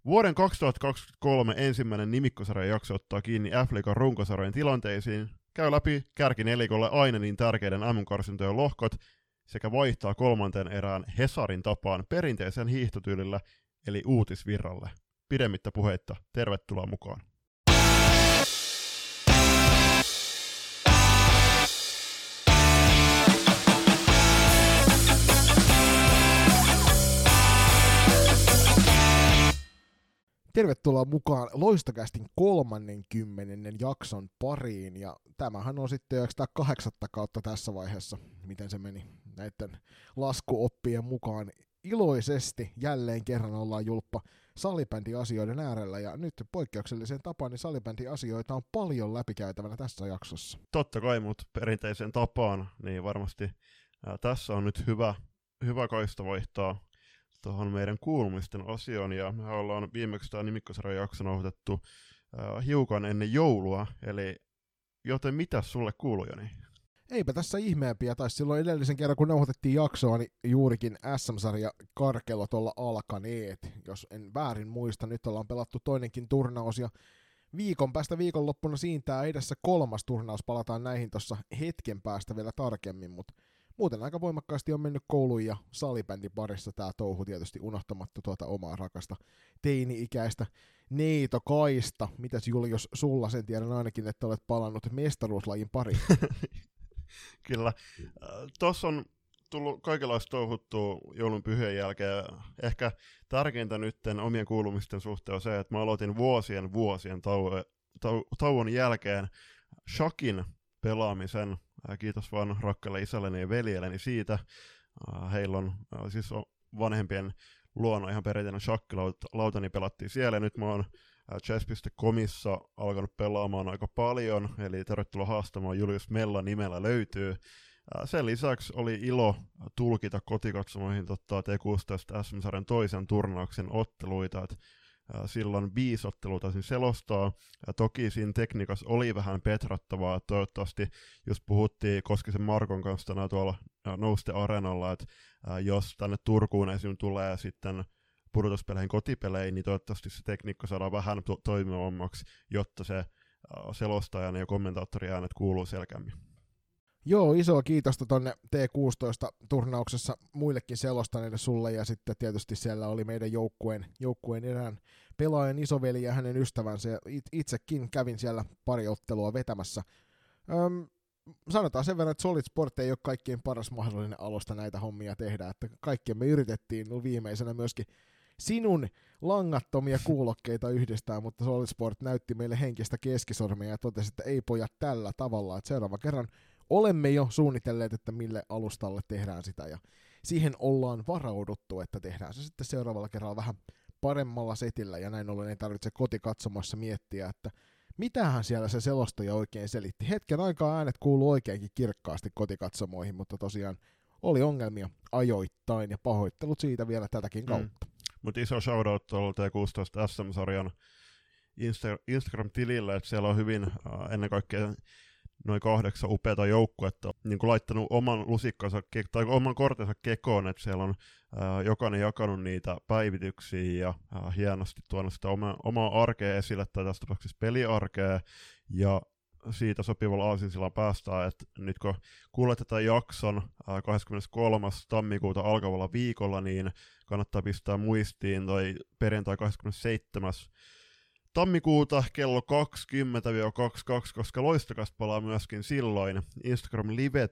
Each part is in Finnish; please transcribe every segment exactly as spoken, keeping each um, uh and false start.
Vuoden kaksituhattakaksikymmentäkolme ensimmäinen nimikkosarjan jakso ottaa kiinni F-liigan runkosarjojen tilanteisiin, käy läpi kärkinelikolle aina niin tärkeiden M M-karsintojen lohkot sekä vaihtaa kolmanteen erään Hesarin tapaan perinteisen hiihtotyylillä eli uutisvirralle. Pidemmittä puheitta, tervetuloa mukaan. Tervetuloa mukaan Loistokästin kolmannenkymmenennen jakson pariin, ja tämähän on sitten jo kahdeksatta kautta tässä vaiheessa, miten se meni näiden laskuoppien mukaan. Iloisesti jälleen kerran ollaan julppa salibändiasioiden äärellä, ja nyt poikkeukselliseen tapaan niin salibändiasioita on paljon läpikäytävänä tässä jaksossa. Totta kai, mutta perinteiseen tapaan, niin varmasti ää, tässä on nyt hyvä, hyvä kaista vaihtaa tuohon meidän kuulumisten osioon, ja me ollaan viimeksi tämä nimikkosarjan jakso nauhoitettu äh, hiukan ennen joulua, eli joten mitä sulle kuului, Joni? Eipä tässä ihmeempiä, tai silloin edellisen kerran kun nauhoitettiin jaksoa, niin juurikin S M-sarja karkelot olla alkaneet, jos en väärin muista, nyt ollaan pelattu toinenkin turnaus, ja viikon päästä viikonloppuna siintää edessä kolmas turnaus, palataan näihin tuossa hetken päästä vielä tarkemmin, mutta muuten aika voimakkaasti on mennyt kouluun ja salibändin parissa tää touhu tietysti unohtamatta tuota omaa rakasta teini-ikäistä neitokaista. Mitäs Julius, sulla sen tiedän ainakin, että olet palannut mestaruuslajin pariin. Kyllä. Tuossa on tullut kaikenlaista touhuttua joulun pyhien jälkeen. Ehkä tärkeintä nytten omien kuulumisten suhteen on se, että mä aloitin vuosien vuosien tau- tau- tauon jälkeen shakin pelaamisen. Kiitos vaan rakkaille isälleni ja veljelleni siitä. Heillä on siis vanhempien luona ihan perinteinen shakkilauta, niin pelattiin siellä. Nyt mä oon chess piste comissa alkanut pelaamaan aika paljon, eli tervetuloa haastamaan, Julius Mella nimellä löytyy. Sen lisäksi oli ilo tulkita kotikatsomoihin tota, T kuusitoista S M-sarjan toisen turnauksen otteluita, että silloin viisi ottelua taisin selostaa, ja toki siinä tekniikassa oli vähän petrattavaa, että toivottavasti just puhuttiin Koskisen Markon kanssa tänään tuolla Nouste Areenalla, että jos tänne Turkuun esim. Tulee sitten pudotuspeleihin kotipeleihin, niin toivottavasti se tekniikka saadaan vähän to- toimivammaksi, jotta se selostajan ja kommentaattorin äänet kuuluu selkeämmin. Joo, isoa kiitosta tonne T kuusitoista-turnauksessa muillekin selostaneille sulle, ja sitten tietysti siellä oli meidän joukkueen, joukkueen erään pelaajan isoveli ja hänen ystävänsä, ja itsekin kävin siellä pari ottelua vetämässä. Öm, sanotaan sen verran, että Solid Sport ei ole kaikkien paras mahdollinen alusta näitä hommia tehdä, että kaikkien me yritettiin no viimeisenä myöskin sinun langattomia kuulokkeita yhdistää, mutta Solid Sport näytti meille henkistä keskisormia ja totesi, että ei pojat tällä tavalla, että seuraava kerran olemme jo suunnitelleet, että mille alustalle tehdään sitä, ja siihen ollaan varauduttu, että tehdään se sitten seuraavalla kerralla vähän paremmalla setillä, ja näin ollen ei tarvitse kotikatsomassa miettiä, että mitähän siellä se selostaja oikein selitti. Hetken aikaa äänet kuuluu oikeinkin kirkkaasti kotikatsomoihin, mutta tosiaan oli ongelmia ajoittain, ja pahoittelut siitä vielä tätäkin kautta. Mm. Mutta iso shoutout tuolla T kuusitoista S M-sarjan Insta- Instagram-tilille, että siellä on hyvin äh, ennen kaikkea noin kahdeksan upeata joukkuetta niin kuin laittanut oman lusikkansa ke- tai oman kortensa kekoon, että siellä on ää, jokainen jakanut niitä päivityksiä ja ää, hienosti tuonut sitä oma, omaa arkea esille, tai tässä tapauksessa peliarkea, ja siitä sopivalla aasinsillaan päästään, että nyt kun kuulette tämän jakson ää, kahdeskymmeneskolmas tammikuuta alkavalla viikolla, niin kannattaa pistää muistiin toi perjantai kahdeskymmenesseitsemäs tammikuuta kello kaksikymmentä kaksikymmentäkaksi, koska Loistokast palaa myöskin silloin Instagram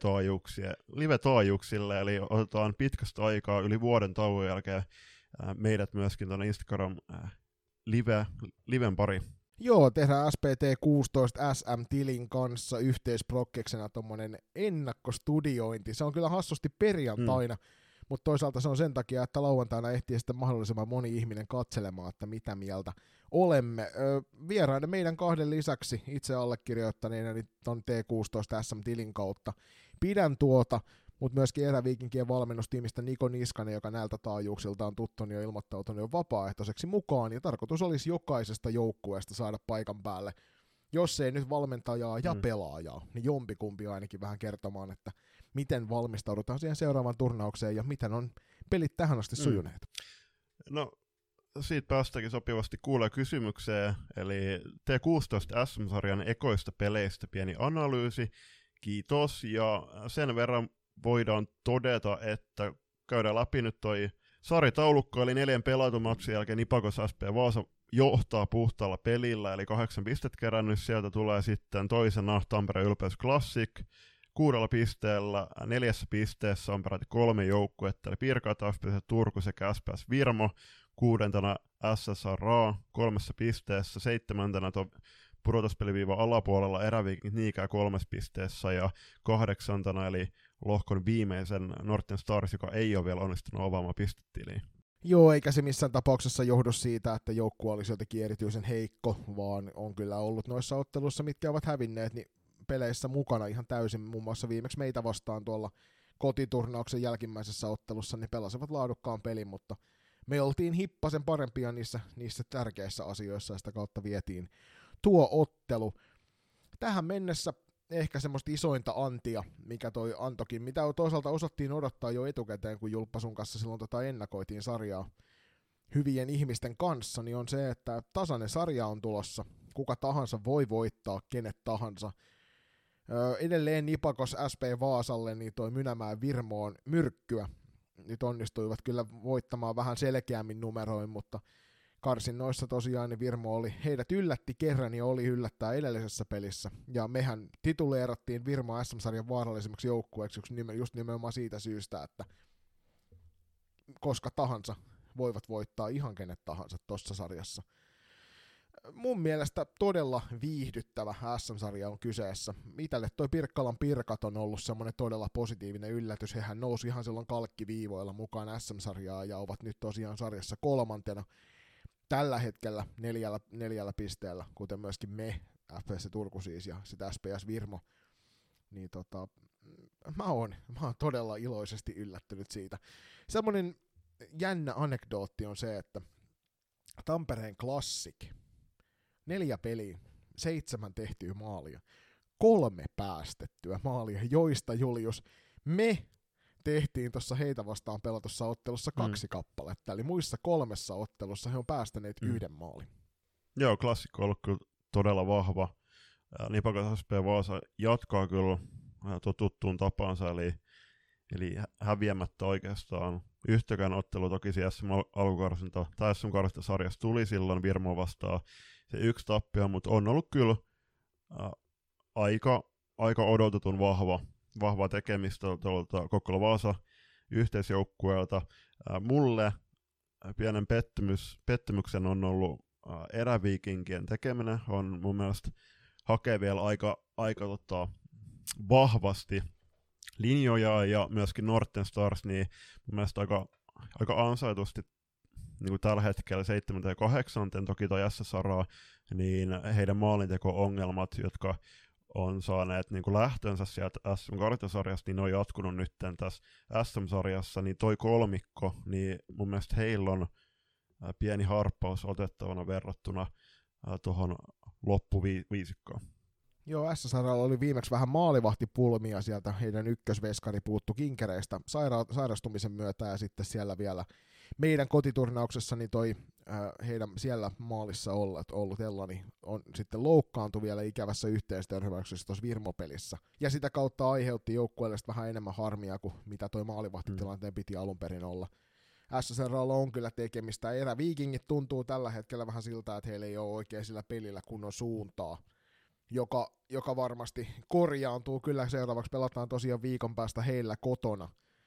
live-taajuuksille, eli otetaan pitkästä aikaa yli vuoden tauon jälkeen ää, meidät myöskin tuonne Instagram ää, live, liven pari. Joo, tehdään S P T kuusitoista S M-tilin kanssa yhteisprokkeksena tommonen ennakkostudiointi. Se on kyllä hassusti perjantaina, mm. mutta toisaalta se on sen takia, että lauantaina ehtii sitten mahdollisimman moni ihminen katselemaan, että mitä mieltä olemme. Öö, vieraiden meidän kahden lisäksi itse allekirjoittaneena niin ton T kuusitoista S M-tilin kautta pidän tuota, mutta myöskin eräviikinkien valmennustiimistä Niko Niskanen, joka näiltä taajuuksilta on tuttu, niin on ilmoittautunut jo vapaaehtoiseksi mukaan, ja tarkoitus olisi jokaisesta joukkueesta saada paikan päälle, jos ei nyt valmentajaa ja mm. pelaajaa, niin jompikumpi ainakin vähän kertomaan, että miten valmistaudutaan siihen seuraavaan turnaukseen, ja miten on pelit tähän asti sujuneet. Mm. No, siitä päästäänkin sopivasti kuulee kysymykseen, eli T kuusitoista S M-sarjan ekoista peleistä pieni analyysi. Kiitos, ja sen verran voidaan todeta, että käydään läpi nyt toi sarjataulukko, eli neljän pelatun matsin jälkeen Nipakos S P Vaasa johtaa puhtaalla pelillä, eli kahdeksan pistet kerännyt, sieltä tulee sitten toisena Tampereen Ylpeys Classic, kuudella pisteellä, neljässä pisteessä on peräti kolme joukkuetta, eli Pirkat, F P C Turku sekä S P S Virmo, kuudentena S S R A kolmessa pisteessä, seitsemäntenä tuon pudotuspeliviivan alapuolella Eräviikit Niikää kolmessa pisteessä ja kahdeksantena eli lohkon viimeisen Northern Stars, joka ei ole vielä onnistunut avaamaan pistetiliin. Joo, eikä se missään tapauksessa johdu siitä, että joukkue olisi jotenkin erityisen heikko, vaan on kyllä ollut noissa otteluissa, mitkä ovat hävinneet, niin peleissä mukana ihan täysin, muun muassa viimeksi meitä vastaan tuolla kotiturnauksen jälkimmäisessä ottelussa, niin pelasivat laadukkaan pelin, mutta me oltiin hippasen parempia niissä, niissä tärkeissä asioissa ja sitä kautta vietiin tuo ottelu. Tähän mennessä ehkä semmoista isointa antia, mikä toi antokin, mitä toisaalta osattiin odottaa jo etukäteen, kun Julppasun kanssa silloin tota ennakoitiin sarjaa hyvien ihmisten kanssa, niin on se, että tasainen sarja on tulossa. Kuka tahansa voi voittaa, kenet tahansa. Öö, edelleen Nipakos S P Vaasalle, niin toi Mynämäen Virmoon myrkkyä. Nyt onnistuivat kyllä voittamaan vähän selkeämmin numeroin, mutta karsinnoissa tosiaan niin Virmo oli, heidät yllätti kerran ja oli yllättää edellisessä pelissä. Ja mehän tituleerattiin Virmo S M-sarjan vaarallisemmaksi joukkueeksi just nimenomaan siitä syystä, että koska tahansa voivat voittaa ihan kenet tahansa tuossa sarjassa. Mun mielestä todella viihdyttävä S M-sarja on kyseessä. Itälle toi Pirkkalan Pirkat on ollut semmoinen todella positiivinen yllätys. Hehän nousi ihan silloin kalkkiviivoilla mukaan S M-sarjaa ja ovat nyt tosiaan sarjassa kolmantena. Tällä hetkellä neljällä, neljällä pisteellä, kuten myöskin me, F P S Turku siis ja sitä S P S Virmo, niin tota, mä oon, mä oon todella iloisesti yllättynyt siitä. Semmoinen jännä anekdootti on se, että Tampereen Classic, neljä peliä, seitsemän tehtyä maalia, kolme päästettyä maalia, joista Julius, me tehtiin tuossa heitä vastaan pelatussa ottelussa kaksi mm. kappaletta, eli muissa kolmessa ottelussa he on päästäneet mm. yhden maalin. Joo, klassikko on ollut kyllä todella vahva. Nipakos S P Vaasa jatkaa kyllä tuttuun tapansa, eli, eli häviämättä oikeastaan yhtäkään ottelu toki se S M-alkukarsinta tai S M-karsintasarjassa tuli silloin Virmo vastaan se yksi tappio, mutta on ollut kyllä ä, aika, aika odotetun vahva vahvaa tekemistä tuolta Kokkola-Vaasa yhteisjoukkueelta. Mulle pienen pettymys, pettymyksen on ollut Eräviikinkien tekeminen. On mun mielestä hakee vielä aika, aika tota, vahvasti linjoja ja myöskin Northern Stars, niin mun mielestä aika, aika ansaitusti niin kuin tällä hetkellä seitsemän ja kahdeksan, toki toi S S R A, niin heidän maalinteko-ongelmat, jotka on saaneet niin kuin lähtönsä sieltä S M-karsintasarjasta, niin ne on jatkunut nyt tässä S M-sarjassa, niin toi kolmikko, niin mun mielestä heillä on ää, pieni harppaus otettavana verrattuna tuohon loppuviisikkoon. Joo, S S R oli viimeksi vähän maalivahtipulmia sieltä, heidän ykkösveskari puuttu kinkereistä saira- sairastumisen myötä, ja sitten siellä vielä meidän kotiturnauksessa niin toi äh, heidän siellä maalissa ollut, ollut Ellani on sitten loukkaantui vielä ikävässä yhteistörmäyksessä tuossa Virmo-pelissä. Ja sitä kautta aiheutti joukkueelle vähän enemmän harmia kuin mitä toi maalivahtitilanteen piti alun perin olla. S S R:llä on kyllä tekemistä. Eräviikingit tuntuu tällä hetkellä vähän siltä, että heillä ei ole oikein sillä pelillä kunnon suuntaa, joka, joka varmasti korjaantuu. Kyllä seuraavaksi pelataan tosiaan viikon päästä heillä kotona.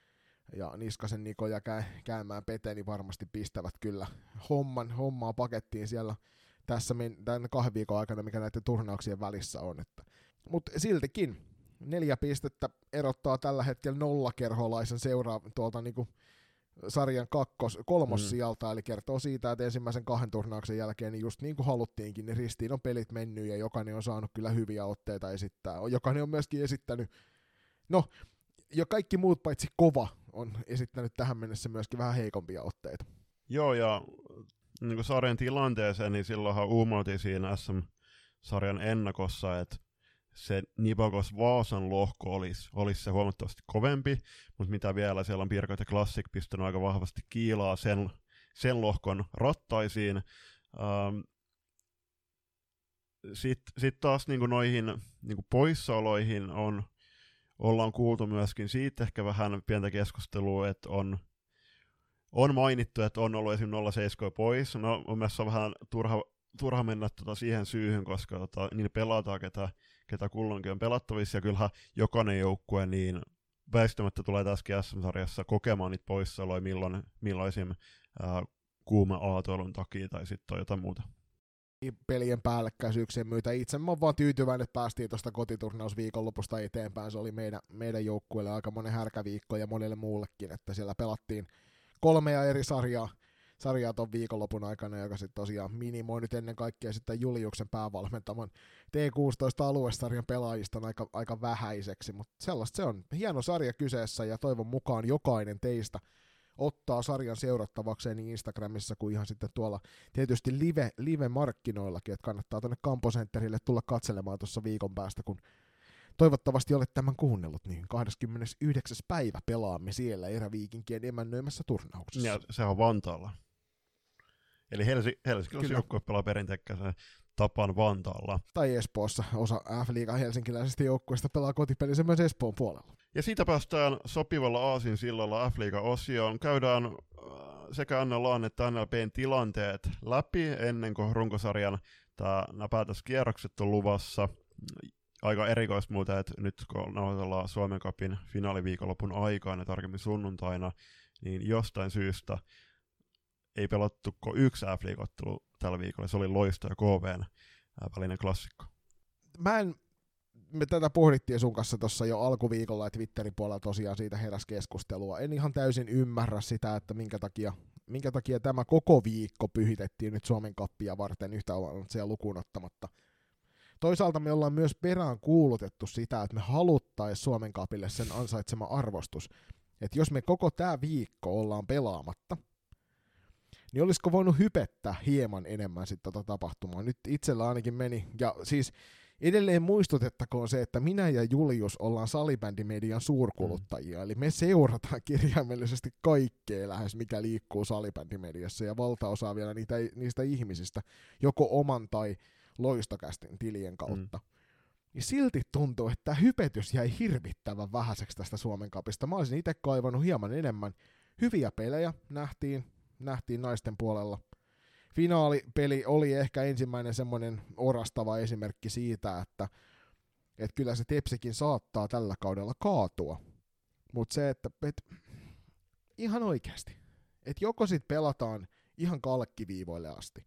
Ja Niskasen Niko ja Käymään Pete niin varmasti pistävät kyllä homman, hommaa pakettiin siellä tässä men- tämän kahden viikon aikana, mikä näiden turnauksien välissä on. Mutta siltikin neljä pistettä erottaa tällä hetkellä nollakerholaisen seuraa tuolta niinku sarjan kakkos, kolmossijalta, mm. eli kertoo siitä, että ensimmäisen kahden turnauksen jälkeen, niin just niin kuin haluttiinkin, niin ristiin on pelit mennyt ja jokainen on saanut kyllä hyviä otteita esittää. Jokainen on myöskin esittänyt, no, ja kaikki muut paitsi Kova on esittänyt tähän mennessä myöskin vähän heikompia otteita. Joo, ja niin kuin sarjan tilanteeseen, niin silloinhan uumautiin siinä S M-sarjan ennakossa, että se Nipakos Vaasan lohko olisi, olisi se huomattavasti kovempi, mutta mitä vielä siellä on Pirkat ja Classic pistänyt aika vahvasti kiilaa sen, sen lohkon rattaisiin. Ähm, Sitten sit taas niin kuin noihin niin kuin poissaoloihin on, ollaan kuultu myöskin siitä ehkä vähän pientä keskustelua, että on, on mainittu, että on ollut esimerkiksi nolla seitsemän pois. No mun mielestä on vähän turha, turha mennä tota siihen syyhyn, koska tota, niin pelataan, ketä, ketä kulloinkin on pelattavissa, ja kyllähän jokainen joukkue niin väistämättä tulee tässäkin S M-sarjassa kokemaan niitä poissaoloja, milloin, milloin esimerkiksi ää, kuuma aatoilun takia tai sitten on jotain muuta. Pelien päällekkäisyyksien myötä. Itse mä oon vaan tyytyväinen, että päästiin tuosta kotiturnausviikonlopusta eteenpäin. Se oli meidän, meidän joukkueelle aika monen härkäviikko ja monelle muullekin, että siellä pelattiin kolmea eri sarjaa, sarjaa ton viikonlopun aikana, joka sitten tosiaan minimoi nyt ennen kaikkea sitten Juliuksen päävalmentaman T kuusitoista aluesarjan pelaajista on aika, aika vähäiseksi, mutta sellaista se on. Hieno sarja kyseessä ja toivon mukaan jokainen teistä ottaa sarjan seurattavakseen niin Instagramissa kuin ihan sitten tuolla tietysti live, live-markkinoillakin, että kannattaa tuonne Campo Centerille tulla katselemaan tuossa viikon päästä, kun toivottavasti olet tämän kuunnellut, niin kahdeskymmenesyhdeksäs päivä pelaamme siellä eräviikinkien emännöimässä turnauksessa. Ja se on Vantaalla. Eli Helsi, Helsinkiläisen joukkue pelaa perinteikkäisen tapaan Vantaalla. Tai Espoossa. Osa F-liigan helsinkiläisestä joukkueesta pelaa kotipelissä myös Espoon puolella. Ja siitä päästään sopivalla aasinsillalla F-liiga-osioon. Käydään sekä N L A:n että N L B:n tilanteet läpi ennen kuin runkosarjan nämä päätöskierrokset on luvassa. Aika erikoista muuten, että nyt kun nauhoitellaan Suomen Cupin finaaliviikonlopun aikaan ja tarkemmin sunnuntaina, niin jostain syystä ei pelattu kuin yksi F-liigottelu tällä viikolla. Se oli Loisto ja K V:n välinen klassikko. Mä en, me tätä pohdittiin sun kanssa tuossa jo alkuviikolla, ja Twitterin puolella tosiaan siitä heräsi keskustelua. En ihan täysin ymmärrä sitä, että minkä takia, minkä takia tämä koko viikko pyhitettiin nyt Suomen Cupia varten yhtä siellä lukuun ottamatta. Toisaalta me ollaan myös perään kuulutettu sitä, että me haluttaisiin Suomen Cupille sen ansaitsema arvostus. Että jos me koko tämä viikko ollaan pelaamatta, niin olisiko voinut hypettää hieman enemmän sitten tota tapahtumaa. Nyt itsellä ainakin meni, ja siis edelleen muistutettakoon se, että minä ja Julius ollaan salibändimedian suurkuluttajia, mm. eli me seurataan kirjaimellisesti kaikkea lähes, mikä liikkuu salibändimediassa, ja valtaosaa vielä niitä, niistä ihmisistä, joko oman tai Loistokästin tilien kautta. Mm. Ja silti tuntuu, että tämä hypetys jäi hirvittävän vähäiseksi tästä Suomen Cupista. Mä olisin itse kaivannut hieman enemmän. Hyviä pelejä nähtiin, nähtiin naisten puolella. Finaalipeli oli ehkä ensimmäinen semmoinen orastava esimerkki siitä, että, että kyllä se Tepsikin saattaa tällä kaudella kaatua. Mutta se, että et, ihan oikeasti, että joko sit pelataan ihan kalkkiviivoille asti,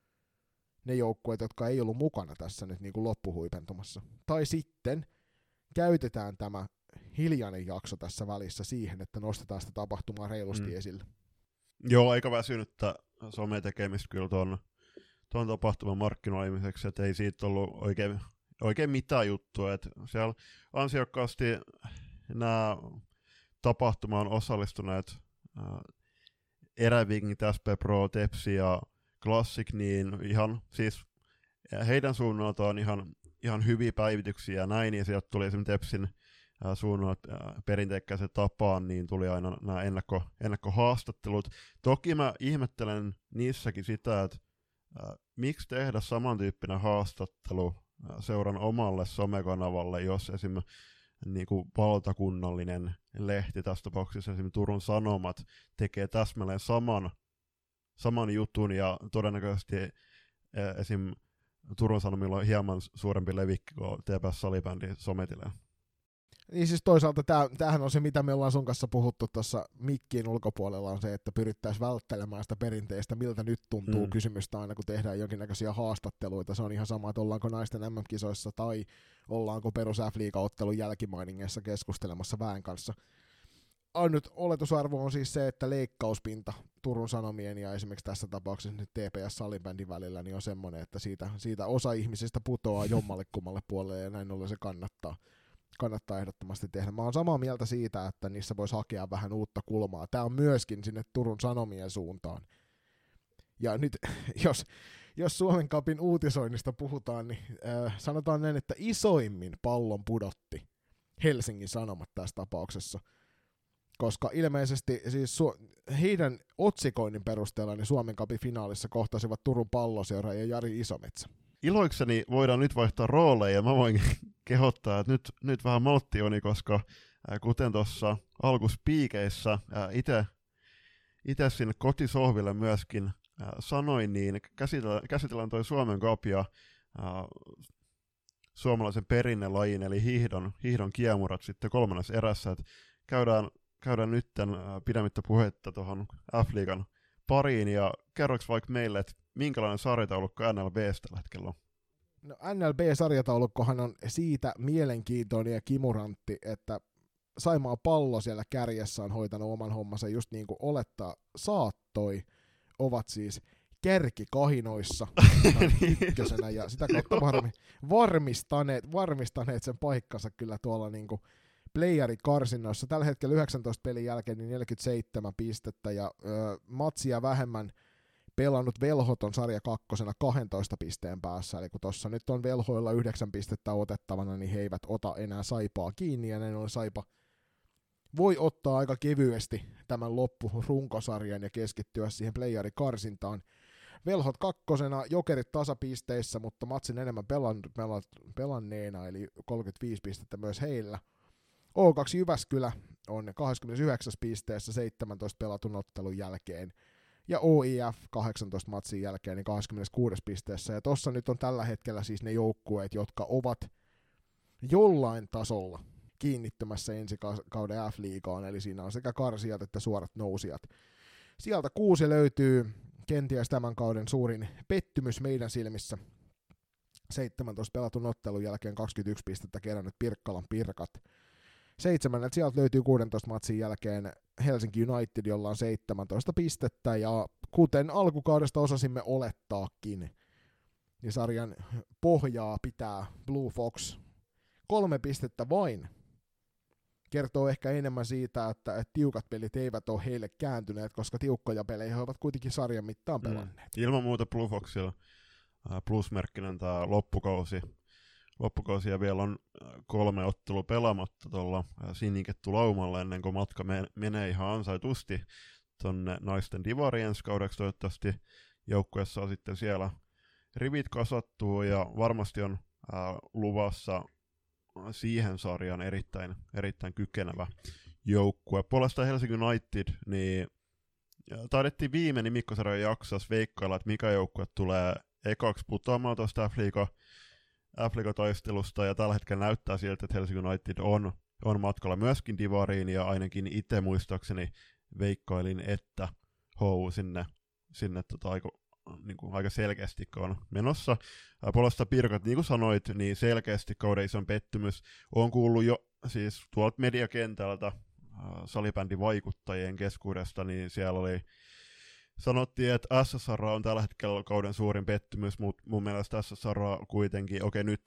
ne joukkueet, jotka ei ollut mukana tässä nyt niin kuin loppuhuipentumassa. Tai sitten käytetään tämä hiljainen jakso tässä välissä siihen, että nostetaan sitä tapahtumaa reilusti mm. esille. Joo, aika väsynyttä sometekemistä kyllä tuon, tuon tapahtuman markkinoimiseksi, että ei siitä ollut oikein, oikein mitään juttua. Että siellä ansiokkaasti nämä tapahtumaan osallistuneet äh, Eräviikingit, S P Pro, Tepsi ja Classic, niin ihan siis heidän suunnalta on ihan, ihan hyviä päivityksiä ja näin, ja sieltä tuli esimerkiksi Tepsin äh, suunnalta äh, perinteikkäisen tapaan, niin tuli aina nämä ennakko, ennakkohaastattelut. Toki mä ihmettelen niissäkin sitä, että äh, miksi tehdä samantyyppinen haastattelu äh, seuran omalle somekanavalle, jos esimerkiksi niin kuin valtakunnallinen lehti, tässä tapauksessa esimerkiksi Turun Sanomat, tekee täsmälleen saman saman jutun, ja todennäköisesti esim. Turun Sanomilla on hieman suurempi levikki kuin T P S Salibändi sometille. Niin siis toisaalta tämähän on se, mitä me ollaan sun kanssa puhuttu tuossa mikkiin ulkopuolella, on se, että pyrittäisiin välttelemään sitä perinteistä, miltä nyt tuntuu mm. kysymystä aina, kun tehdään jonkinnäköisiä haastatteluita. Se on ihan sama, että ollaanko naisten M M-kisoissa tai ollaanko perus F-liiga-ottelun jälkimainingeissa keskustelemassa väen kanssa. Ainut oletusarvo on siis se, että leikkauspinta Turun Sanomien ja esimerkiksi tässä tapauksessa nyt T P S Salibändin välillä niin on semmoinen, että siitä, siitä osa ihmisistä putoaa jommalle kummalle puolelle, ja näin ollen se kannattaa, kannattaa ehdottomasti tehdä. Mä oon samaa mieltä siitä, että niissä voisi hakea vähän uutta kulmaa. Tää on myöskin sinne Turun Sanomien suuntaan. Ja nyt, jos, jos Suomen Cupin uutisoinnista puhutaan, niin äh, sanotaan näin, että isoimmin pallon pudotti Helsingin Sanomat tässä tapauksessa. koska ilmeisesti siis su- heidän otsikoinnin perusteella niin Suomen Cupin finaalissa kohtasivat Turun Palloseura ja Jari Isometsä. Iloikseni voidaan nyt vaihtaa rooleja, ja mä voin kehottaa, että nyt, nyt vähän malttioni, koska äh, kuten tuossa alkuspiikeissä äh, itse itse sinne kotisohville myöskin äh, sanoin, niin käsitellään, käsitellään toi Suomen Cup ja äh, suomalaisen perinnelajin, eli hiihdon, hiihdon kiemurat sitten kolmannessa erässä. Et käydään, käydään nytten äh, pidemmittä puhetta tuohon F-liigan pariin, ja kerroks vaikka meille, että minkälainen sarjataulukko N L B:stä tällä hetkellä on? No N L B-sarjataulukkohan on siitä mielenkiintoinen ja kimurantti, että Saimaa Pallo siellä kärjessä on hoitanut oman hommansa just niin kuin olettaa saattoi, ovat siis kärkikahinoissa ykkösenä ja sitä kautta varmi, varmistaneet, varmistaneet sen paikkansa kyllä tuolla niin kuin playerikarsinnoissa. Tällä hetkellä yhdeksäntoista pelin jälkeen niin neljäkymmentäseitsemän pistettä ja ö, matsia vähemmän pelannut Velhot on sarja kakkosena kaksitoista pisteen päässä, eli kun tuossa nyt on Velhoilla yhdeksän pistettä otettavana, niin he eivät ota enää Saipaa kiinni, ja näin on Saipa voi ottaa aika kevyesti tämän loppurunkosarjan ja keskittyä siihen playerikarsintaan. Velhot kakkosena, Jokerit tasapisteissä, mutta matsin enemmän pelan, pelan, pelanneena, eli kolmekymmentäviisi pistettä myös heillä. O kaksi Jyväskylä on kaksikymmentäyhdeksän pisteessä seitsemäntoista pelatun ottelun jälkeen, ja O I F kahdeksantoista matsin jälkeen niin kaksikymmentäkuusi pisteessä, ja tossa nyt on tällä hetkellä siis ne joukkueet, jotka ovat jollain tasolla kiinnittymässä ensi kauden F-liigaan, eli siinä on sekä karsijat että suorat nousijat. Sieltä kuusi löytyy kenties tämän kauden suurin pettymys meidän silmissä. seitsemäntoista pelatun ottelun jälkeen kaksikymmentäyksi pistettä kerännyt Pirkkalan Pirkat. Seitsemänneltä sieltä löytyy kuudentoista matsin jälkeen Helsinki United, jolla on seitsemäntoista pistettä, ja kuten alkukaudesta osasimme olettaakin, niin sarjan pohjaa pitää Blue Fox. Kolme pistettä vain kertoo ehkä enemmän siitä, että, että tiukat pelit eivät ole heille kääntyneet, koska tiukkoja pelejä he ovat kuitenkin sarjan mittaan pelanneet. Mm. Ilman muuta Blue Foxilla äh, plusmerkkinen tämä loppukausi. Loppukausi ja vielä on kolme ottelua pelaamatta tuolla sinikettu laumalla ennen kuin matka menee ihan ansaitusti tuonne naisten divari ensi kaudeksi. Toivottavasti joukkueessa on sitten siellä rivit kasattuu ja varmasti on ää, luvassa siihen sarjaan erittäin, erittäin kykenevä joukkue. Puolestaan Helsinki United, niin taidettiin viime Nimikkosarjan jaksossa veikkailla, että mikä joukkue tulee ekaksi putoamaan tuosta F-liiga F-liiga-taistelusta, ja tällä hetkellä näyttää siltä, että Helsinki United on, on matkalla myöskin divariin, ja ainakin itse muistaakseni veikkailin, että H U sinne, sinne tota aika, niin kuin aika selkeästi on menossa. Puolesta Pirkat, niin kuin sanoit, niin selkeästi kauden ison pettymys. On kuullut jo siis tuolta mediakentältä äh, salibändivaikuttajien keskuudesta, niin siellä oli sanottiin, että S S R on tällä hetkellä kauden suurin pettymys, mutta mun mielestä S S R kuitenkin, okei nyt,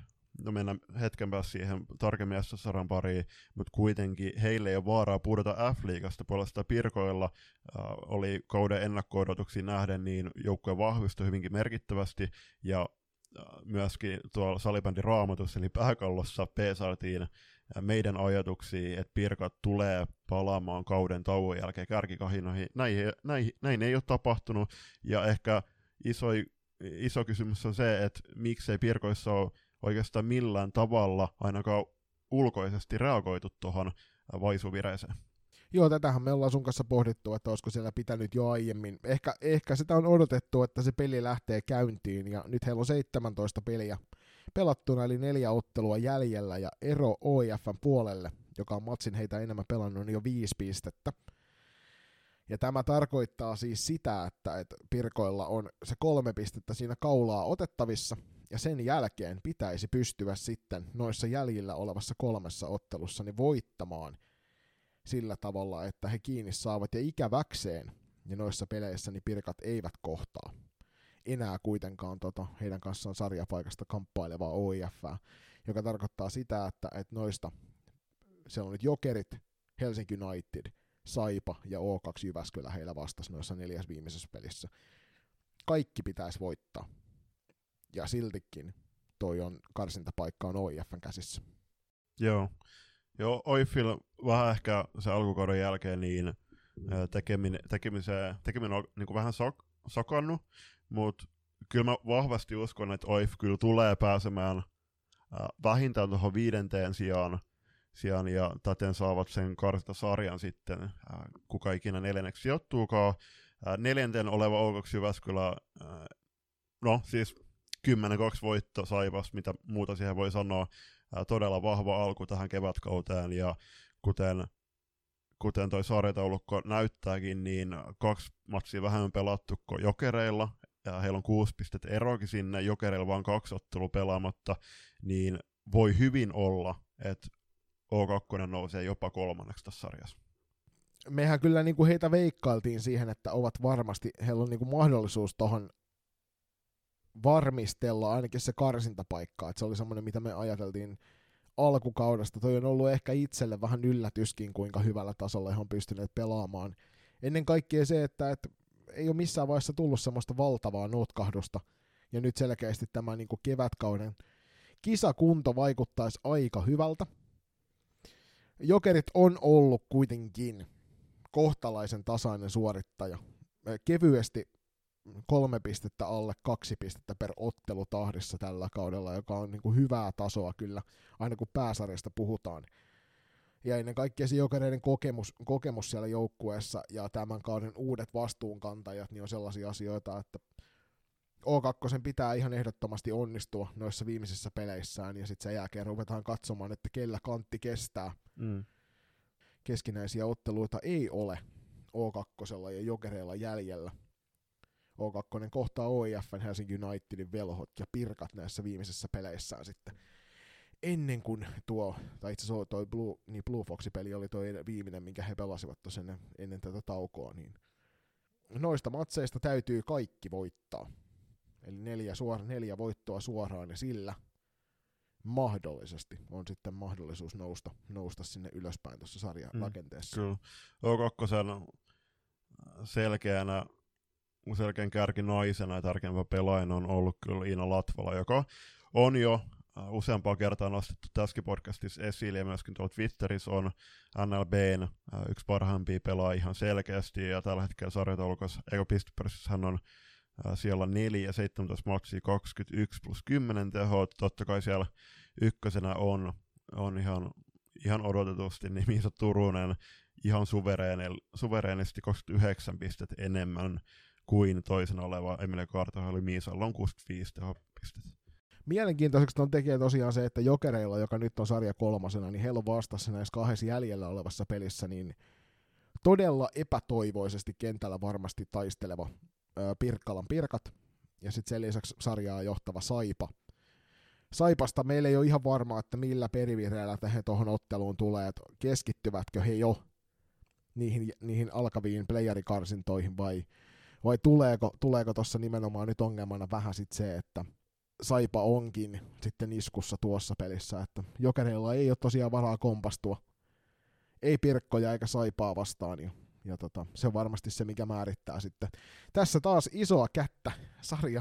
no mennään hetken päästä siihen tarkemmin S S R:n pariin, mutta kuitenkin heille ei ole vaaraa pudota F-liigasta. Puolestaan Pirkoilla äh, oli kauden ennakko-odotuksiin nähden, niin joukkue vahvistui hyvinkin merkittävästi, ja äh, myöskin tuolla salibändin Raamatus, eli pääkallossa peesartiin meidän ajatuksia, että Pirkat tulee palaamaan kauden tauon jälkeen kärkikahinoihin. Näin, näin, näin ei ole tapahtunut, ja ehkä iso, iso kysymys on se, että miksei Pirkoissa ole oikeastaan millään tavalla ainakaan ulkoisesti reagoitu tuohon vaisuvireeseen. Joo, tätähän me ollaan sun kanssa pohdittu, että olisiko siellä pitänyt jo aiemmin. Ehkä, ehkä sitä on odotettu, että se peli lähtee käyntiin, ja nyt heillä on seitsemäntoista peliä pelattuna, eli neljä ottelua jäljellä, ja ero O I F:n puolelle, joka on matsin heitä enemmän pelannut, niin jo viisi pistettä. Ja tämä tarkoittaa siis sitä, että, että Pirkoilla on se kolme pistettä siinä kaulaa otettavissa, ja sen jälkeen pitäisi pystyä sitten noissa jäljillä olevassa kolmessa ottelussa niin voittamaan sillä tavalla, että he kiinni saavat, ja ikäväkseen ja noissa peleissä niin Pirkat eivät kohtaa enää kuitenkaan tota, heidän kanssaan sarjapaikasta kamppailevaa O I F:ää, joka tarkoittaa sitä, että, että noista siellä on nyt Jokerit, Helsinki United, Saipa ja O kaksi Jyväskylä heillä vastasi noissa neljäs viimeisessä pelissä. Kaikki pitäisi voittaa, ja siltikin toi on karsintapaikka on O I F:n käsissä. Joo, Joo, Oifil vähän ehkä se alkukauden jälkeen niin tekeminen, tekemiseen, tekeminen on niin kuin vähän sok, sokannut, mutta kyllä mä vahvasti uskon, että Oif kyllä tulee pääsemään äh, vähintään tuohon viidenteen sijaan, sijaan ja täten saavat sen karsintasarjan sitten, äh, kuka ikinä neljänneksi sijoittuukaan. Äh, neljänteen oleva O kaksi Jyväskylä, äh, no siis kymmenen kaksi voitto Saipas, mitä muuta siihen voi sanoa, äh, todella vahva alku tähän kevätkauteen, ja kuten, kuten toi sarjataulukko näyttääkin, niin kaksi matsia vähemmän pelattu kuin Jokereilla, ja heillä on kuusi pistettä eroakin sinne, Jokereilla vaan kaksi ottelua pelaamatta, niin voi hyvin olla, että O kaksi nousee jopa kolmanneksi tässä sarjassa. Mehän kyllä niin kuin heitä veikkailtiin siihen, että ovat varmasti, heillä on niin kuin mahdollisuus tuohon varmistella ainakin se karsintapaikka, että se oli semmoinen, mitä me ajateltiin alkukaudesta. Toi on ollut ehkä itselle vähän yllätyskin, kuinka hyvällä tasolla he on pystyneet pelaamaan. Ennen kaikkea se, että, että ei ole missään vaiheessa tullut semmoista valtavaa notkahdusta, ja nyt selkeästi tämä niin kuin kevätkauden kisakunto vaikuttaisi aika hyvältä. Jokerit on ollut kuitenkin kohtalaisen tasainen suorittaja. Kevyesti kolme pistettä alle kaksi pistettä per ottelu tahdissa tällä kaudella, joka on niin kuin hyvää tasoa kyllä, aina kun pääsarjasta puhutaan. Ja ennen kaikkea se Jokereiden kokemus, kokemus siellä joukkueessa ja tämän kauden uudet vastuunkantajat, niin on sellaisia asioita, että O kaksi pitää ihan ehdottomasti onnistua noissa viimeisissä peleissään, ja sitten sen jälkeen ruvetaan katsomaan, että kellä kantti kestää. Mm. Keskinäisiä otteluita ei ole O kaksi ja Jokereilla jäljellä. O kaksi kohtaa O I F:n, Helsinki Unitedin, Velhot ja Pirkat näissä viimeisissä peleissään sitten. Ennen kuin tuo, tai itse asiassa toi Blue, niin Blue Fox-peli oli toi viimeinen, minkä he pelasivat tuossa ennen, ennen tätä taukoa, niin noista matseista täytyy kaikki voittaa. Eli neljä, suora, neljä voittoa suoraan, ja sillä mahdollisesti on sitten mahdollisuus nousta, nousta sinne ylöspäin tuossa sarjan mm, rakenteessa. Kyllä. O kaksi selkeänä, selkeän kärkinaisena ja tärkeämpä pelaajana on ollut kyllä Iina Latvala, joka on jo useampaa kertaa nostettu tässäkin podcastissa esille, ja myöskin tuolla Twitterissä on N L B:n yksi parhaimpia pelaajia ihan selkeästi, ja tällä hetkellä sarjataulukossa, eikö pistepörssissä hän on siellä on neljä, seitsemäntoista matsia, kaksikymmentäyksi plus kymmenen tehoa. Totta kai siellä ykkösenä on, on ihan, ihan odotetusti niin Miisa Turunen ihan suvereenisti kaksikymmentäyhdeksän pistettä enemmän kuin toisena oleva Emilia Kartoha, eli Miisalla on kuusikymmentäviisi tehopistettä. Mielenkiintoiseksi on tekee tosiaan se, että Jokereilla, joka nyt on sarja kolmosena, niin heillä on vastassa näissä kahdessa jäljellä olevassa pelissä niin todella epätoivoisesti kentällä varmasti taisteleva Pirkkalan Pirkat, ja sitten sen lisäksi sarjaa johtava Saipa. Saipasta meillä ei ole ihan varmaa, että millä perivireillä he tuohon otteluun tulee, että keskittyvätkö he jo niihin, niihin alkaviin playerikarsintoihin, vai, vai tuleeko, tuleeko tuossa nimenomaan nyt ongelmana vähän sit se, että Saipa onkin sitten iskussa tuossa pelissä, että Jokereilla ei ole tosiaan varaa kompastua, ei Pirkkoja eikä Saipaa vastaan, ja Ja tota, se on varmasti se, mikä määrittää sitten. Tässä taas isoa kättä sarja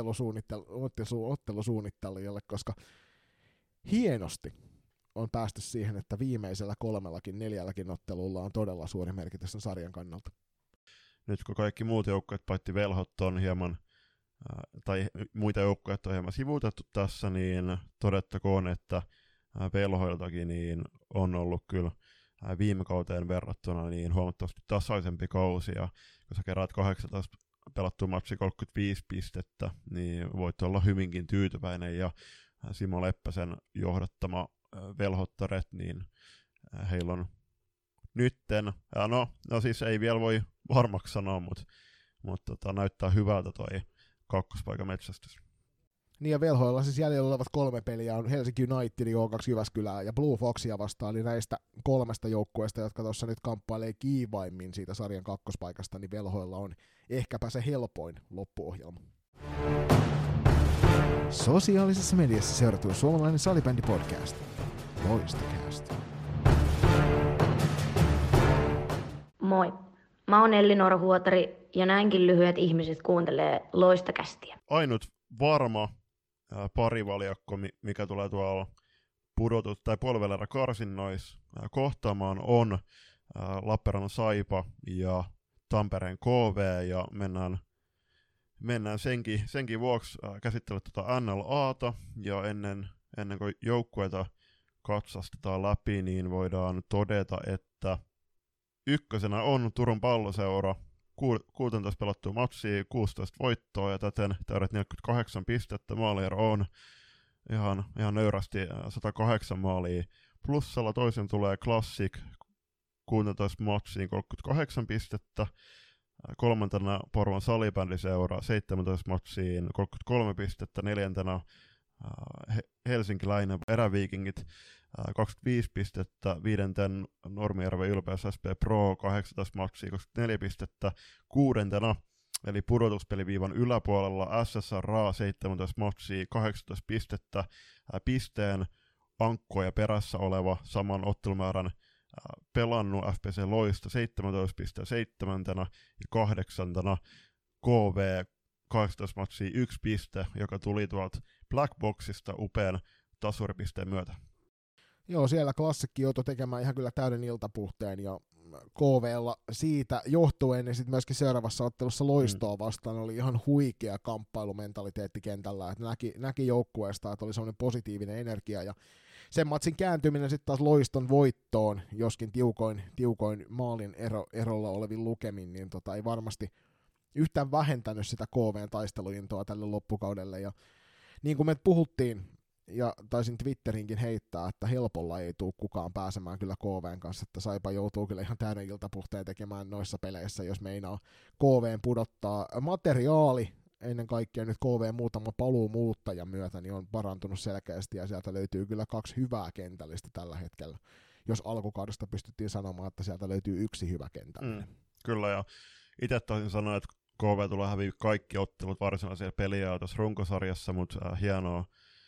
ottelusuunnittelijalle, koska hienosti on päästy siihen, että viimeisellä kolmellakin, neljälläkin ottelulla on todella suuri merkitys sen sarjan kannalta. Nyt kun kaikki muut joukkueet paitsi Velhot on hieman, äh, tai muita joukkueet on hieman sivuutettu tässä, niin todettakoon, että äh, Velhoiltakin niin on ollut kyllä viime kauteen verrattuna niin huomattavasti tasaisempi kausi, ja kun sä kerät kahdeksantoista pelattua matsi kolmekymmentäviisi pistettä, niin voit olla hyvinkin tyytyväinen, ja Simo Leppäsen johdattama Velhottaret, niin heillä on nytten, ja no, no siis ei vielä voi varmaksi sanoa, mutta mut tota, näyttää hyvältä toi kakkospaikan metsästys. Niin ja Velhoilla siis jäljellä olevat kolme peliä on Helsinki United, O kaksi Jyväskylää ja Blue Foxia vastaan, eli näistä kolmesta joukkueesta, jotka tuossa nyt kamppailee kiivaimmin siitä sarjan kakkospaikasta, niin Velhoilla on ehkäpä se helpoin loppuohjelma. Sosiaalisessa mediassa seuratuu suomalainen salibändi-podcast. Loistokäästä. Moi, mä oon Elli-Noora Huotari ja näinkin lyhyet ihmiset kuuntelee Loistokästiä. Ainut varma parivaljakko, mikä tulee tuolla pudotus- tai puolivälierä karsinnoissa kohtaamaan on ää, Lappeenrannan Saipa ja Tampereen K V, ja mennään, mennään senkin, senkin vuoksi ää, käsittelemään tuota N L A:ta, ja ennen, ennen kuin joukkueita katsastetaan läpi, niin voidaan todeta, että ykkösenä on Turun Palloseura, kuusitoista pelattua matsia, kuusitoista voittoa, ja täten täydet neljäkymmentäkahdeksan pistettä, maaliero on ihan, ihan nöyrästi sata kahdeksan maalia plussalla. Toisen tulee Classic, kuusitoista matsiin, kolmekymmentäkahdeksan pistettä, kolmantena Porvon salibändiseura, seitsemäntoista matsiin, kolmekymmentäkolme pistettä, neljäntenä helsinkiläinen Eräviikingit, kaksikymmentäviisi pistettä, viidenten Normijärven Ylpeys S P Pro, kahdeksantoista matsia, kaksikymmentäneljä pistettä, kuudentena, eli pudotuspeliviivan yläpuolella S S R A, seitsemäntoista matsia, kahdeksantoista pistettä, pisteen ankkoja perässä oleva saman ottelumäärän pelannut F P C Loista, seitsemäntoista pistettä, seitsemäntenä ja kahdeksantena K V, kahdeksantoista matsia, yksi piste, joka tuli tuolta Blackboxista upean tasuripisteen myötä. Joo, siellä Klassikki joutui tekemään ihan kyllä täyden iltapuhteen, ja K V:lla siitä johtuen, ja sitten myöskin seuraavassa ottelussa Loistoa vastaan oli ihan huikea kamppailumentaliteetti kentällä, että näki, näki joukkueesta, että oli semmoinen positiivinen energia, ja sen matsin kääntyminen sitten taas Loiston voittoon, joskin tiukoin, tiukoin maalin ero, erolla olevin lukemin, niin tota, ei varmasti yhtään vähentänyt sitä K V:n taisteluintoa tälle loppukaudelle, ja niin kuin me puhuttiin, ja taisin Twitterinkin heittää, että helpolla ei tule kukaan pääsemään kyllä K V:n kanssa, että Saipa joutuu kyllä ihan täyden iltapuhteen tekemään noissa peleissä, jos meinaa K V:n pudottaa. Materiaali, ennen kaikkea nyt K V muutama paluumuuttajan myötä, niin on parantunut selkeästi, ja sieltä löytyy kyllä kaksi hyvää kentällistä tällä hetkellä, jos alkukaudesta pystyttiin sanomaan, että sieltä löytyy yksi hyvä kentällinen. Mm, kyllä, ja itse taisin sanoa, että K V tulee häviä kaikki ottelut varsinaisella peliä tuossa runkosarjassa, mutta äh, hienoa,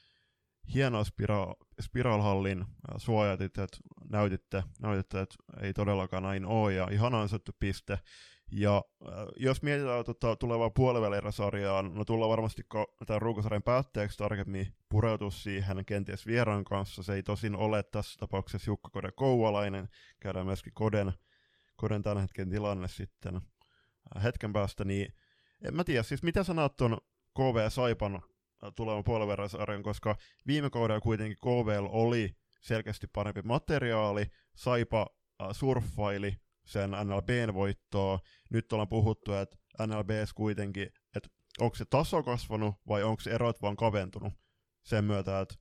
hienoa spira- Spiralhallin äh, suojatit, että näytitte, näytitte, että ei todellakaan näin ole, ja ihan ansaittu piste. Ja äh, jos mietitään tota tulevaa puolivälieräsarjaa, no tullaan varmasti ko- tämän runkosarjan päätteeksi tarkemmin pureutus siihen kenties vieraan kanssa. Se ei tosin ole tässä tapauksessa Jukka Kode Kouvalainen, käydään myöskin Koden, Koden tämän hetken tilanne sitten äh, hetken päästä, niin en mä tiedä, siis mitä sanot ton K V Saipan tulevan puolivälieräsarjan, koska viime kaudella kuitenkin K V:llä oli selkeästi parempi materiaali, Saipa äh, surffaili sen N L B:n voittoa. Nyt ollaan puhuttu, että N L B:ssä kuitenkin, että onko se taso kasvanut vai onko se erot vaan kaventunut sen myötä, että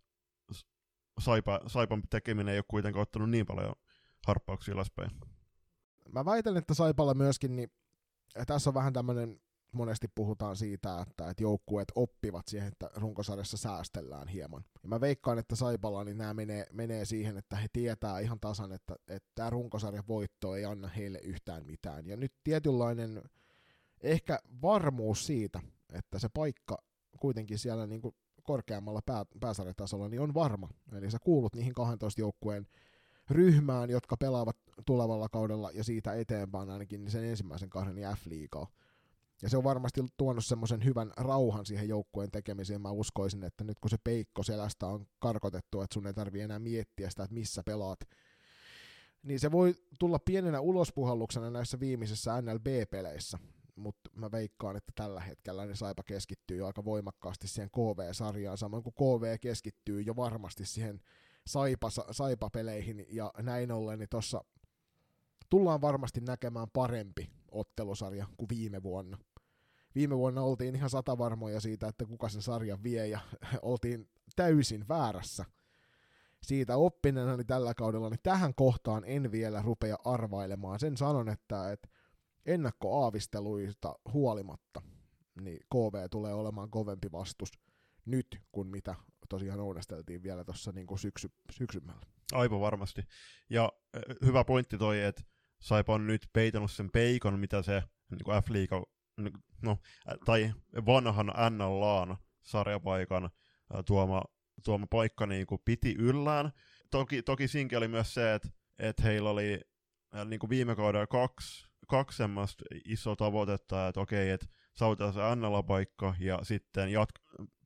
Saipa, Saipan tekeminen ei ole kuitenkaan ottanut niin paljon harppauksia ylöspäin. Mä väitän, että Saipalla myöskin, niin tässä on vähän tämmöinen, monesti puhutaan siitä, että, että joukkueet oppivat siihen, että runkosarjassa säästellään hieman. Ja mä veikkaan, että Saipalla niin nämä menee, menee siihen, että he tietää ihan tasan, että, että tämä runkosarjan voitto ei anna heille yhtään mitään. Ja nyt tietynlainen ehkä varmuus siitä, että se paikka kuitenkin siellä niin kuin korkeammalla pää, pääsarjatasolla niin on varma. Eli sä kuulut niihin kahdentoista joukkueen ryhmään, jotka pelaavat tulevalla kaudella ja siitä eteenpäin ainakin sen ensimmäisen kahden F-liigaa. Ja se on varmasti tuonut semmoisen hyvän rauhan siihen joukkueen tekemiseen. Mä uskoisin, että nyt kun se peikko selästä on karkotettu, että sun ei tarvitse enää miettiä sitä, että missä pelaat, niin se voi tulla pienenä ulospuhalluksena näissä viimeisissä N L B-peleissä. Mutta mä veikkaan, että tällä hetkellä ne Saipa keskittyy aika voimakkaasti siihen K V-sarjaan, samoin kuin K V keskittyy jo varmasti siihen Saipa, Saipa-peleihin, ja näin ollen, niin tossa tullaan varmasti näkemään parempi ottelusarja kuin viime vuonna. Viime vuonna oltiin ihan satavarmoja siitä, että kuka sen sarjan vie, ja oltiin täysin väärässä. Siitä oppineena niin tällä kaudella, niin tähän kohtaan en vielä rupea arvailemaan. Sen sanon, että, että ennakkoaavisteluista huolimatta, niin K V tulee olemaan kovempi vastus nyt, kuin mitä tosiaan oudesteltiin vielä tuossa niin syksy, syksymällä. Aivan varmasti. Ja hyvä pointti toi, että Saipa on nyt peitannut sen peikon, mitä se niin F-liiga, no, tai vanhan N L A:n sarjapaikan tuoma, tuoma paikka niin kuin piti yllään. Toki, toki siinkin oli myös se, että, että heillä oli niin kuin viime kaudella kaksi, kaksi semmoista isoa tavoitetta, että okei, että saavutetaan se N L A-paikka ja sitten jat-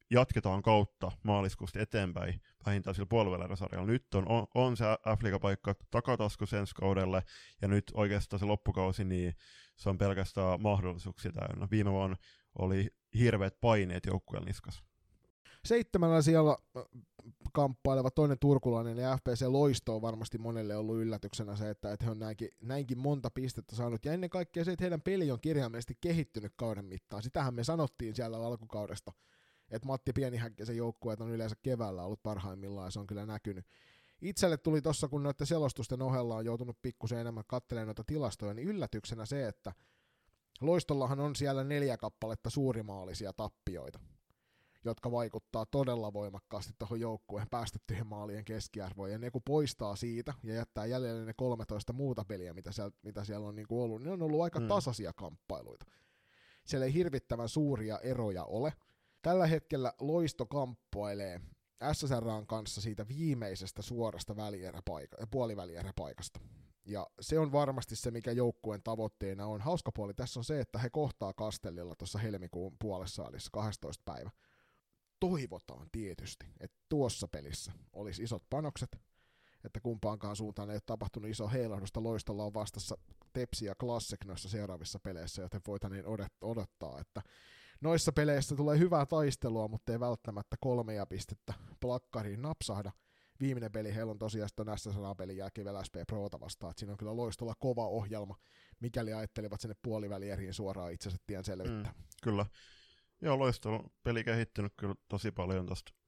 jatketaan kautta maaliskuusta eteenpäin vähintään sillä puolivälierä-sarjalla. Nyt on, on, on se F-liigapaikka takataskussa ensi kaudelle, ja nyt oikeastaan se loppukausi, niin se on pelkästään mahdollisuuksia täynnä. Viime vuonna oli hirveät paineet joukkueen niskassa. Seitsemällä siellä kamppaileva toinen turkulainen ja F P C Loisto on varmasti monelle ollut yllätyksenä se, että, että he on näinkin, näinkin monta pistettä saanut. Ja ennen kaikkea se, että heidän peli on kirjaimellisesti kehittynyt kauden mittaan. Sitähän me sanottiin siellä alkukaudesta, että Matti Pienihäkkäsen joukkueet on yleensä keväällä ollut parhaimmillaan ja se on kyllä näkynyt. Itselle tuli tossa, kun noiden selostusten ohella on joutunut pikkusen enemmän katselemaan noita tilastoja, niin yllätyksenä se, että Loistollahan on siellä neljä kappaletta suurimaalisia tappioita, jotka vaikuttaa todella voimakkaasti tuohon joukkueen päästettyjen maalien keskiarvoon, ja ne kun poistaa siitä ja jättää jäljelle ne kolmetoista muuta peliä, mitä siellä, mitä siellä on niinku ollut, niin on ollut aika mm. tasaisia kamppailuita. Siellä ei hirvittävän suuria eroja ole. Tällä hetkellä Loisto kamppailee S S R:n kanssa siitä viimeisestä suorasta välieräpaika- puolivälieräpaikasta. Ja se on varmasti se, mikä joukkueen tavoitteena on. Hauska puoli tässä on se, että he kohtaa Kastellilla tuossa helmikuun puolessa välissä kahdestoista päivä. Toivotaan tietysti, että tuossa pelissä olisi isot panokset, että kumpaankaan suuntaan ei ole tapahtunut iso heilahdusta. Loistolla on vastassa Tepsi ja Classic noissa seuraavissa peleissä, joten voitaneen odottaa, että noissa peleissä tulee hyvää taistelua, mutta ei välttämättä kolmea pistettä plakkariin napsahda. Viimeinen peli heillä on tosiaan tuon S S R-pelin jälkeen vielä S P Prota vastaan, että siinä on kyllä Loistolla kova ohjelma, mikäli ajattelivat sinne puolivälieriin suoraan itsensä tien selvittää. Mm, kyllä. Joo, Loistolla peli kehittynyt kyllä tosi paljon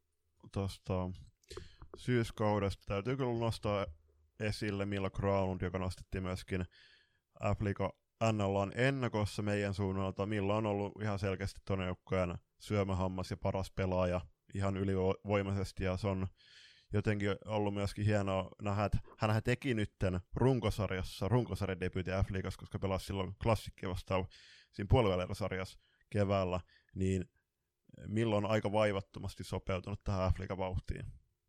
tuosta syyskaudesta. Täytyy kyllä nostaa esille Milla Granlund, joka nostettiin myöskin F-liiga N L A:n ennakossa meidän suunnalta. Milla on ollut ihan selkeästi tuonne joukkueen syömähammas ja paras pelaaja ihan ylivoimaisesti, ja se on jotenkin ollut myöskin hienoa nähdä, että hän teki nytten runkosarjassa, runkosarjan debyytin F-liigassa, koska pelasi silloin Klassikkia vastaan siinä puolivälierä-sarjassa keväällä, niin Milla on aika vaivattomasti sopeutunut tähän F-liiga-vauhtiin.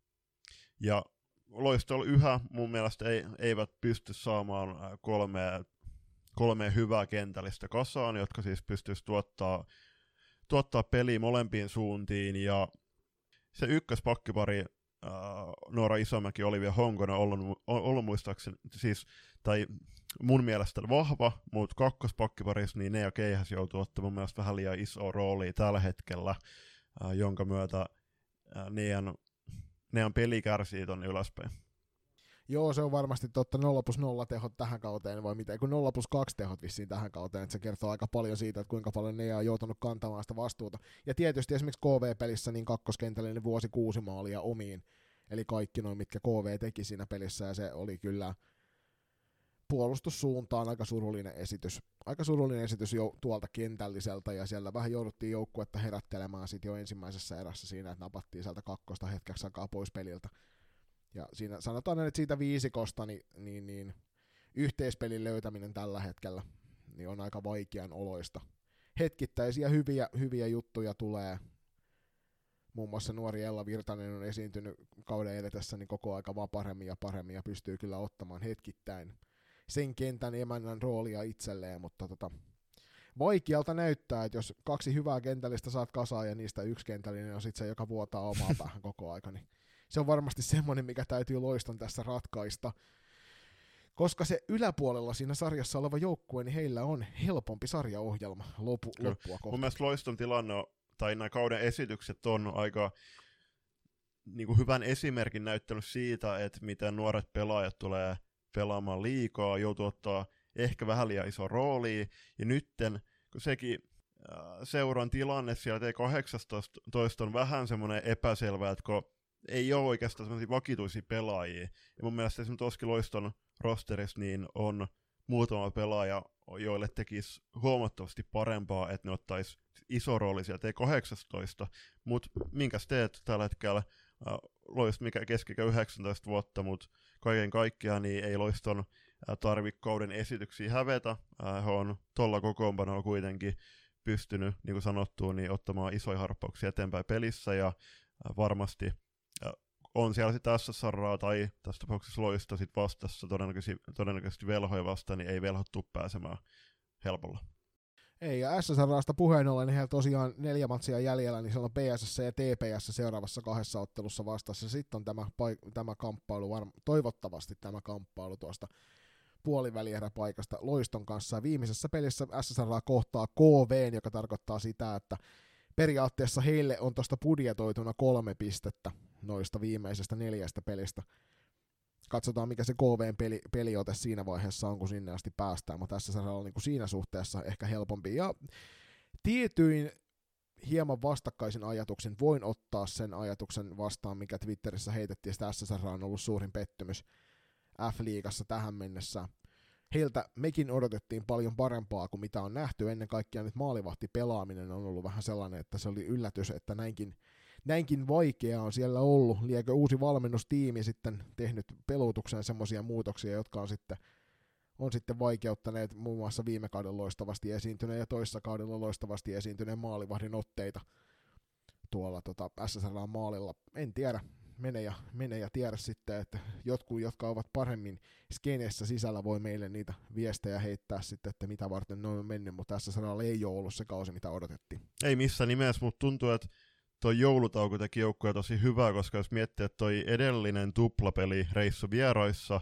Ja Loistolla yhä mun mielestä ei, eivät pysty saamaan kolmea, kolmea hyvää kentällistä kasaan, jotka siis pystyisi tuottaa, tuottaa peliä molempiin suuntiin, ja se ykköspakkipari Uh, Noora Isomäki, Olivia Honkonen on ollut, ollut muistaakseni, siis, tai mun mielestä vahva, mutta kakkospakkiparissa niin Nea Keihäs joutuu ottamaan mun mielestä vähän liian isoa roolia tällä hetkellä, uh, jonka myötä uh, Nean, Nean peli kärsii tonne ylöspäin. Joo, se on varmasti totta, nolla plus nolla tehot tähän kauteen, vai mitä, kun nolla plus kaksi tehot vissiin tähän kauteen, että se kertoo aika paljon siitä, että kuinka paljon ne on joutunut kantamaan sitä vastuuta. Ja tietysti esimerkiksi K V-pelissä niin kakkoskentällä niin vuosi kuusi maalia omiin, eli kaikki noin, mitkä K V teki siinä pelissä, ja se oli kyllä puolustussuuntaan aika surullinen esitys. Aika surullinen esitys jo tuolta kentälliseltä, ja siellä vähän jouduttiin joukkuetta herättelemään sit jo ensimmäisessä erässä siinä, että napattiin sieltä kakkosta hetkeksi aikaa pois peliltä. Ja siinä sanotaan, että siitä viisikosta niin, niin, niin yhteispelin löytäminen tällä hetkellä niin on aika vaikean oloista. Hetkittäisiä hyviä, hyviä juttuja tulee. Muun muassa nuori Ella Virtanen on esiintynyt kauden edetessä niin koko aika vaan paremmin ja paremmin ja pystyy kyllä ottamaan hetkittäin sen kentän emännän roolia itselleen, mutta tota, vaikealta näyttää, että jos kaksi hyvää kentällistä saat kasaan ja niistä yksi kentällinen on sitten se, joka vuotaa omaa päähän koko aika, niin se on varmasti semmoinen, mikä täytyy Loiston tässä ratkaista, koska se yläpuolella siinä sarjassa oleva joukkue, niin heillä on helpompi sarjaohjelma lopu, loppua kohtaan. Mun mielestä Loiston tilanne on, tai nämä kauden esitykset on aika niin kuin hyvän esimerkin näyttänyt siitä, että miten nuoret pelaajat tulee pelaamaan liikaa, joutuu ottaa ehkä vähän liian iso rooli, ja nytten, kun sekin äh, seuran tilanne siellä T kahdeksantoista on vähän semmoinen epäselvä, että kun ei ole oikeastaan semmoisia vakituisia pelaajia. Ja mun mielestä esimerkiksi Oski Loiston rosterissa niin on muutama pelaaja, joille tekisi huomattavasti parempaa, että ne ottaisi iso rooli siellä T kahdeksantoista. Mutta minkäs teet tällä hetkellä? Loist mikä keskikä yhdeksäntoista vuotta, mutta kaiken kaikkiaan niin ei Loiston tarvitse kauden esityksiä hävetä. He on tuolla kokoonpanolla kuitenkin pystynyt, niin kuin sanottu, niin ottamaan isoja harppauksia eteenpäin pelissä, ja varmasti on siellä sitten S S R tai tässä tapauksessa Loisto sit vastassa todennäköisesti, todennäköisesti velhoja vastaan, niin ei velhot tule pääsemään helpolla. Ei, ja S S R:sta puheen ollen, niin heillä tosiaan neljä matsia jäljellä, niin siellä on P S S ja T P S seuraavassa kahdessa ottelussa vastassa. Sitten on tämä, paik- tämä kamppailu, varm- toivottavasti tämä kamppailu tuosta puolivälieräpaikasta Loiston kanssa. Ja viimeisessä pelissä S S R kohtaa K V, joka tarkoittaa sitä, että periaatteessa heille on tuosta budjetoituna kolme pistettä noista viimeisestä neljästä pelistä. Katsotaan, mikä se K V:n peli, peliote siinä vaiheessa on, kun sinne asti päästään, mutta tässä on niin kuin siinä suhteessa ehkä helpompi. Ja tietyin hieman vastakkaisin ajatuksen voin ottaa sen ajatuksen vastaan, mikä Twitterissä heitettiin, että S S R on ollut suurin pettymys F-liigassa tähän mennessä. Heiltä mekin odotettiin paljon parempaa kuin mitä on nähty. Ennen kaikkea nyt maalivahtipelaaminen on ollut vähän sellainen, että se oli yllätys, että näinkin Näinkin vaikeaa on siellä ollut. Liekö uusi valmennustiimi sitten tehnyt pelutukseen semmoisia muutoksia, jotka on sitten, on sitten vaikeuttaneet muun muassa viime kauden loistavasti esiintyneen ja toissa kaudella loistavasti esiintyneen maalivahdin otteita tuolla tota S S R-maalilla. En tiedä, mene ja, mene ja tiedä sitten, että jotkut, jotka ovat paremmin skeneessä sisällä, voi meille niitä viestejä heittää sitten, että mitä varten noin on mennyt, mutta S S R ei ole ollut se kausi, mitä odotettiin. Ei missään nimessä, mutta tuntuu, että toi joulutauko teki joukkoja tosi hyvää, koska jos miettii, että toi edellinen tuplapeli reissu vieraissa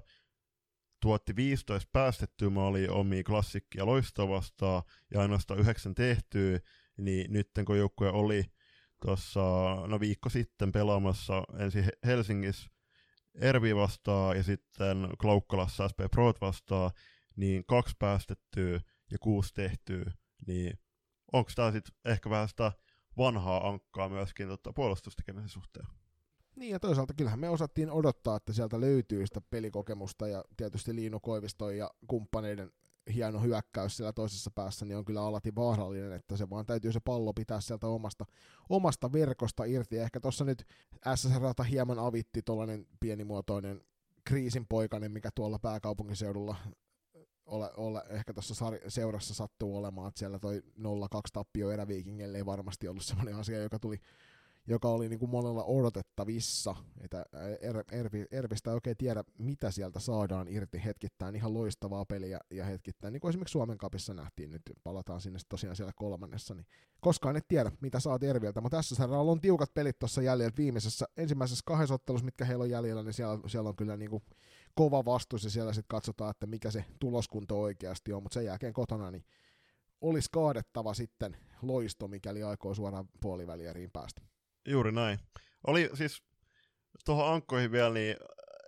tuotti viisitoista päästettyä maalia omia Klassikkia Loistoa vastaan ja ainoastaan yhdeksän tehtyä, niin nyt kun joukkoja oli tuossa no viikko sitten pelaamassa ensin Helsingissä Ervi vastaan ja sitten Klaukkalassa S P Prot vastaan, niin kaksi päästettyä ja kuusi tehtyä, niin onko tää sitten ehkä vähän sitä vanhaa ankkaa myöskin tota, puolustustekemisen suhteen? Niin, ja toisaalta kyllähän me osattiin odottaa, että sieltä löytyy sitä pelikokemusta, ja tietysti Liinu Koiviston ja kumppaneiden hieno hyökkäys siellä toisessa päässä niin on kyllä alati vaarallinen, että se vaan täytyy se pallo pitää sieltä omasta, omasta verkosta irti. Ja ehkä tuossa nyt S S R:ta hieman avitti tuollainen pienimuotoinen kriisinpoikainen, mikä tuolla pääkaupunkiseudulla ole, ole, ehkä tuossa seurassa sattuu olemaan, että siellä toi nolla kaksi tappio Eräviikingelle ei varmasti ollut sellainen asia, joka tuli joka oli niin kuin monella odotettavissa, että er, Ervi, Ervistä ei oikein tiedä, mitä sieltä saadaan irti hetkittäin, ihan loistavaa peliä ja hetkittäin, niin kuin esimerkiksi Suomen Cupissa nähtiin, nyt palataan sinne tosiaan siellä kolmannessa, niin koskaan et tiedä, mitä saat Erviltä, mutta tässä saralla on tiukat pelit tuossa jäljellä viimeisessä, ensimmäisessä kahdessa ottelussa, mitkä heillä on jäljellä, niin siellä, siellä on kyllä niin kuin kova vastus ja siellä sitten katsotaan, että mikä se tuloskunto oikeasti on, mutta sen jälkeen kotona niin olisi kaadettava sitten Loisto, mikäli aikoo suoraan puolivälieriin päästä. Juuri näin. Oli siis tuohon ankkoihin vielä, niin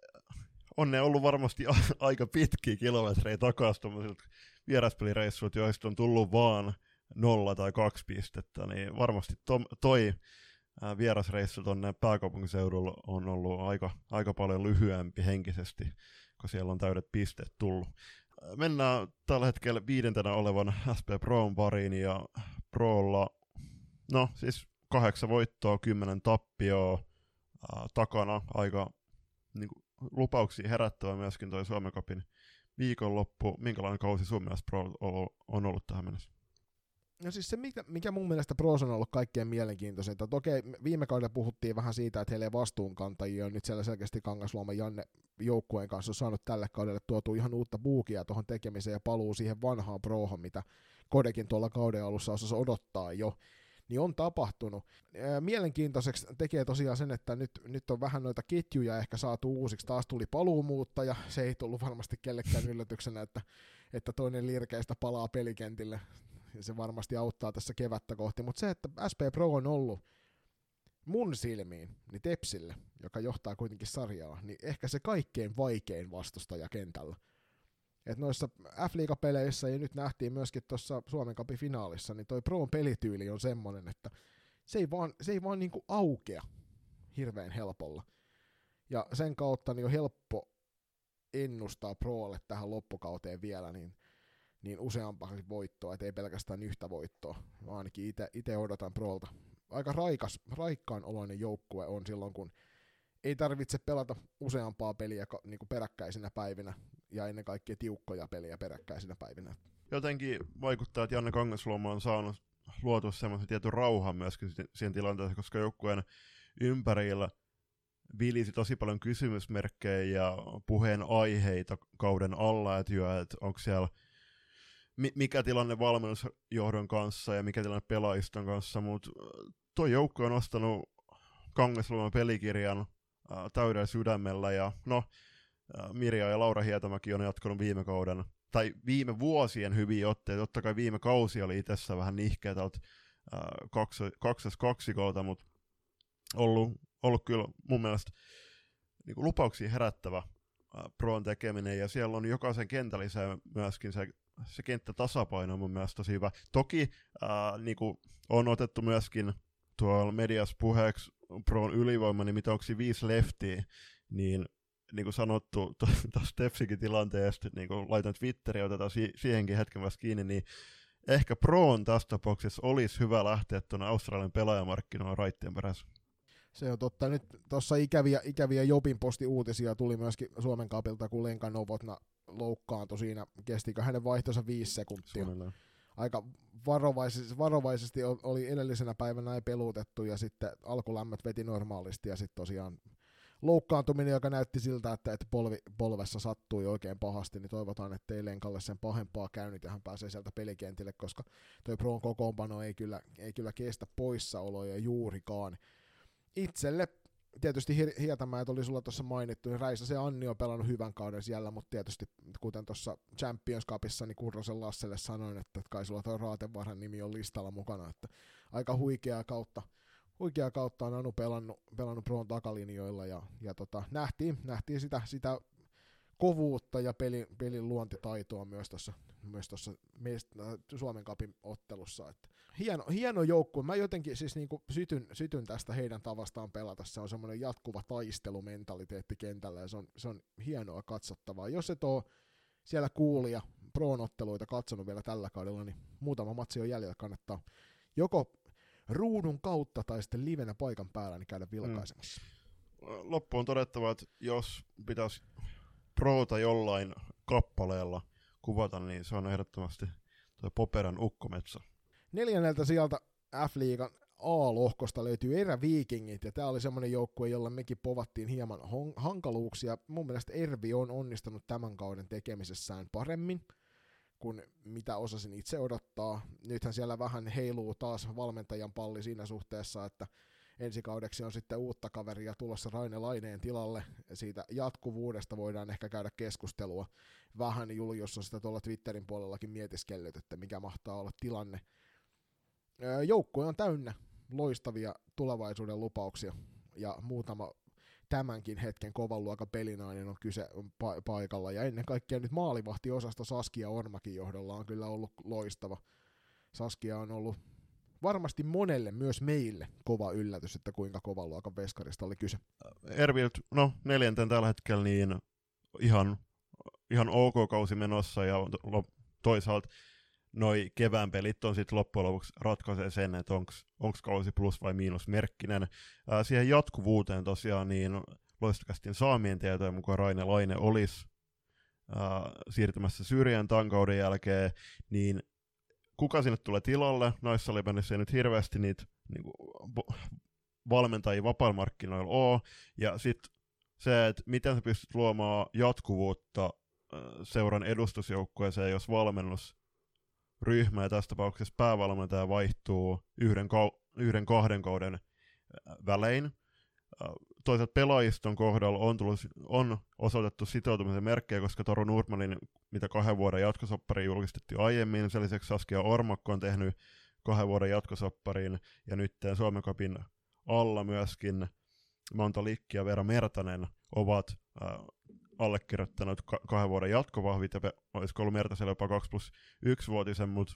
on ne ollut varmasti a- aika pitkiä kilometrejä takaisin tuollaisilta vieraspelireissuilta, joista on tullut vaan nolla tai kaksi pistettä, niin varmasti to- toi ää, vierasreissu tuonne pääkaupunkiseudulla on ollut aika, aika paljon lyhyempi henkisesti, kun siellä on täydet pisteet tullut. Mennään tällä hetkellä viidentenä olevan S P Proon pariin, ja Proolla, no siis kahdeksan voittoa, kymmenen tappioa ää, takana, aika niin kuin, lupauksia herättävä myöskin toi Suomen Cupin viikonloppu. Minkälainen kausi sun mielestä Pro on ollut tähän mennessä? No siis se, mikä, mikä mun mielestä Pros on ollut kaikkein mielenkiintoisinta. Okei, viime kaudella puhuttiin vähän siitä, että heillä ei vastuunkantajia on nyt siellä selkeästi Kangasluoman Janne joukkueen kanssa on saanut tälle kaudelle tuotua ihan uutta buukia tuohon tekemiseen ja paluu siihen vanhaan Prohon, mitä Kodekin tuolla kauden alussa osasi odottaa jo. Niin on tapahtunut. Mielenkiintoiseksi tekee tosiaan sen, että nyt, nyt on vähän noita ketjuja ehkä saatu uusiksi. Taas tuli paluumuuttaja, se ei tullut varmasti kellekään yllätyksenä, että, että toinen Lirkeistä palaa pelikentille. Ja se varmasti auttaa tässä kevättä kohti. Mutta se, että S P Pro on ollut mun silmiin, niin Tepsille, joka johtaa kuitenkin sarjaa, niin ehkä se kaikkein vaikein vastustaja kentällä. Et noissa F-liigapeleissä, ja nyt nähtiin myöskin tuossa Suomen Cupin finaalissa, niin toi Proon pelityyli on semmonen, että se ei vaan, se ei vaan niinku aukea hirveän helpolla. Ja sen kautta niin on helppo ennustaa Proolle tähän loppukauteen vielä niin, niin useampakin voittoa, et ei pelkästään yhtä voittoa. Mä ainakin itse odotan Proolta. Aika raikas, raikkaan oloinen joukkue on silloin, kun ei tarvitse pelata useampaa peliä niin kuin peräkkäisinä päivinä, ja ennen kaikkea tiukkoja peliä peräkkäisinä päivinä. Jotenkin vaikuttaa, että Janne Kangasluoma on saanut luotua semmoisen tietyn rauhan myöskin siihen tilanteeseen, koska joukkueen ympärillä vilisi tosi paljon kysymysmerkkejä ja puheen aiheita kauden alla, että, jo, että onko siellä mikä tilanne valmennusjohdon kanssa ja mikä tilanne pelaajiston kanssa, mutta tuo joukko on ostanut Kangasluoman pelikirjan ää, täydellä sydämellä, ja no, ää, Mirja ja Laura Hietamäki on jatkanut viime kauden, tai viime vuosien hyviä otteita, totta kai viime kausi oli tässä vähän nihkeä tältä kaksoskaksikolta, mutta ollut, ollut kyllä mun mielestä niin kuin lupauksia herättävä ää, Proon tekeminen, ja siellä on jokaisen kentällisen myöskin se, se kenttätasapaino on mun mielestä tosi hyvä. Toki ää, niin kuin on otettu myöskin tuolla mediassa puheeksi Proon ylivoima, niin mitä onko viisi leftiä, niin niin kuin sanottu tuossa Tepsikin tilanteesta, niin kuin laitan Twitteriä ja otetaan si- siihenkin hetken vasta kiinni, niin ehkä Proon tässä tapauksessa olisi hyvä lähteä tuonne Australian pelaajamarkkinoille raittien perässä. Se on totta. Nyt tuossa ikäviä, ikäviä Jopin posti-uutisia tuli myöskin Suomen Cupilta, kun Lenka Novotna loukkaantui siinä. Kestikö hänen vaihtonsa viisi sekuntia. Suunnilleen. Aika varovaisesti, varovaisesti oli edellisenä päivänä ei peluutettu, ja sitten alkulämmöt veti normaalisti, ja sitten tosiaan loukkaantuminen, joka näytti siltä, että, että polvi, polvessa sattui oikein pahasti, niin toivotaan, että ei Lenkalle sen pahempaa käynyt, ja hän pääsee sieltä pelikentille, koska toi Proon kokoonpano ei kyllä, ei kyllä kestä poissaoloja juurikaan. Itselle tietysti Hietamäet oli sulla tuossa mainittu, niin Räisäsen ja Anni on pelannut hyvän kauden siellä, mutta tietysti kuten tuossa Champions Cupissa, niin Kurrosen Lasselle sanoin, että kai sulla tuo Raatevaran nimi on listalla mukana, että aika huikeaa kautta, huikeaa kautta on Anu pelannut, pelannut Proon takalinjoilla, ja, ja tota, nähtiin, nähtiin sitä, sitä kovuutta ja pelin, pelin luontitaitoa myös tuossa myös tuossa Suomen Cupin ottelussa. Että hieno, hieno joukkue. Mä jotenkin siis niinku sytyn, sytyn tästä heidän tavastaan pelata. Se on semmoinen jatkuva taistelumentaliteetti kentällä, ja se on, se on hienoa katsottavaa. Jos et ole siellä kuulija Proon otteluita katsonut vielä tällä kaudella, niin muutama matsi on jäljellä. Kannattaa joko ruudun kautta tai sitten livenä paikan päällä niin käydä vilkaisemassa. Mm. Loppuun todettava, että jos pitäisi Proota jollain kappaleella kuvata, niin se on ehdottomasti tuo Poperan Ukkometsä. Neljänneltä sieltä F-liigan A-lohkosta löytyy Eräviikingit, ja tämä oli semmoinen joukkue, jolla mekin povattiin hieman hon- hankaluuksia. Mun mielestä Ervi on onnistunut tämän kauden tekemisessään paremmin kuin mitä osasin itse odottaa. Nythän siellä vähän heiluu taas valmentajan palli siinä suhteessa, että ensi kaudeksi on sitten uutta kaveria tulossa Raine Laineen tilalle. Siitä jatkuvuudesta voidaan ehkä käydä keskustelua. Vähän Julius on sitä tuolla Twitterin puolellakin mietiskellyt, että mikä mahtaa olla tilanne. Joukkue on täynnä loistavia tulevaisuuden lupauksia, ja muutama tämänkin hetken kovan luokan pelinainen on kyse pa- paikalla. Ja ennen kaikkea nyt maalivahtiosasto Saskia Ormakin johdolla on kyllä ollut loistava. Saskia on ollut varmasti monelle, myös meille, kova yllätys, että kuinka kovan luokan veskarista oli kyse. Ervilt, no neljänten tällä hetkellä, niin ihan, ihan ok kausi menossa, ja toisaalta noi kevään pelit on sitten loppujen lopuksi ratkaisee sen, että onko kausi plus vai miinus merkkinen. Ää, siihen jatkuvuuteen tosiaan, niin Loistokästin saamien tietojen mukaan Raine Laine olisi ää, siirtymässä syrjään tämän kauden jälkeen, niin kuka sinne tulee tilalle? Noissa oli mennyt nyt hirveästi niitä niinku, valmentajia vapailla markkinoilla ole, ja sitten se, että miten sä pystyt luomaan jatkuvuutta äh, seuran edustusjoukkueeseen, jos valmennusryhmä ja tässä tapauksessa päävalmentaja vaihtuu yhden, kau- yhden kahden kauden äh, välein. Äh, toisaalta pelaajiston kohdalla on, tullut, on osoitettu sitoutumisen merkkejä, koska Toru Nurmanin, mitä kahden vuoden jatkosoppari julkistettiin aiemmin, sen lisäksi Saskia Ormakko on tehnyt kahden vuoden jatkosopparin, ja nyt Suomen Cupin alla myöskin Monta Likki ja Veera Mertanen ovat äh, allekirjoittanut ka- kahden vuoden jatkovahvit, ja pe- olisiko ollut Mertasella jopa kaksi plus yksi vuotisen, mutta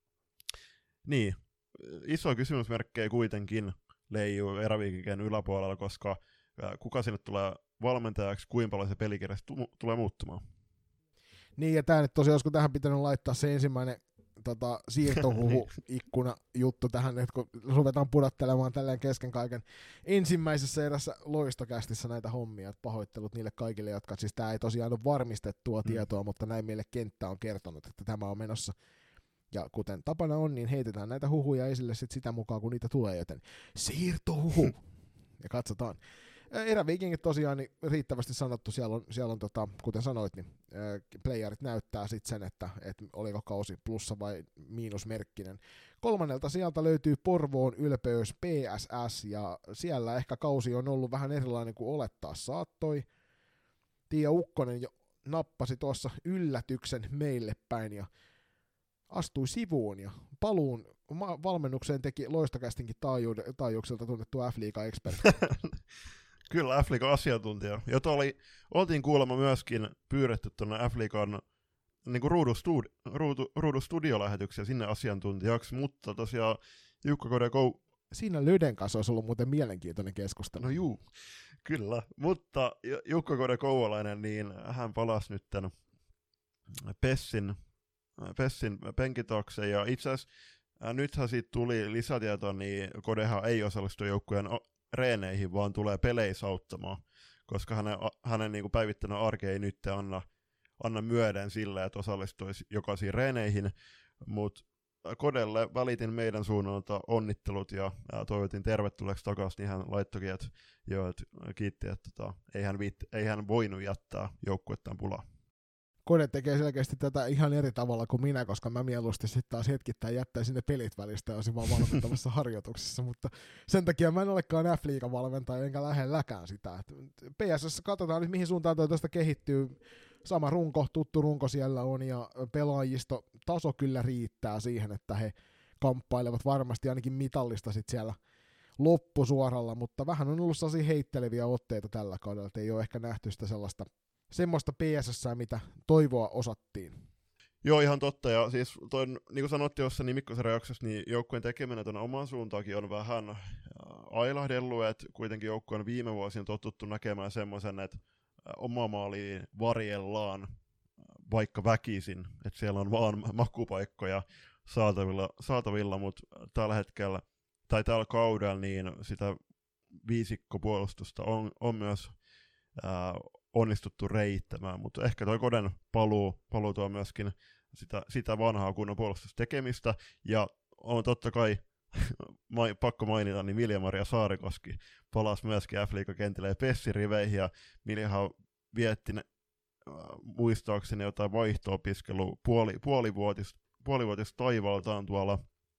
niin, iso kysymysmerkkejä kuitenkin leijuu Eräviikinkien yläpuolella, koska äh, kuka sinne tulee valmentajaksi, kuinka paljon se pelikirja tu- tulee muuttumaan. Niin, ja tämä nyt tosiaan, olisiko tähän pitänyt laittaa se ensimmäinen tota, siirtohuhu-ikkuna juttu tähän, että kun ruvetaan pudottelemaan tälleen kesken kaiken ensimmäisessä erässä Loistokästissä näitä hommia, että pahoittelut niille kaikille, jotka, siis tämä ei tosiaan ole varmistettua mm. tietoa, mutta näin meille kenttä on kertonut, että tämä on menossa. Ja kuten tapana on, niin heitetään näitä huhuja esille sit sitä mukaan, kun niitä tulee, joten siirtohuhu! Ja katsotaan. Eräviikingit tosiaan niin riittävästi sanottu, siellä on, siellä on tota, kuten sanoit, niin playerit näyttää sitten sen, että et oliko kausi plussa vai miinusmerkkinen. Kolmannelta sieltä löytyy Porvoon Ylpeys P S S, ja siellä ehkä kausi on ollut vähän erilainen kuin olettaa saattoi. Tiia Ukkonen jo nappasi tuossa yllätyksen meille päin ja astui sivuun, ja paluun valmennukseen teki Loistokästinkin taajuukselta tunnettu F-liiga-ekspertti. Kyllä, F-liigan asiantuntija, jota oli, oltiin kuulemma myöskin pyydetty tuonne F-liigan niin ruudustudi, ruudu, ruudustudiolähetyksiä sinne asiantuntijaksi, mutta tosiaan Jukka Kodekou... Siinä Löden kanssa olisi ollut muuten mielenkiintoinen keskustelu. No juu, kyllä, mutta Jukka Kode-Kouolainen, niin hän palasi nyt tämän Pessin, Pessin penkitaakse, ja itse asiassa nythän siitä tuli lisätietoa, niin Kodehan ei osallistu joukkueen reeneihin, vaan tulee peleissä auttamaan, koska hänen, hänen niin kuin päivittäinen arki ei nyt anna, anna myöden sille, että osallistuisi jokaisiin reeneihin, mutta Kodelle välitin meidän suunnalta onnittelut ja, ja toivotin tervetulleeksi takaisin, niin hän laittokin, että, jo, että kiitti, että tota, ei, hän viitti, ei hän voinut jättää joukkuettaan pulaa. Kode tekee selkeästi tätä ihan eri tavalla kuin minä, koska mä mieluusti sitten taas hetkittäin jättäisin ne pelit välistä ja olisin vaan valmentavassa harjoituksessa, mutta sen takia mä en olekaan F-liigan valmentaja enkä lähelläkään sitä. Et P S S katsotaan nyt mihin suuntaan toi tuosta kehittyy. Sama runko, tuttu runko siellä on, ja pelaajisto taso kyllä riittää siihen, että he kamppailevat varmasti ainakin mitallista sit siellä loppusuoralla, mutta vähän on ollut sellaisia heitteleviä otteita tällä kaudella, että ei ole ehkä nähty sitä sellaista semmoista P S S, mitä toivoa osattiin. Joo, ihan totta, ja siis toi, niin kuin sanottiin tuossa niin Mikkosen reaksessa, niin joukkueen tekeminen tuonne omaan suuntaakin on vähän ailahdellut, että kuitenkin joukkue on viime vuosina totuttu näkemään semmoisen, että oma maaliin varjellaan vaikka väkisin, että siellä on vaan makupaikkoja saatavilla, saatavilla mutta tällä hetkellä, tai tällä kaudella, niin sitä viisikkopuolustusta on, on myös ää, onnistuttu reittämään, mutta ehkä toi Koden paluu, paluu tuo myöskin sitä, sitä vanhaa kunnon puolustustekemistä, ja on totta kai pakko mainita, niin Milja-Maria Saarikoski palasi myöskin F-liigakentille ja Pessin riveihin, ja Miljahan vietti ne, äh, muistaakseni jotain vaihto-opiskelua puoli, puolivuotis, puolivuotis taivaltaan tuolla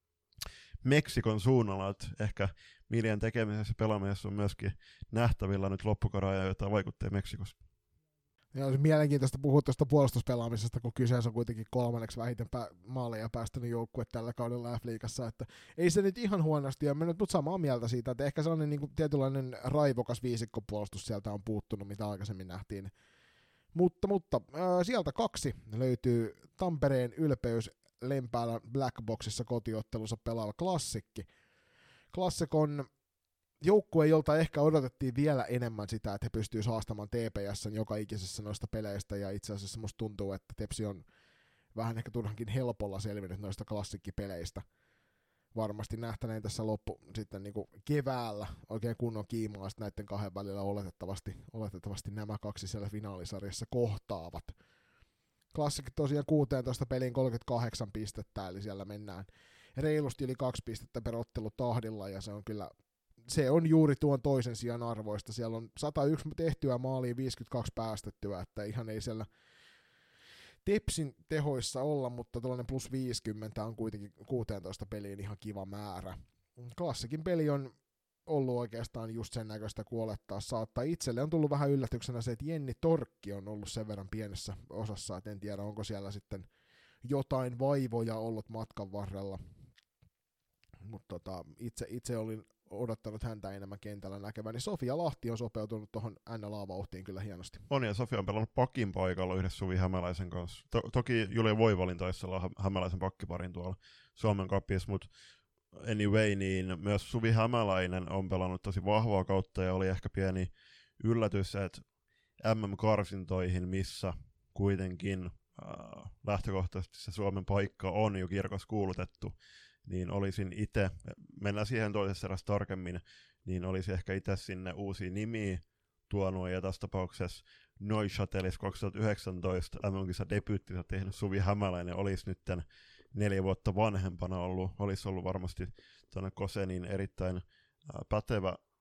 Meksikon suunnalla, että ehkä Miljan tekemisessä ja pelaamisessa on myöskin nähtävillä nyt loppukauden ajan jotain vaikutteja Meksikossa. Ja olisi mielenkiintoista puhua tuosta puolustuspelaamisesta, kun kyseessä on kuitenkin kolmanneksi vähiten pä- maaleja päästänyt joukkue tällä kaudella F-liigassa, että ei se nyt ihan huonosti ole mennyt, mutta samaa mieltä siitä, että ehkä sellainen niin kuin tietynlainen raivokas viisikkopuolustus sieltä on puuttunut, mitä aikaisemmin nähtiin. Mutta, mutta äh, sieltä kaksi löytyy Tampereen Ylpeys Lempäälän Black Boxissa kotiottelussa pelaava Klassikki. Klassik on joukkue, jolta ehkä odotettiin vielä enemmän sitä, että he pystyvät haastamaan T P S:n joka ikisessä noista peleistä, ja itse asiassa musta tuntuu, että Tepsi on vähän ehkä turhankin helpolla selvinnyt noista klassikkipeleistä. Varmasti nähtäneen tässä loppu sitten niin kuin keväällä oikein kunnon kiimaa näiden kahden välillä oletettavasti, oletettavasti nämä kaksi siellä finaalisarjassa kohtaavat. Klassikki tosiaan kuusitoista peliin kolmekymmentäkahdeksan pistettä, eli siellä mennään reilusti yli kaksi pistettä per ottelu tahdilla, ja se on kyllä se on juuri tuon toisen sijan arvoista. Siellä on sata yksi tehtyä maalia, viisikymmentäkaksi päästettyä, että ihan ei siellä Tepsin tehoissa olla, mutta tuollainen plus viisikymmentä on kuitenkin kuusitoista peliin ihan kiva määrä. Klassikin peli on ollut oikeastaan just sen näköistä kuin olettaa saattaa. Itselle on tullut vähän yllätyksenä se, että Jenni Torkki on ollut sen verran pienessä osassa, että en tiedä onko siellä sitten jotain vaivoja ollut matkan varrella. Mutta tota, itse, itse olin odottanut häntä enemmän kentällä näkevän, niin Sofia Lahti on sopeutunut tuohon N L A-vauhtiin kyllä hienosti. On, ja Sofia on pelannut pakin paikalla yhdessä Suvi Hämäläisen kanssa. To- toki Julia Voivalin taisi olla Hämäläisen pakkiparin tuolla Suomen Cupissa, mutta anyway, niin myös Suvi Hämäläinen on pelannut tosi vahvaa kautta, ja oli ehkä pieni yllätys, että M M-karsintoihin, missä kuitenkin äh, lähtökohtaisesti se Suomen paikka on jo kirkas kuulutettu, niin olisin itse, mennään siihen toisessa erässä tarkemmin, niin olisi ehkä itse sinne uusia nimiä tuonut, ja tässä tapauksessa Neuchâtelis kaksituhattayhdeksäntoista M M-kisa debyyttinsä tehnyt Suvi Hämäläinen olisi nyt neljä vuotta vanhempana ollut, olisi ollut varmasti tuonne Kosenin erittäin ää, pätevä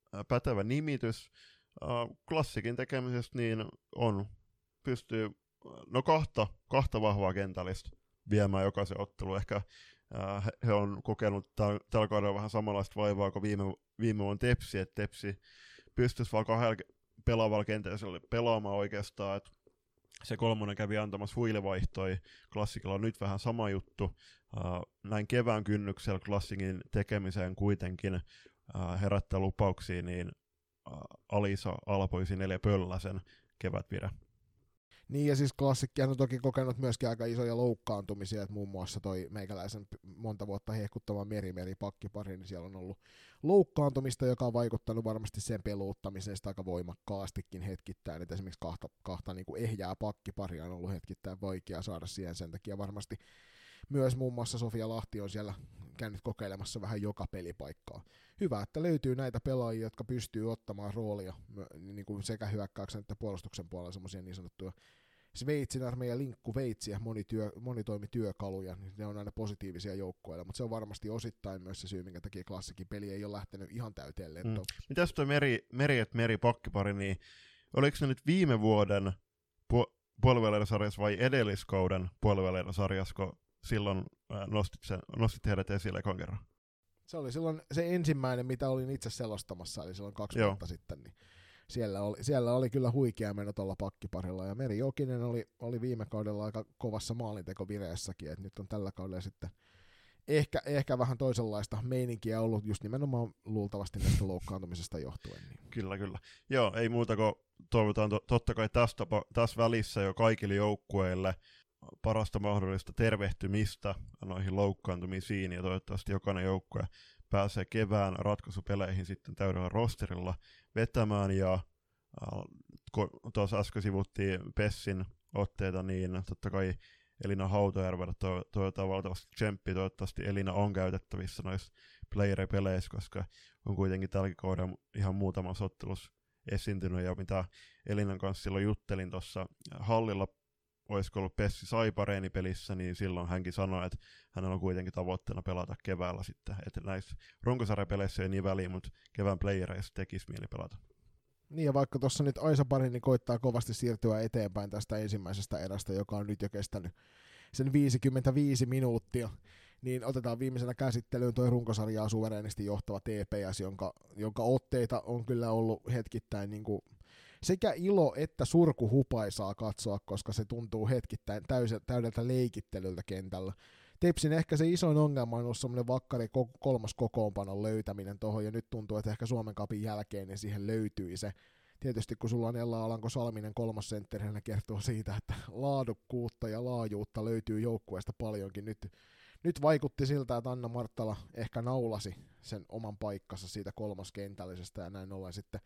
pätevä nimitys. Klassikin tekemisestä niin on, pystyy no kahta, kahta vahvaa kentällistä viemään jokaisen ottelu. Ehkä äh, he, he on kokenut täl, tällä kaudella vähän samanlaista vaivaa kuin viime, viime vuonna Tepsi, että Tepsi pystyisi vaan kahdella pelaavalla kentällä pelaamaan oikeastaan, että se kolmonen kävi antamassa huilivaihtoi. Klassikilla on nyt vähän sama juttu. Uh, näin kevään kynnyksellä klassikin tekemiseen kuitenkin uh, herättää lupauksia, niin uh, Alisa Alpoisi neljä Pölläsen kevätvirä. Niin, ja siis Klassikkihan on toki kokenut myöskin aika isoja loukkaantumisia, että muun muassa toi meikäläisen monta vuotta hehkuttava Meri-Meri pakkipari, niin siellä on ollut loukkaantumista, joka on vaikuttanut varmasti sen peluuttamiseen aika voimakkaastikin hetkittäin, että esimerkiksi kahta, kahta niin kuin ehjää pakkiparia on ollut hetkittäin vaikea saada siihen, sen takia varmasti myös muun muassa Sofia Lahti on siellä käynyt kokeilemassa vähän joka pelipaikkaa. Hyvä, että löytyy näitä pelaajia, jotka pystyy ottamaan roolia niin kuin sekä hyökkäyksen että puolustuksen puolella semmoisia niin sanottuja Sveitsin armeijan linkkuveitsiä, monityö, monitoimityökaluja, niin ne on aina positiivisia joukkoja, mutta se on varmasti osittain myös se syy, minkä takia Klassikin peli ei ole lähtenyt ihan täyteen lentoon. Mm. Mitäs toi Meri, Meri et Meri pakkipari, niin oliko se nyt viime vuoden pu- puolivälierinsarjassa vai edelliskauden puolivälierinsarjassa, kun silloin äh, nostit, sen, nostit heidät esille ekan kerran? Se oli silloin se ensimmäinen, mitä olin itse selostamassa, eli silloin kaksi Joo. vuotta sitten, niin Siellä oli, siellä oli kyllä huikea meno tuolla pakkiparilla, ja Meri Jokinen oli, oli viime kaudella aika kovassa maalintekovireessäkin, että nyt on tällä kaudella sitten ehkä, ehkä vähän toisenlaista meininkiä ollut just nimenomaan luultavasti näistä loukkaantumisesta johtuen. Niin. Kyllä, kyllä. Joo, ei muuta kuin toivotaan to, totta kai tästä, tässä välissä jo kaikille joukkueille parasta mahdollista tervehtymistä noihin loukkaantumisiin, ja toivottavasti jokainen joukkue pääsee kevään ratkaisupeleihin sitten täydellä rosterilla vetämään, ja äh, kun tuossa äsken sivuttiin Pessin otteita, niin totta kai Elina Hautajärveltä to- toivotaan valtavasti tsemppiä, toivottavasti Elina on käytettävissä noissa player-peleissä, koska on kuitenkin tälläkin kaudella ihan muutamassa ottelussa esiintynyt, ja mitä Elinan kanssa silloin juttelin tuossa hallilla, olisiko ollut Pessi Saipareeni pelissä, niin silloin hänkin sanoi, että hänellä on kuitenkin tavoitteena pelata keväällä sitten. Että näissä runkosarjapeleissä ei niin väliä, mutta kevään playereissa tekisi mieli pelata. Niin, ja vaikka tuossa nyt Aisa Parini koittaa kovasti siirtyä eteenpäin tästä ensimmäisestä erästä, joka on nyt jo kestänyt sen viisikymmentäviisi minuuttia, niin otetaan viimeisenä käsittelyyn tuo runkosarjaa suvereenisti johtava T P S, jonka, jonka otteita on kyllä ollut hetkittäin niin kuin sekä ilo että surku hupaisaa katsoa, koska se tuntuu hetkittäin täydeltä leikittelyltä kentällä. Tepsin ehkä se isoin ongelma on ollut semmoinen vakkari kolmas kokoonpanon löytäminen tuohon, ja nyt tuntuu, että ehkä Suomen Cupin jälkeen niin siihen löytyi se. Tietysti kun sulla on Ella Alanko-Salminen kolmosentterinä, kertoo siitä, että laadukkuutta ja laajuutta löytyy joukkueesta paljonkin. Nyt, nyt vaikutti siltä, että Anna Marttala ehkä naulasi sen oman paikkansa siitä kolmoskentällisestä, ja näin ollen sitten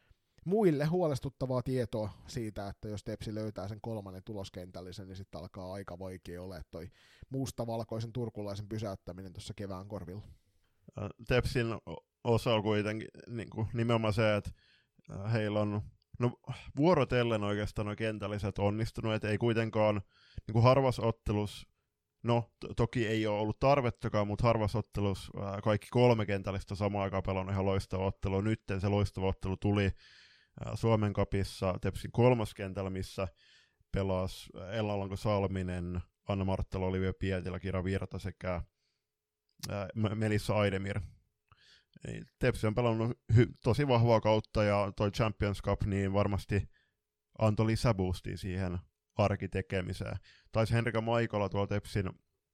muille huolestuttavaa tietoa siitä, että jos Tepsi löytää sen kolmannen tuloskentällisen, niin sitten alkaa aika vaikea ole toi mustavalkoisen turkulaisen pysäyttäminen tuossa kevään korvilla. Tepsin osa on kuitenkin niin kuin nimenomaan se, että heillä on no, vuorotellen oikeastaan nuo kentälliset onnistunut, että ei kuitenkaan niin kuin harvassa ottelussa, no to- toki ei ole ollut tarvettakaan, mutta harvassa ottelussa ää, kaikki kolme kentällistä samaan aikaan pelannut ihan loistava ottelu. Nyt se loistava ottelu tuli Suomen Cupissa Tepsin kolmoskentällä, missä pelasi Ella Alanko-Salminen, Anna Marttala, Olivia Pietilä, Kira Virta sekä ää, Melissa Aidemir. Tepsi on pelannut hy- tosi vahvaa kautta, ja toi Champions Cup niin varmasti antoi lisäboostia siihen arkitekemiseen. Taisi Henrika Maikola tuolla Tepsin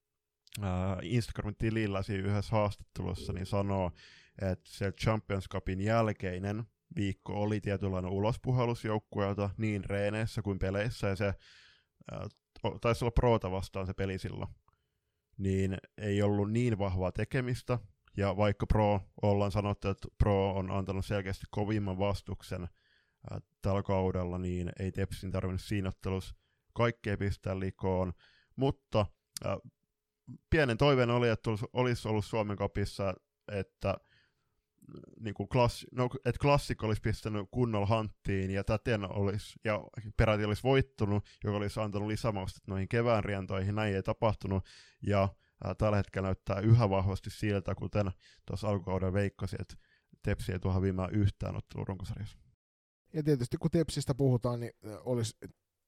ää, Instagramin tilillä siinä yhdessä haastattelussa niin sanoo, että se Champions Cupin jälkeinen viikko oli tietynlainen ulospuhallus joukkueelta niin reeneissä kuin peleissä, ja se ää, taisi olla Proota vastaan se peli silloin, niin ei ollut niin vahvaa tekemistä, ja vaikka Pro ollaan sanottu, että Pro on antanut selkeästi kovimman vastuksen ää, tällä kaudella, niin ei Tepsin tarvinnut siinä ottelussa kaikkea pistää likoon, mutta ää, pienen toiveen oli, että olisi ollut Suomen Cupissa, että niin kuin klassi, no, että klassikko olisi pistänyt kunnolla hanttiin, ja täten olisi, ja peräti olisi voittunut, joka olisi antanut lisämaustet noihin kevään rientoihin. Näin ei tapahtunut, ja ää, tällä hetkellä näyttää yhä vahvasti siltä, kuten tuossa alkukauden veikkasi, että Tepsi ei tule häviämään yhtään ottelua runkosarjassa. Ja tietysti kun Tepsistä puhutaan, niin olisi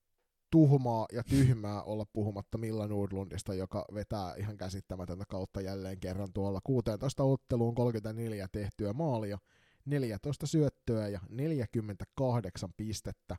tuhmaa ja tyhmää olla puhumatta Milla Nordlundista, joka vetää ihan käsittämätöntä kautta jälleen kerran tuolla kuusitoista otteluun kolmekymmentäneljä tehtyä maalia, neljätoista syöttöä ja neljäkymmentäkahdeksan pistettä.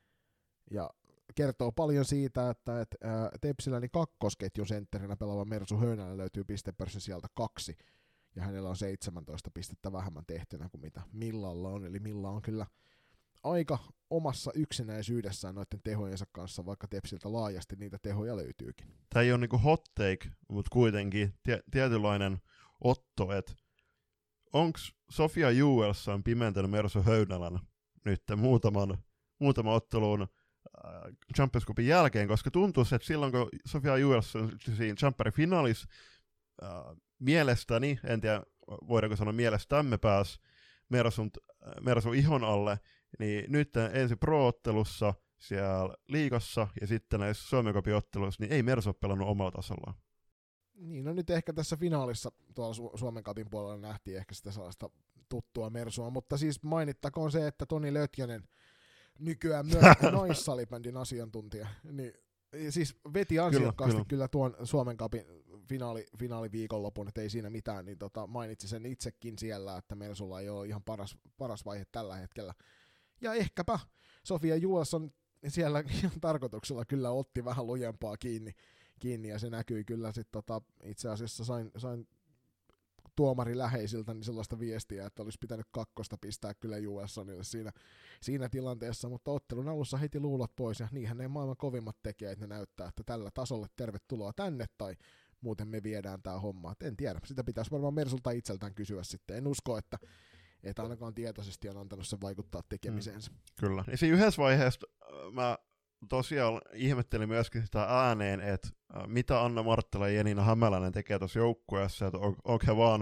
Ja kertoo paljon siitä, että et, ää, Tepsillä niin kakkosketjun sentterinä pelaava Mersu Höynälä löytyy pistepörssin sieltä kaksi, ja hänellä on seitsemäntoista pistettä vähemmän tehtynä kuin mitä Millalla on, eli Milla on kyllä aika omassa yksinäisyydessään noiden tehojensa kanssa, vaikka Tepsiltä laajasti niitä tehoja löytyykin. Tämä ei ole niinku hot take, mutta kuitenkin tie- tietynlainen otto, että onko Sofia Juelsson pimentänyt Mersu Höynälän nyt muutaman, muutaman otteluun äh, Champions Cupin jälkeen, koska tuntuu, että silloin kun Sofia Juelsson siinä Champerin finaalissa äh, mielestäni, en tiedä voidaanko sanoa mielestämme pääsi Mersun, Mersun ihon alle, niin nyt ensin pro-ottelussa siellä liigassa ja sitten näissä Suomen Cupin otteluissa, niin ei Mersu ole pelannut omalla tasollaan. Niin, no nyt ehkä tässä finaalissa tuolla Su- Suomen Cupin puolella nähtiin ehkä sitä sellaista tuttua Mersua, mutta siis mainittakoon se, että Toni Lötjönen, nykyään myös naissalibändin asiantuntija, niin siis veti ansiokkaasti kyllä, kyllä. kyllä tuon Suomen Cupin finaali, finaaliviikonlopun, että ei siinä mitään, niin tota, mainitsi sen itsekin siellä, että Mersulla ei ole ihan paras, paras vaihe tällä hetkellä. Ja ehkäpä Sofia Juelsson siellä tarkoituksella kyllä otti vähän lujempaa kiinni, kiinni ja se näkyi kyllä sitten tota, itse asiassa sain, sain tuomari läheisiltä niin sellaista viestiä, että olisi pitänyt kakkosta pistää kyllä Juelssonille siinä, siinä tilanteessa, mutta ottelun alussa heti luulot pois ja niinhän ne maailman kovimmat tekee, että ne näyttää, että tällä tasolle tervetuloa tänne tai muuten me viedään tää homma. Et en tiedä, sitä pitäisi varmaan Mersulta itseltään kysyä sitten. En usko, että, että ainakaan tietoisesti on antanut sen vaikuttaa tekemiseensä. Mm, kyllä. Ja siinä yhdessä vaiheessa mä tosiaan ihmettelin myöskin sitä ääneen, että mitä Anna Marttila ja Jenina Hämäläinen tekee tuossa joukkueessa, että on, onko he vaan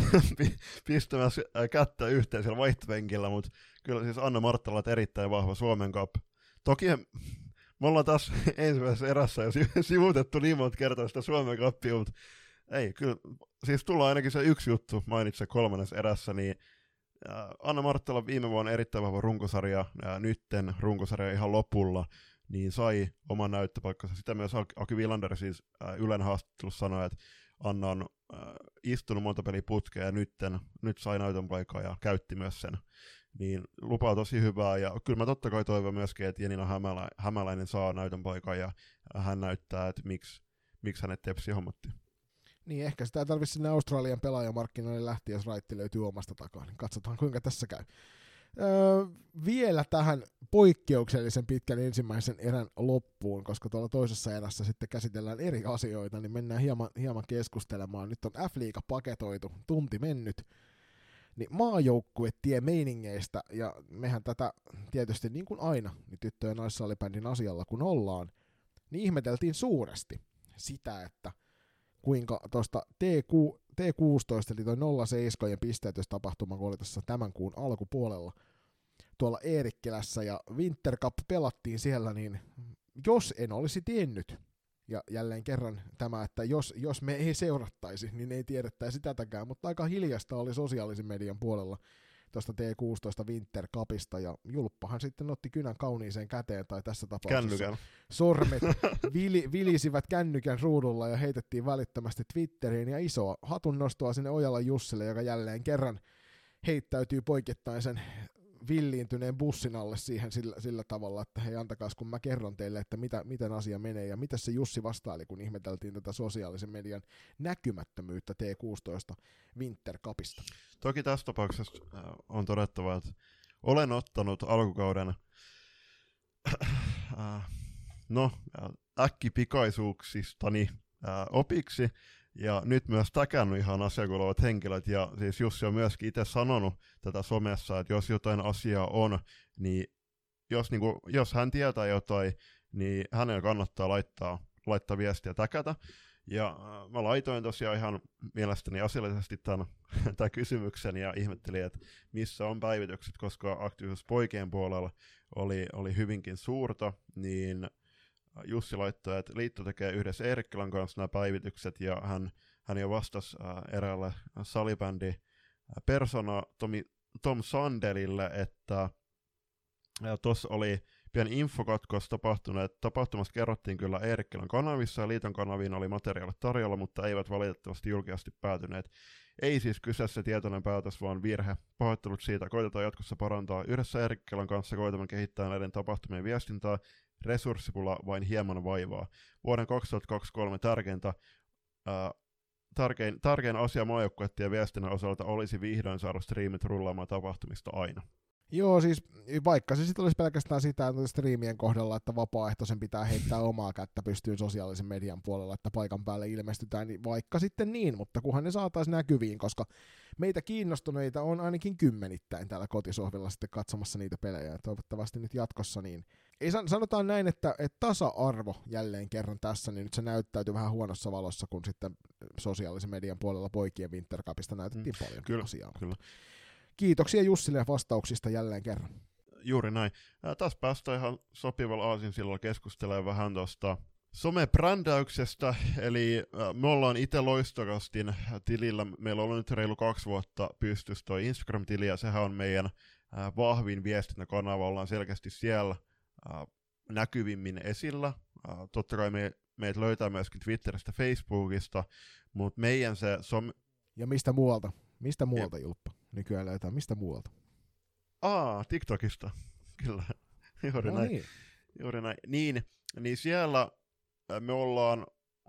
pistämässä kättä yhteen siellä vaihtopenkillä, mutta kyllä siis Anna Marttila on erittäin vahva Suomen Cup. Toki me ollaan taas ensimmäisessä erässä jo sivuutettu niin monta kertaa sitä Suomen Cupia, mutta ei, kyllä, siis tullaan ainakin se yksi juttu mainitse kolmannessa erässä, niin Anna Marttila viime vuonna erittäin vahva runkosarja, ja nytten runkosarja ihan lopulla, niin sai oman näyttöpaikkansa. Sitä myös Aki Vilander siis äh, Ylen haastattelussa sanoi, että Anna on äh, istunut monta peliä putkea ja nytten, nyt sai näytön paikkaa ja käytti myös sen. Niin lupaa tosi hyvää ja kyllä mä totta kai toivon myöskin, että Jenina Hämälä, Hämäläinen saa näytön paikan ja hän näyttää, että miksi, miksi hänet Tepsi hommattiin. Niin ehkä sitä ei tarvitse sinne Australian pelaajamarkkinoille lähteä, jos raitti löytyy omasta takaa, niin katsotaan kuinka tässä käy. Öö, vielä tähän poikkeuksellisen pitkän ensimmäisen erän loppuun, koska tuolla toisessa erässä sitten käsitellään eri asioita, niin mennään hieman, hieman keskustelemaan. Nyt on F-liiga paketoitu, tunti mennyt, niin maajoukkuetie meiningeistä, ja mehän tätä tietysti niin kuin aina, niin tyttö- ja naissalibändin asialla kun ollaan, niin ihmeteltiin suuresti sitä, että kuinka tuosta T kuusitoista, eli toi nolla seitsemän pisteytystapahtuma, kun oli tässä tämän kuun alkupuolella tuolla Eerikkilässä, ja Winter Cup pelattiin siellä, niin jos en olisi tiennyt, ja jälleen kerran tämä, että jos, jos me ei seurattaisi, niin ei tiedettäisi tätäkään, mutta aika hiljasta oli sosiaalisen median puolella tuosta T kuusitoista Winter Cupista, ja Julppahan sitten otti kynän kauniiseen käteen, tai tässä tapauksessa Kännykän. sormet vili, vilisivät kännykän ruudulla ja heitettiin välittömästi Twitteriin, ja isoa hatunnostoa sinne Ojala Jussille, joka jälleen kerran heittäytyy poikittain sen villiintyneen bussin alle siihen sillä, sillä tavalla, että hei, antakaas kun mä kerron teille, että mitä, miten asia menee, ja mitä se Jussi vastaili, kun ihmeteltiin tätä sosiaalisen median näkymättömyyttä T kuusitoista Winter Cupista. Toki tässä tapauksessa äh, on todettava, että olen ottanut alkukauden äh, no, äkkipikaisuuksistani äh, opiksi, ja nyt myös täkännyt ihan asiakuuluvat henkilöt, ja siis Jussi on myöskin itse sanonut tätä somessa, että jos jotain asiaa on, niin jos, niin kuin, jos hän tietää jotain, niin hänen kannattaa laittaa, laittaa viestiä täkätä. Ja äh, mä laitoin tosiaan ihan mielestäni asiallisesti tämän, tämän kysymyksen ja ihmettelin, että missä on päivitykset, koska aktiivisuus poikien puolella oli, oli hyvinkin suurta, niin Jussi laittoi, että liitto tekee yhdessä Eerikkilän kanssa nämä päivitykset, ja hän, hän jo vastasi äh, eräälle salibändi persona Tomi Tom Sandelille, että tuossa oli pieni infokatkos tapahtuneet. Tapahtumasta kerrottiin kyllä Eerikkelän kanavissa ja liiton kanaviin oli materiaalit tarjolla, mutta eivät valitettavasti julkisesti päätyneet. Ei siis kyseessä tietoinen päätös, vaan virhe. Pahoittelut siitä. Koitetaan jatkossa parantaa. Yhdessä Eerikkelän kanssa koitamme kehittää näiden tapahtumien viestintää. Resurssipula vain hieman vaivaa. Vuoden kaksituhattakaksikymmentäkolme tärkeintä, ää, tärkein, tärkein asia maajoukkuettien viestinnän osalta olisi vihdoin saada striimit rullaamaan tapahtumista aina. Joo, siis vaikka se sitten olisi pelkästään sitä, että striimien kohdalla, että vapaaehtoisen pitää heittää omaa kättä pystyyn sosiaalisen median puolella, että paikan päälle ilmestytään, niin vaikka sitten niin, mutta kunhan ne saataisiin näkyviin, koska meitä kiinnostuneita on ainakin kymmenittäin täällä kotisohvilla sitten katsomassa niitä pelejä, ja toivottavasti nyt jatkossa niin. Ei sanotaan näin, että, että tasa-arvo jälleen kerran tässä, niin nyt se näyttäytyy vähän huonossa valossa, kun sitten sosiaalisen median puolella poikien Winter Cupista näytettiin mm, paljon kyllä, asiaa. Kyllä. Kiitoksia Jussille vastauksista jälleen kerran. Juuri näin. Ää, taas päästään ihan sopivalla aasinsillalla keskustelemaan vähän tuosta somebrändäyksestä, eli ää, me ollaan itse Loistokastin tilillä, meillä on ollut nyt reilu kaksi vuotta pystyssä toi Instagram-tili, ja sehän on meidän ää, vahvin viestintäkanava, ollaan selkeästi siellä ää, näkyvimmin esillä. Ää, totta kai me, meitä löytää myöskin Twitteristä, Facebookista, mutta meidän se som... Ja mistä muualta? Mistä muualta, ja... Julppa? Nykyään löytää mistä muualta? Aa, TikTokista. Kyllä. Juuri no näin. Niin. Juuri näin. Niin, niin siellä me ollaan...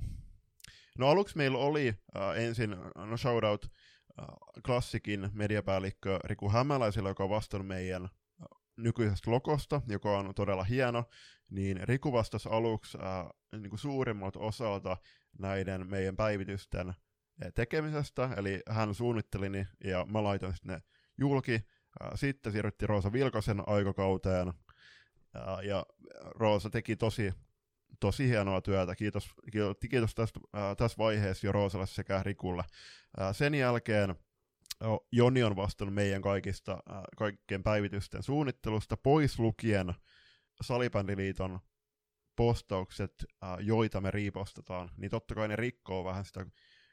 No aluksi meillä oli äh, ensin, no shoutout äh, Klassikin mediapäällikkö Riku Hämäläisellä, joka on vastannut meidän äh, nykyisestä logosta, joka on todella hieno, niin Riku vastasi aluksi äh, niin kuin suurimmalta osalta näiden meidän päivitysten tekemisestä, eli hän suunnitteli ne, ja mä laitoin sitten ne julki. Sitten siirryttiin Roosa Vilkosen aikakauteen, ja Roosa teki tosi, tosi hienoa työtä. Kiitos, kiitos tästä, tässä vaiheessa jo Roosalle sekä Rikulle. Sen jälkeen Joni on vastannut meidän kaikista, kaikkien päivitysten suunnittelusta, pois lukien Salibändiliiton postaukset, joita me riipostetaan, niin totta kai ne rikkoo vähän sitä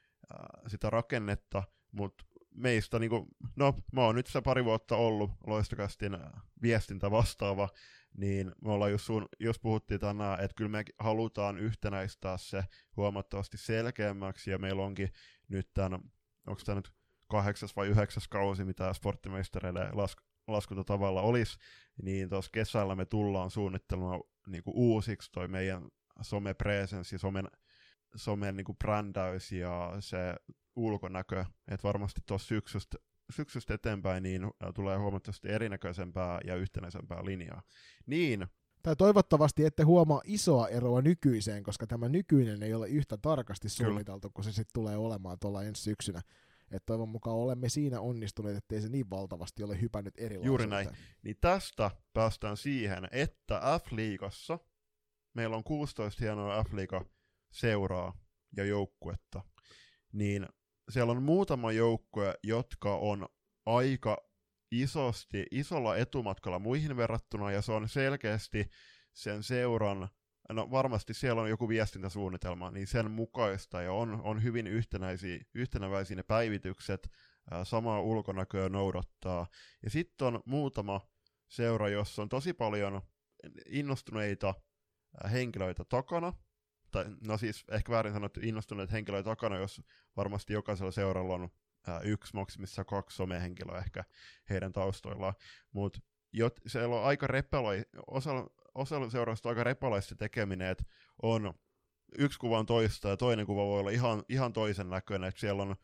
sitä rakennetta, mutta meistä, niinku, no mä oon nyt se pari vuotta ollut Loistokastin viestintä vastaava, niin me ollaan just, sun, jos puhuttiin tänään, että kyllä me halutaan yhtenäistää se huomattavasti selkeämmäksi, ja meillä onkin nyt tämän, onko tämä nyt kahdeksas vai yhdeksäs kausi, mitä sporttimeistereille las- laskuta tavalla olisi, niin tuossa kesällä me tullaan suunnittelemaan niinku uusiksi toi meidän somepresenssi, somen somen niinku brändäys ja se ulkonäkö, että varmasti tuossa syksystä, syksystä eteenpäin niin tulee huomattavasti erinäköisempää ja yhtenäisempää linjaa. Niin. Tai toivottavasti ette huomaa isoa eroa nykyiseen, koska tämä nykyinen ei ole yhtä tarkasti suunniteltu, Kyllä. kun se sitten tulee olemaan tuolla ensi syksynä. Että toivon mukaan olemme siinä onnistuneet, ettei se niin valtavasti ole hypännyt erilaisuuteen. Juuri näin. Niin tästä päästään siihen, että F-liigassa meillä on kuusitoista hienoa F-liiga seuraa ja joukkuetta, niin siellä on muutama joukkue, jotka on aika isosti, isolla etumatkalla muihin verrattuna, ja se on selkeästi sen seuran, no varmasti siellä on joku viestintäsuunnitelma, niin sen mukaista, ja on, on hyvin yhtenäisiä, yhtenäväisiä ne päivitykset, ää, samaa ulkonäköä noudattaa. Ja sitten on muutama seura, jossa on tosi paljon innostuneita ää, henkilöitä takana, tai no siis ehkä väärin sanottu innostuneet henkilöitä takana, jos varmasti jokaisella seuralla on ää, yksi, maksimissa kaksi somehenkilöä ehkä heidän taustoillaan, mutta siellä on aika repeloi, osalla, osalla seurasta aika repalaista tekeminen, että on yksi kuva on toista ja toinen kuva voi olla ihan, ihan toisen näköinen, että siellä on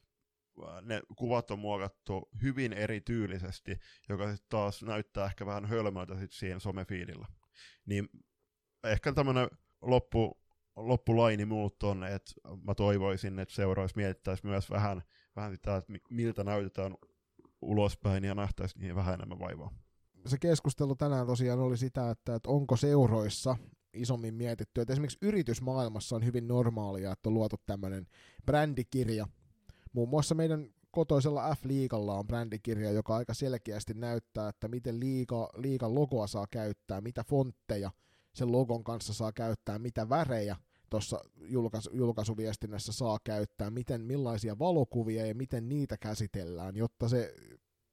ne kuvat on muokattu hyvin erityylisesti, joka sitten taas näyttää ehkä vähän hölmöltä sit siinä somefiidillä. Niin ehkä tämmöinen loppu loppulaini muut on, että mä toivoisin, että seuraisi mietittäisi myös vähän, vähän sitä, että miltä näytetään ulospäin ja nähtäisi niin vähän enemmän vaivaa. Se keskustelu tänään tosiaan oli sitä, että, että onko seuroissa isommin mietitty, että esimerkiksi yritysmaailmassa on hyvin normaalia, että on luotu tämmöinen brändikirja. Muun muassa meidän kotoisella F-liigalla on brändikirja, joka aika selkeästi näyttää, että miten liiga, liigan logoa saa käyttää, mitä fontteja sen logon kanssa saa käyttää, mitä värejä tuossa julkaisu, julkaisuviestinnässä saa käyttää, miten, millaisia valokuvia ja miten niitä käsitellään, jotta se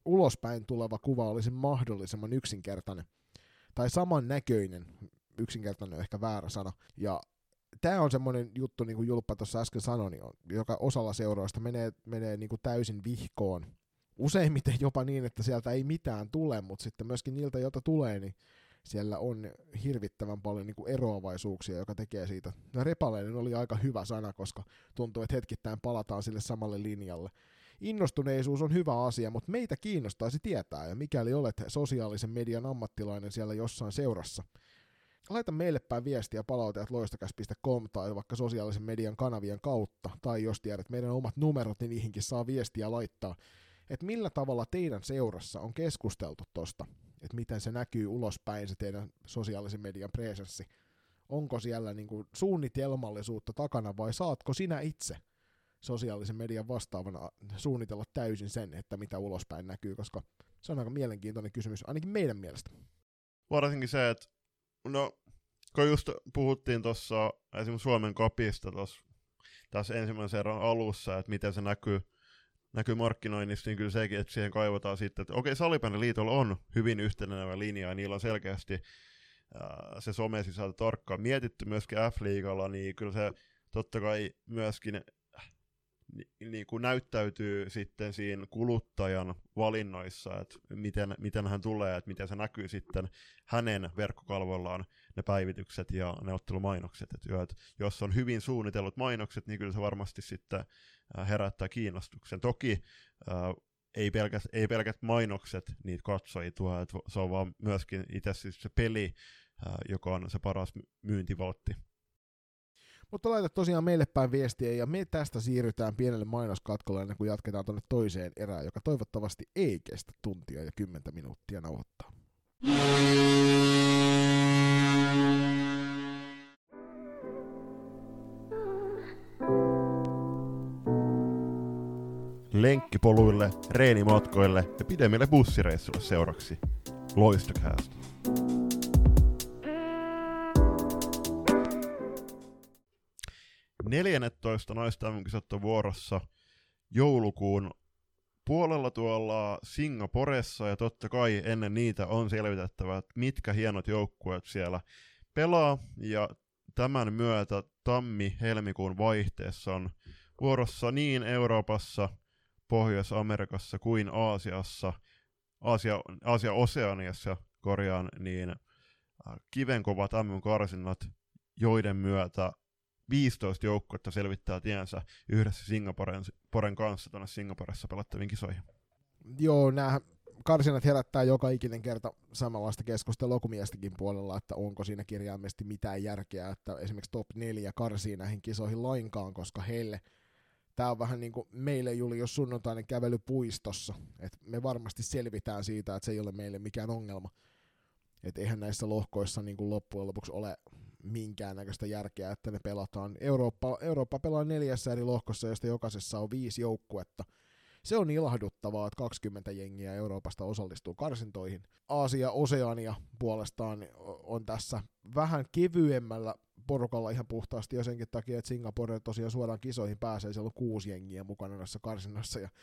ulospäin tuleva kuva olisi mahdollisimman yksinkertainen. Tai samannäköinen, yksinkertainen on ehkä väärä sana. Ja tämä on semmoinen juttu, niin kuin Julppa tuossa äsken sanoi, niin on, joka osalla seuroista menee, menee niin kuin täysin vihkoon. Useimmiten jopa niin, että sieltä ei mitään tule, mutta sitten myöskin niiltä, joita tulee, niin siellä on hirvittävän paljon niin kuin eroavaisuuksia, joka tekee siitä. Ja repaleinen oli aika hyvä sana, koska tuntuu, että hetkittäin palataan sille samalle linjalle. Innostuneisuus on hyvä asia, mutta meitä kiinnostaisi tietää, ja mikäli olet sosiaalisen median ammattilainen siellä jossain seurassa, laita meille päin viestiä palautajat loistokäs piste com tai vaikka sosiaalisen median kanavien kautta, tai jos tiedät meidän omat numerot, niin niihinkin saa viestiä laittaa, että millä tavalla teidän seurassa on keskusteltu tosta, että miten se näkyy ulospäin se teidän sosiaalisen median presenssi. Onko siellä niinku suunnitelmallisuutta takana vai saatko sinä itse sosiaalisen median vastaavana suunnitella täysin sen, että mitä ulospäin näkyy, koska se on aika mielenkiintoinen kysymys, ainakin meidän mielestä. Varsinkin se, että no, kun just puhuttiin tuossa esimerkiksi Suomen Cupista tässä ensimmäisen erän alussa, että miten se näkyy, näkyy markkinoinnissa, niin kyllä sekin, että siihen kaivataan sitten, että okei, Salibändiliitolla on hyvin yhtenevä linja, ja niillä on selkeästi ää, se somesisältö tarkkaan mietitty myöskin F-liigalla, niin kyllä se totta kai myöskin Ni, niin kuin näyttäytyy sitten siinä kuluttajan valinnoissa, että miten, miten hän tulee, että miten se näkyy sitten hänen verkkokalvollaan ne päivitykset ja ne ottelumainokset. Että jos on hyvin suunnitellut mainokset, niin kyllä se varmasti sitten herättää kiinnostuksen. Toki ää, ei, pelkät, ei pelkät mainokset niitä katsojia tuo, että se on vaan myöskin itse siis se peli, ää, joka on se paras myyntivaltti. Mutta laita tosiaan meille päin viestiä, ja me tästä siirrytään pienelle mainoskatkolle ennen kuin jatketaan tuonne toiseen erään, joka toivottavasti ei kestä tuntia ja kymmentä minuuttia nauhoittaa. Lenkkipoluille, reenimatkoille ja pidemmille bussireissuille seuraksi. Loistocast. neljännentoista naisten M M-kisat on vuorossa joulukuun puolella tuolla Singaporessa, ja totta kai ennen niitä on selvitettävä, että mitkä hienot joukkueet siellä pelaa, ja tämän myötä tammi-helmikuun vaihteessa on vuorossa niin Euroopassa, Pohjois-Amerikassa kuin Aasiassa, Aasia, Aasia-Oseaniassa korjaan, niin kivenkovat M M-karsinnat, joiden myötä viisitoista joukkuetta selvittää tiensä yhdessä Singaporen Poren kanssa tuonne Singaporessa pelattaviin kisoihin. Joo, nämä karsinat herättää joka ikinen kerta samanlaista keskustelua kuin miestenkin puolella, että onko siinä kirjaimellisesti mitään järkeä, että esimerkiksi top neljä karsii näihin kisoihin lainkaan, koska heille tämä on vähän niin kuin meille Julius sunnuntainen kävely puistossa, että me varmasti selvitään siitä, että se ei ole meille mikään ongelma. Että eihän näissä lohkoissa niin kuin loppujen lopuksi ole minkäännäköistä järkeä, että ne pelataan. Eurooppa, Eurooppa pelaa neljässä eri lohkossa, josta jokaisessa on viisi joukkuetta. Se on ilahduttavaa, että kaksikymmentä jengiä Euroopasta osallistuu karsintoihin. Aasia, Oseania puolestaan on tässä vähän kevyemmällä porukalla ihan puhtaasti jo senkin takia, että Singapore tosiaan suoraan kisoihin pääsee, siellä on kuusi jengiä mukana näissä karsinnoissa, ja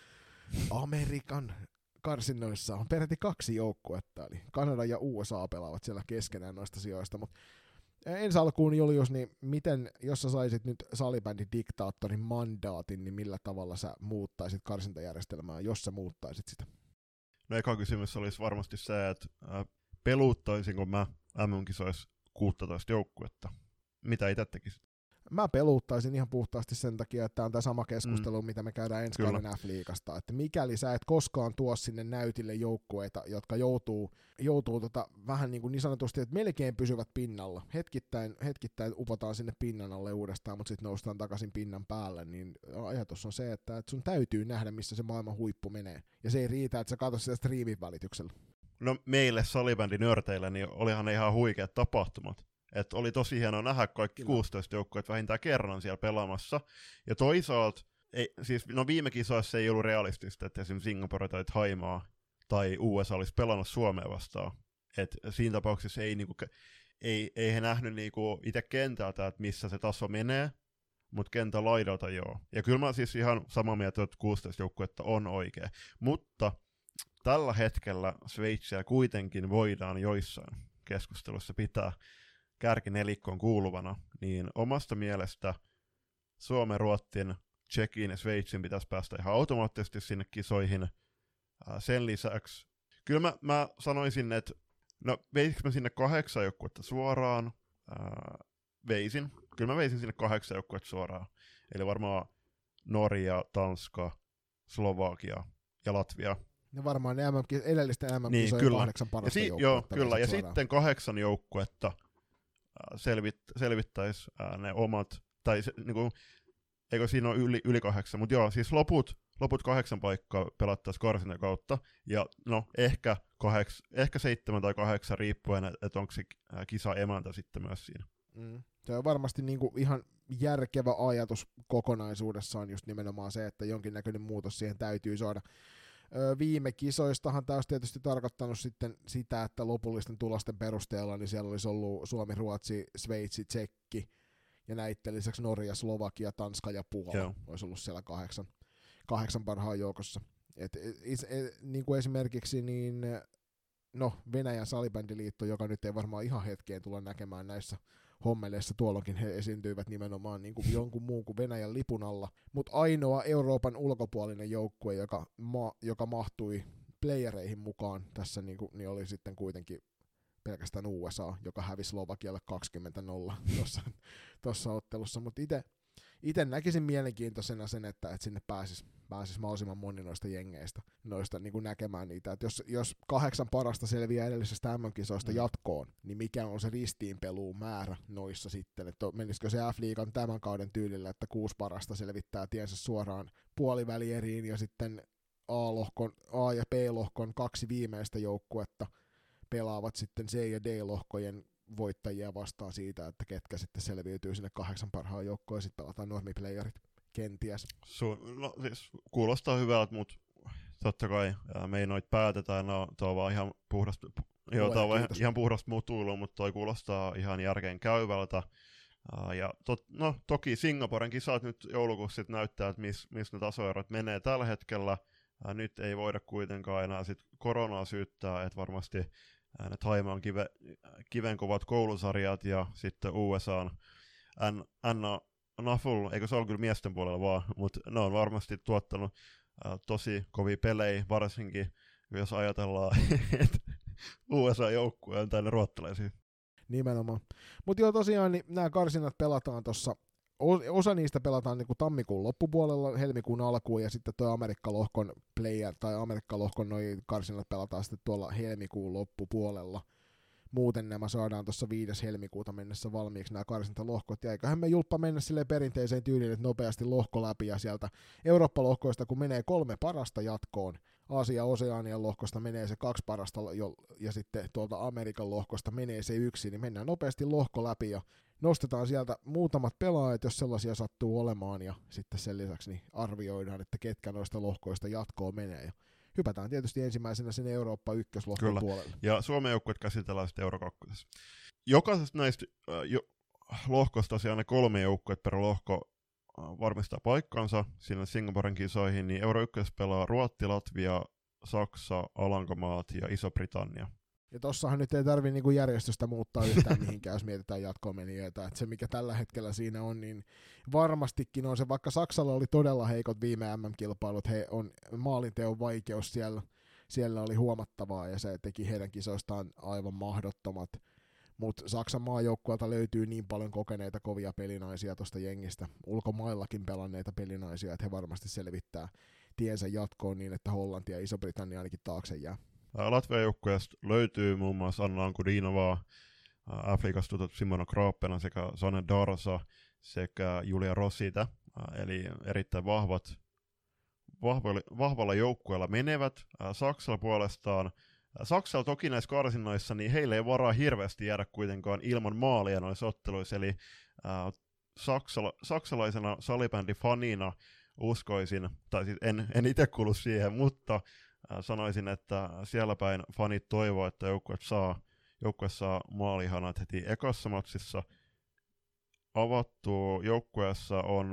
Amerikan karsinnoissa on peräti kaksi joukkuetta, eli Kanada ja U S A pelaavat siellä keskenään noista sijoista, mutta ensi alkuun, Julius, niin miten, jos sä saisit nyt salibändidiktaattorin mandaatin, niin millä tavalla sä muuttaisit karsintajärjestelmää, jos sä muuttaisit sitä? No eka kysymys olisi varmasti se, että äh, peluuttaisinko mä M M-kisoissa kuusitoista joukkuetta? Mitä itse tekisit? Mä peluuttaisin ihan puhtaasti sen takia, että tämä on tämä sama keskustelu, mm. mitä me käydään ensi kauden F-liigasta, että mikäli sä et koskaan tuo sinne näytille joukkueita, jotka joutuu, joutuu tota, vähän niin, kuin niin sanotusti, että melkein pysyvät pinnalla, hetkittäin, hetkittäin upotaan sinne pinnan alle uudestaan, mutta sitten noustaan takaisin pinnan päälle, niin ajatus on se, että, että sun täytyy nähdä, missä se maailman huippu menee, ja se ei riitä, että sä katsot sitä striimin välityksellä. No meille salibändinörteillä niin olihan ne ihan huikeat tapahtumat. Että oli tosi hienoa nähdä kaikki kuusitoista joukkueet vähintään kerran siellä pelaamassa. Ja toisaalta, ei, siis, no viime kisoissa ei ollut realistista, että esimerkiksi Singapore tai Thaimaa tai U S A olisi pelannut Suomea vastaan. Et siinä tapauksessa ei, niinku, ei, ei he nähnyt niinku itse kentältä, että missä se taso menee, mutta kentän laidalta joo. Ja kyllä mä siis ihan samaa mieltä, että kuusitoista joukkuetta on oikea. Mutta tällä hetkellä Sveitsiä kuitenkin voidaan joissain keskustelussa pitää kärkinelikkoon kuuluvana, niin omasta mielestä Suomen, Ruotsin, Tšekin ja Sveitsin pitäisi päästä ihan automaattisesti sinne kisoihin. Sen lisäksi, kyllä mä, mä sanoisin, että no veisikö mä sinne kahdeksan joukkuetta suoraan? Ää, veisin. Kyllä mä veisin sinne kahdeksan joukkuetta suoraan. Eli varmaan Norja, Tanska, Slovakia ja Latvia. Ne varmaan ne M M, edellisten M M-kisojen niin, kahdeksan parasta si- joukkuetta. Joo, kyllä. Ja suoraan. sitten kahdeksan joukkuetta äh, selvit- selvittäisi äh, ne omat, tai se, niinku, eikö siinä ole yli, yli kahdeksan, mutta joo, siis loput, loput kahdeksan paikkaa pelattaisiin karsinta kautta, ja no ehkä, kaheks, ehkä seitsemän tai kahdeksan riippuen, että et onko se äh, kisa emäntä sitten myös siinä. Mm. Se on varmasti niinku ihan järkevä ajatus kokonaisuudessaan just nimenomaan se, että jonkinnäköinen muutos siihen täytyy saada. Öö, viime kisoistahan tämä olisi tietysti tarkoittanut sitten sitä, että lopullisten tulosten perusteella niin siellä olisi ollut Suomi, Ruotsi, Sveitsi, Tsekki ja näiden lisäksi Norja, Slovakia, Tanska ja Puola. Joo. Olisi ollut siellä kahdeksan, kahdeksan parhaan joukossa. Et, et, et, niin kuin esimerkiksi niin, no, Venäjän salibändiliitto, joka nyt ei varmaan ihan hetkeen tulla näkemään näissä hommeleissa, tuolloinkin he esiintyivät nimenomaan niin kuin jonkun muun kuin Venäjän lipun alla, mutta ainoa Euroopan ulkopuolinen joukkue, joka, ma- joka mahtui playereihin mukaan tässä, niin, kuin, niin oli sitten kuitenkin pelkästään U S A, joka hävisi Slovakialle kaksikymmentä nolla tuossa ottelussa, mutta itse näkisin mielenkiintoisena sen, että, että sinne pääsisi pääsis mahdollisimman moni noista jengeistä noista niin kuin näkemään niitä, että jos, jos kahdeksan parasta selviää edellisestä M M-kisoista mm. jatkoon, niin mikä on se ristiinpeluun määrä noissa sitten, että menisikö se F-liigan tämän kauden tyylillä, että kuusi parasta selvittää tiensä suoraan puolivälieriin ja sitten A-lohkon, A- ja B-lohkon kaksi viimeistä joukkuetta pelaavat sitten C- ja D-lohkojen voittajia vastaan siitä, että ketkä sitten selviytyy sinne kahdeksan parhaan joukkoon ja sitten pelataan normiplayerit kenties. Su- no siis kuulostaa hyvältä, mutta totta kai me ei noita päätetään, no tuo on vaan ihan puhdasta, joo, tää on ihan, ihan puhdasta mutuilua, mutta toi kuulostaa ihan järkeen käyvältä. Uh, ja tot, no toki Singaporen kisat nyt joulukuussa näyttää, että missä mis ne tasoerot menee tällä hetkellä. Uh, nyt ei voida kuitenkaan enää sit koronaa syyttää, että varmasti uh, ne Thaimaan kive, kivenkovat koulusarjat ja sitten U S A:n N, N, Naful, eikö se ole kyllä miesten puolella vaan, mutta ne on varmasti tuottanut uh, tosi kovia pelejä, varsinkin jos ajatellaan, että U S A-joukkue on täynnä ruottalaisia. Nimenomaan. Mutta joo, tosiaan niin nämä karsinat pelataan tuossa, osa niistä pelataan niinku tammikuun loppupuolella, helmikuun alkuun, ja sitten tuo Amerikka-lohkon player, tai Amerikka-lohkon noi karsinat pelataan sitten tuolla helmikuun loppupuolella. Muuten nämä saadaan tuossa viides helmikuuta mennessä valmiiksi nämä karsintalohkot, ja eiköhän me julppa mennä silleen perinteiseen tyyliin, että nopeasti lohko läpi, ja sieltä Eurooppa-lohkoista, kun menee kolme parasta jatkoon, Aasia-Oseanian lohkosta menee se kaksi parasta, ja sitten tuolta Amerikan lohkosta menee se yksi, niin mennään nopeasti lohko läpi, ja nostetaan sieltä muutamat pelaajat, jos sellaisia sattuu olemaan, ja sitten sen lisäksi niin arvioidaan, että ketkä noista lohkoista jatkoon menee, ja hypätään tietysti ensimmäisenä sinne Eurooppa-ykköslohkon puolelle. Ja Suomen joukkueet käsitellään sitten Euro kakkosessa. Jokaisesta näistä äh, jo, lohkosta tosiaan ne kolme joukkueet per lohko äh, varmistaa paikkansa sinne Singaporen kisoihin, niin Euro ykkös pelaa Ruotti, Latvia, Saksa, Alankomaat ja Iso-Britannia. Ja tossahan nyt ei tarvitse niinku järjestystä muuttaa yhtään mihinkään, jos mietitään jatkomenijöitä. Että se, mikä tällä hetkellä siinä on, niin varmastikin on se, vaikka Saksalla oli todella heikot viime M M-kilpailut, he on maalinteon vaikeus siellä, siellä oli huomattavaa, ja se teki heidän kisoistaan aivan mahdottomat. Mutta Saksan maajoukkueelta löytyy niin paljon kokeneita kovia pelinaisia tuosta jengistä, ulkomaillakin pelanneita pelinaisia, että he varmasti selvittää tiensä jatkoon niin, että Hollanti ja Iso-Britannia ainakin taakse jää. Latvian joukkueesta löytyy muun muassa Anna Ankudinova, Afrikasta tutut Simona Kraappena sekä Sanne Darsa sekä Julia Rosita, eli erittäin vahvat, vahvalla, vahvalla joukkueella menevät. Saksalla puolestaan, Saksalla toki näissä karsinnoissa, niin heille ei varaa hirveästi jäädä kuitenkaan ilman maalia noissa otteluissa, eli äh, saksala, saksalaisena salibändifanina uskoisin, tai siis en, en itse kuulu siihen, mutta sanoisin, että siellä päin fanit toivoo, että joukkue saa, joukkue saa maalihanat heti ekassa matsissa. Avattu joukkueessa on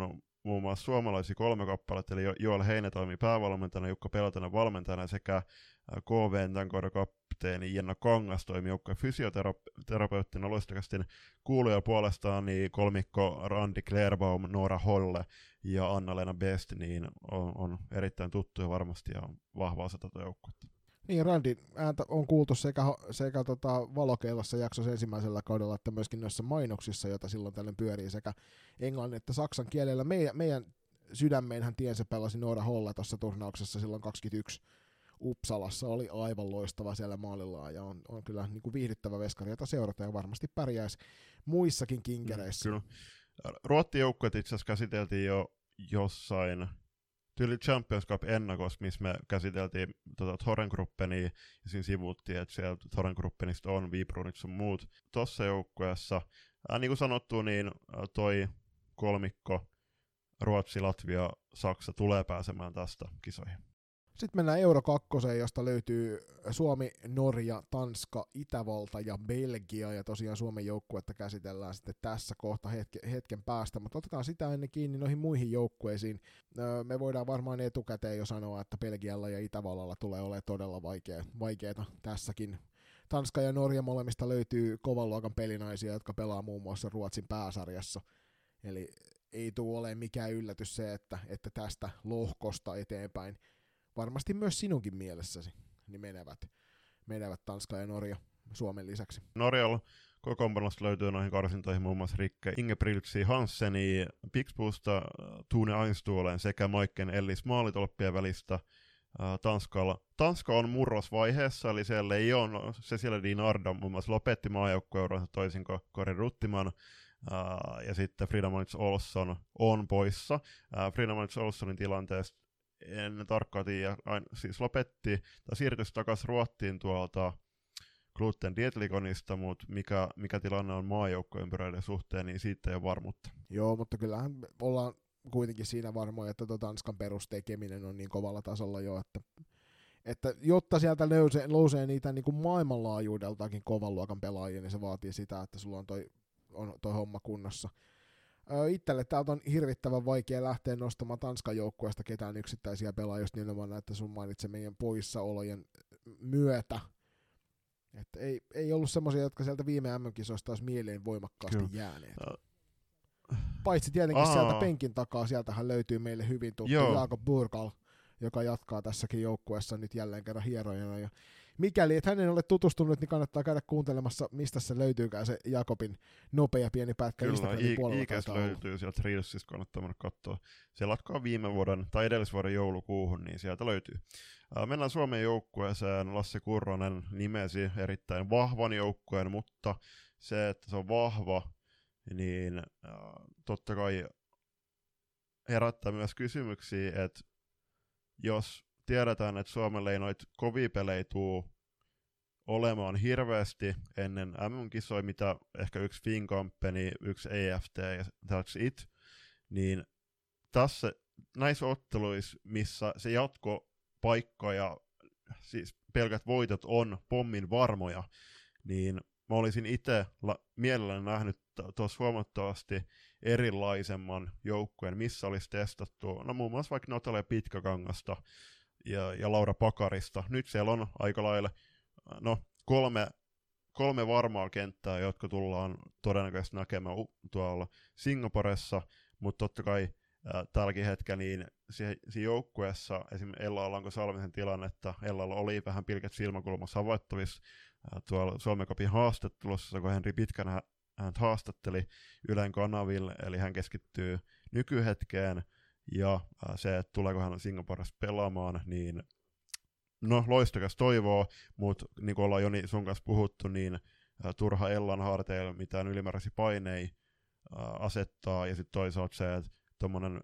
muun muassa suomalaisia kolme kappaletta, eli Joel Heine toimi päävalmentajana, Jukka Peltonen valmentajana sekä K V:n tämän kauden kapteeni Jenna Kangas toimi joukkueen fysioterapeuttina. Loistakastin kuuluja puolestaan niin kolmikko Randi Klerbaum, Noora Holle ja Anna-Leena Best niin on, on erittäin tuttuja varmasti ja vahva osa tätä joukkuetta. Niin, Randin ääntä on kuultu sekä, sekä tota Valokeilassa jaksossa ensimmäisellä kaudella, että myöskin noissa mainoksissa, joita silloin tällöin pyörii sekä englannin että saksan kielellä. Meidän, meidän sydämeenhän tiensä pelasi Noora Holle tuossa turnauksessa silloin kaksikymmentäyksi Uppsalassa, oli aivan loistava siellä maalillaan ja on, on kyllä niin kuin viihdyttävä veskari, jota seurata ja varmasti pärjäisi muissakin kinkereissä. Mm, kyllä. Ruotsin joukkueet itse asiassa käsiteltiin jo jossain tyyli Champions Cup-ennakossa, missä me käsiteltiin tota, Thorengruppenia ja siinä sivuttiin, että siellä Thorengruppenista on Vibrunit sun muut. Tuossa joukkueessa, äh, niin kuin sanottu, niin äh, toi kolmikko Ruotsi, Latvia, Saksa tulee pääsemään tästä kisoihin. Sitten mennään Euro kakkoseen, josta löytyy Suomi, Norja, Tanska, Itävalta ja Belgia, ja tosiaan Suomen joukkuetta käsitellään sitten tässä kohta hetke, hetken päästä, mutta otetaan sitä ennen kiinni noihin muihin joukkueisiin. Me voidaan varmaan etukäteen jo sanoa, että Belgialla ja Itävallalla tulee olemaan todella vaikea, vaikeita tässäkin. Tanska ja Norja molemmista löytyy kovan luokan pelinaisia, jotka pelaa muun muassa Ruotsin pääsarjassa, eli ei tule olemaan mikään yllätys se, että, että tästä lohkosta eteenpäin varmasti myös sinunkin mielessäsi niin menevät, menevät Tanska ja Norja Suomen lisäksi. Norjalla kokoonpanosta löytyy noihin karsintoihin muun muassa Rikke Ingebrigtsi Hansseni, Pixbusta, Tune Einstuolen sekä Maiken Ellis maalitolppien välistä. Tanskalla. Tanska on murrosvaiheessa, eli siellä ei ole Cecilia Di Nardo muun muassa lopetti maajoukkueuransa toisin kuin Kori Ruttiman. Uh, ja sitten Frida Monits Olsson on poissa. Uh, Frida Monits Olssonin tilanteesta en tarkkaan tiedä, siis lopetti tai siirtyi takaisin Ruottiin tuolta Gluten Dietlikonista, mutta mikä, mikä tilanne on maajoukkoympyröiden suhteen, niin siitä ei ole varmuutta. Joo, mutta kyllähän ollaan kuitenkin siinä varmoja, että tuo Tanskan perustekeminen on niin kovalla tasolla jo, että, että jotta sieltä löysee, lousee niitä niin kuin maailmanlaajuudeltakin kovan luokan pelaajia, niin se vaatii sitä, että sulla on toi, on toi homma kunnossa. Itselle täältä on hirvittävän vaikea lähteä nostamaan Tanskan joukkueesta ketään yksittäisiä pelaajia, just nimenomaan näitä sun mainitsemien poissaolojen myötä. Että ei, ei ollut semmoisia, jotka sieltä viime M M-kisoista olisi mieleen voimakkaasti Kyllä. jääneet. Uh, Paitsi tietenkin aa. sieltä penkin takaa, sieltähän löytyy meille hyvin tuttu Jaakob Burkal, joka jatkaa tässäkin joukkueessa nyt jälleen kerran hierojana. Ja mikäli et hänen ole tutustunut, niin kannattaa käydä kuuntelemassa, mistä se löytyykään se Jakobin nopea pieni pätkä Instagramin puolella. Kyllä, Ikäs löytyy sieltä Reelsista, kannattaa mennä katsoa. Se latkaa viime vuoden tai edellisvuoden joulukuuhun, niin sieltä löytyy. Mennään Suomen joukkueeseen. Lasse Kurronen nimesi erittäin vahvan joukkueen, mutta se, että se on vahva, niin äh, totta kai herättää myös kysymyksiä, että jos tiedetään, että Suomelle ei noita kovia pelejä tule olemaan hirveästi ennen M M-kisoja, mitä ehkä yksi Finkampeni, yksi E F T ja that's it, niin tässä näissä otteluissa, missä se jatkopaikka ja siis pelkät voitot on pommin varmoja, niin mä olisin itse la- mielelläni nähnyt tuossa huomattavasti erilaisemman joukkueen, missä olisi testattu, no muun muassa vaikka Natalia Pitkäkangasta ja, ja Laura Pakarista. Nyt siellä on aika lailla no, kolme, kolme varmaa kenttää, jotka tullaan todennäköisesti näkemään tuolla Singaporessa, mutta totta kai äh, tälläkin hetkellä niin siinä joukkueessa esimerkiksi Ella Alanko-Salmisen tilannetta, Ellalla oli vähän pilkät silmäkulmassa havaittavissa äh, tuolla Suomen Cupin haastattelussa, kun Henri Pitkän hän haastatteli Ylen kanaville, eli hän keskittyy nykyhetkeen, ja äh, se, että tuleeko hän Singaporessa pelaamaan, niin no loistakas toivoo, mutta niin kuin ollaan Joni sun kanssa puhuttu, niin äh, turha Ellan harteilla mitään ylimääräisiä paineja äh, asettaa, ja sitten toisaalta se, että tuommoinen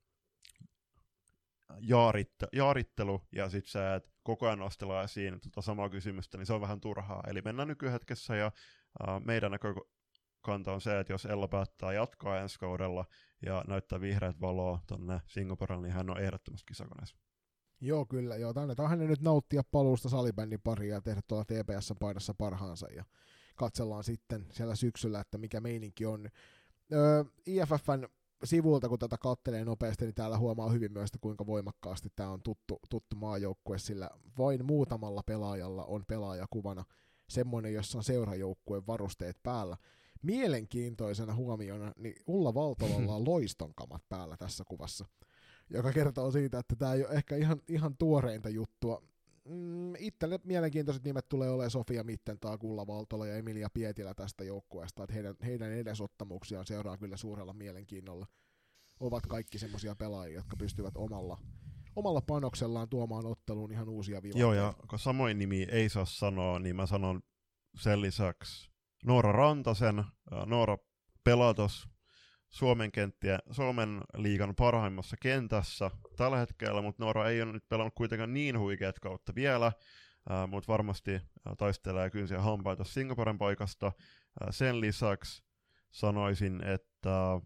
jaaritte, jaarittelu, ja sitten se, että koko ajan nostellaan esiin tota samaa kysymystä, niin se on vähän turhaa. Eli mennään nykyhetkessä, ja äh, meidän näkökanta on se, että jos Ella päättää jatkaa ensi kaudella, ja näyttää vihreät valoa tuonne Singaporelle, niin hän on ehdottomasti kisakoneessa. Joo, kyllä. Joo, annetaan hänen nyt nauttia paluusta salibändin pariin ja tehdä tuolla T P S-paidassa parhaansa, ja katsellaan sitten siellä syksyllä, että mikä meininki on. Öö, I F F:n sivulta, kun tätä kattelee nopeasti, niin täällä huomaa hyvin myös, että kuinka voimakkaasti tämä on tuttu, tuttu maajoukkue, sillä vain muutamalla pelaajalla on pelaajakuvana semmoinen, jossa on seurajoukkueen varusteet päällä. Mielenkiintoisena huomiona, niin Ulla Valtolalla on loistonkamat päällä tässä kuvassa, joka kertoo siitä, että tämä ei ole ehkä ihan, ihan tuoreinta juttua. Mm, itselle mielenkiintoiset nimet tulee olemaan Sofia Mittentaa, Ulla Valtola ja Emilia Pietilä tästä joukkueesta, että heidän, heidän edesottamuksiaan seuraa kyllä suurella mielenkiinnolla. Ovat kaikki semmoisia pelaajia, jotka pystyvät omalla, omalla panoksellaan tuomaan otteluun ihan uusia vivahteita. Joo, ja kun samoin nimi ei saa sanoa, niin mä sanon sen lisäksi Noora Rantasen. Noora pelatos Suomen, kenttiä, Suomen liigan parhaimmassa kentässä tällä hetkellä, mutta Noora ei ole nyt pelannut kuitenkaan niin huikeat kautta vielä, äh, mutta varmasti äh, taistelee kynsiä hampaita Singaporen paikasta. Äh, sen lisäksi sanoisin, että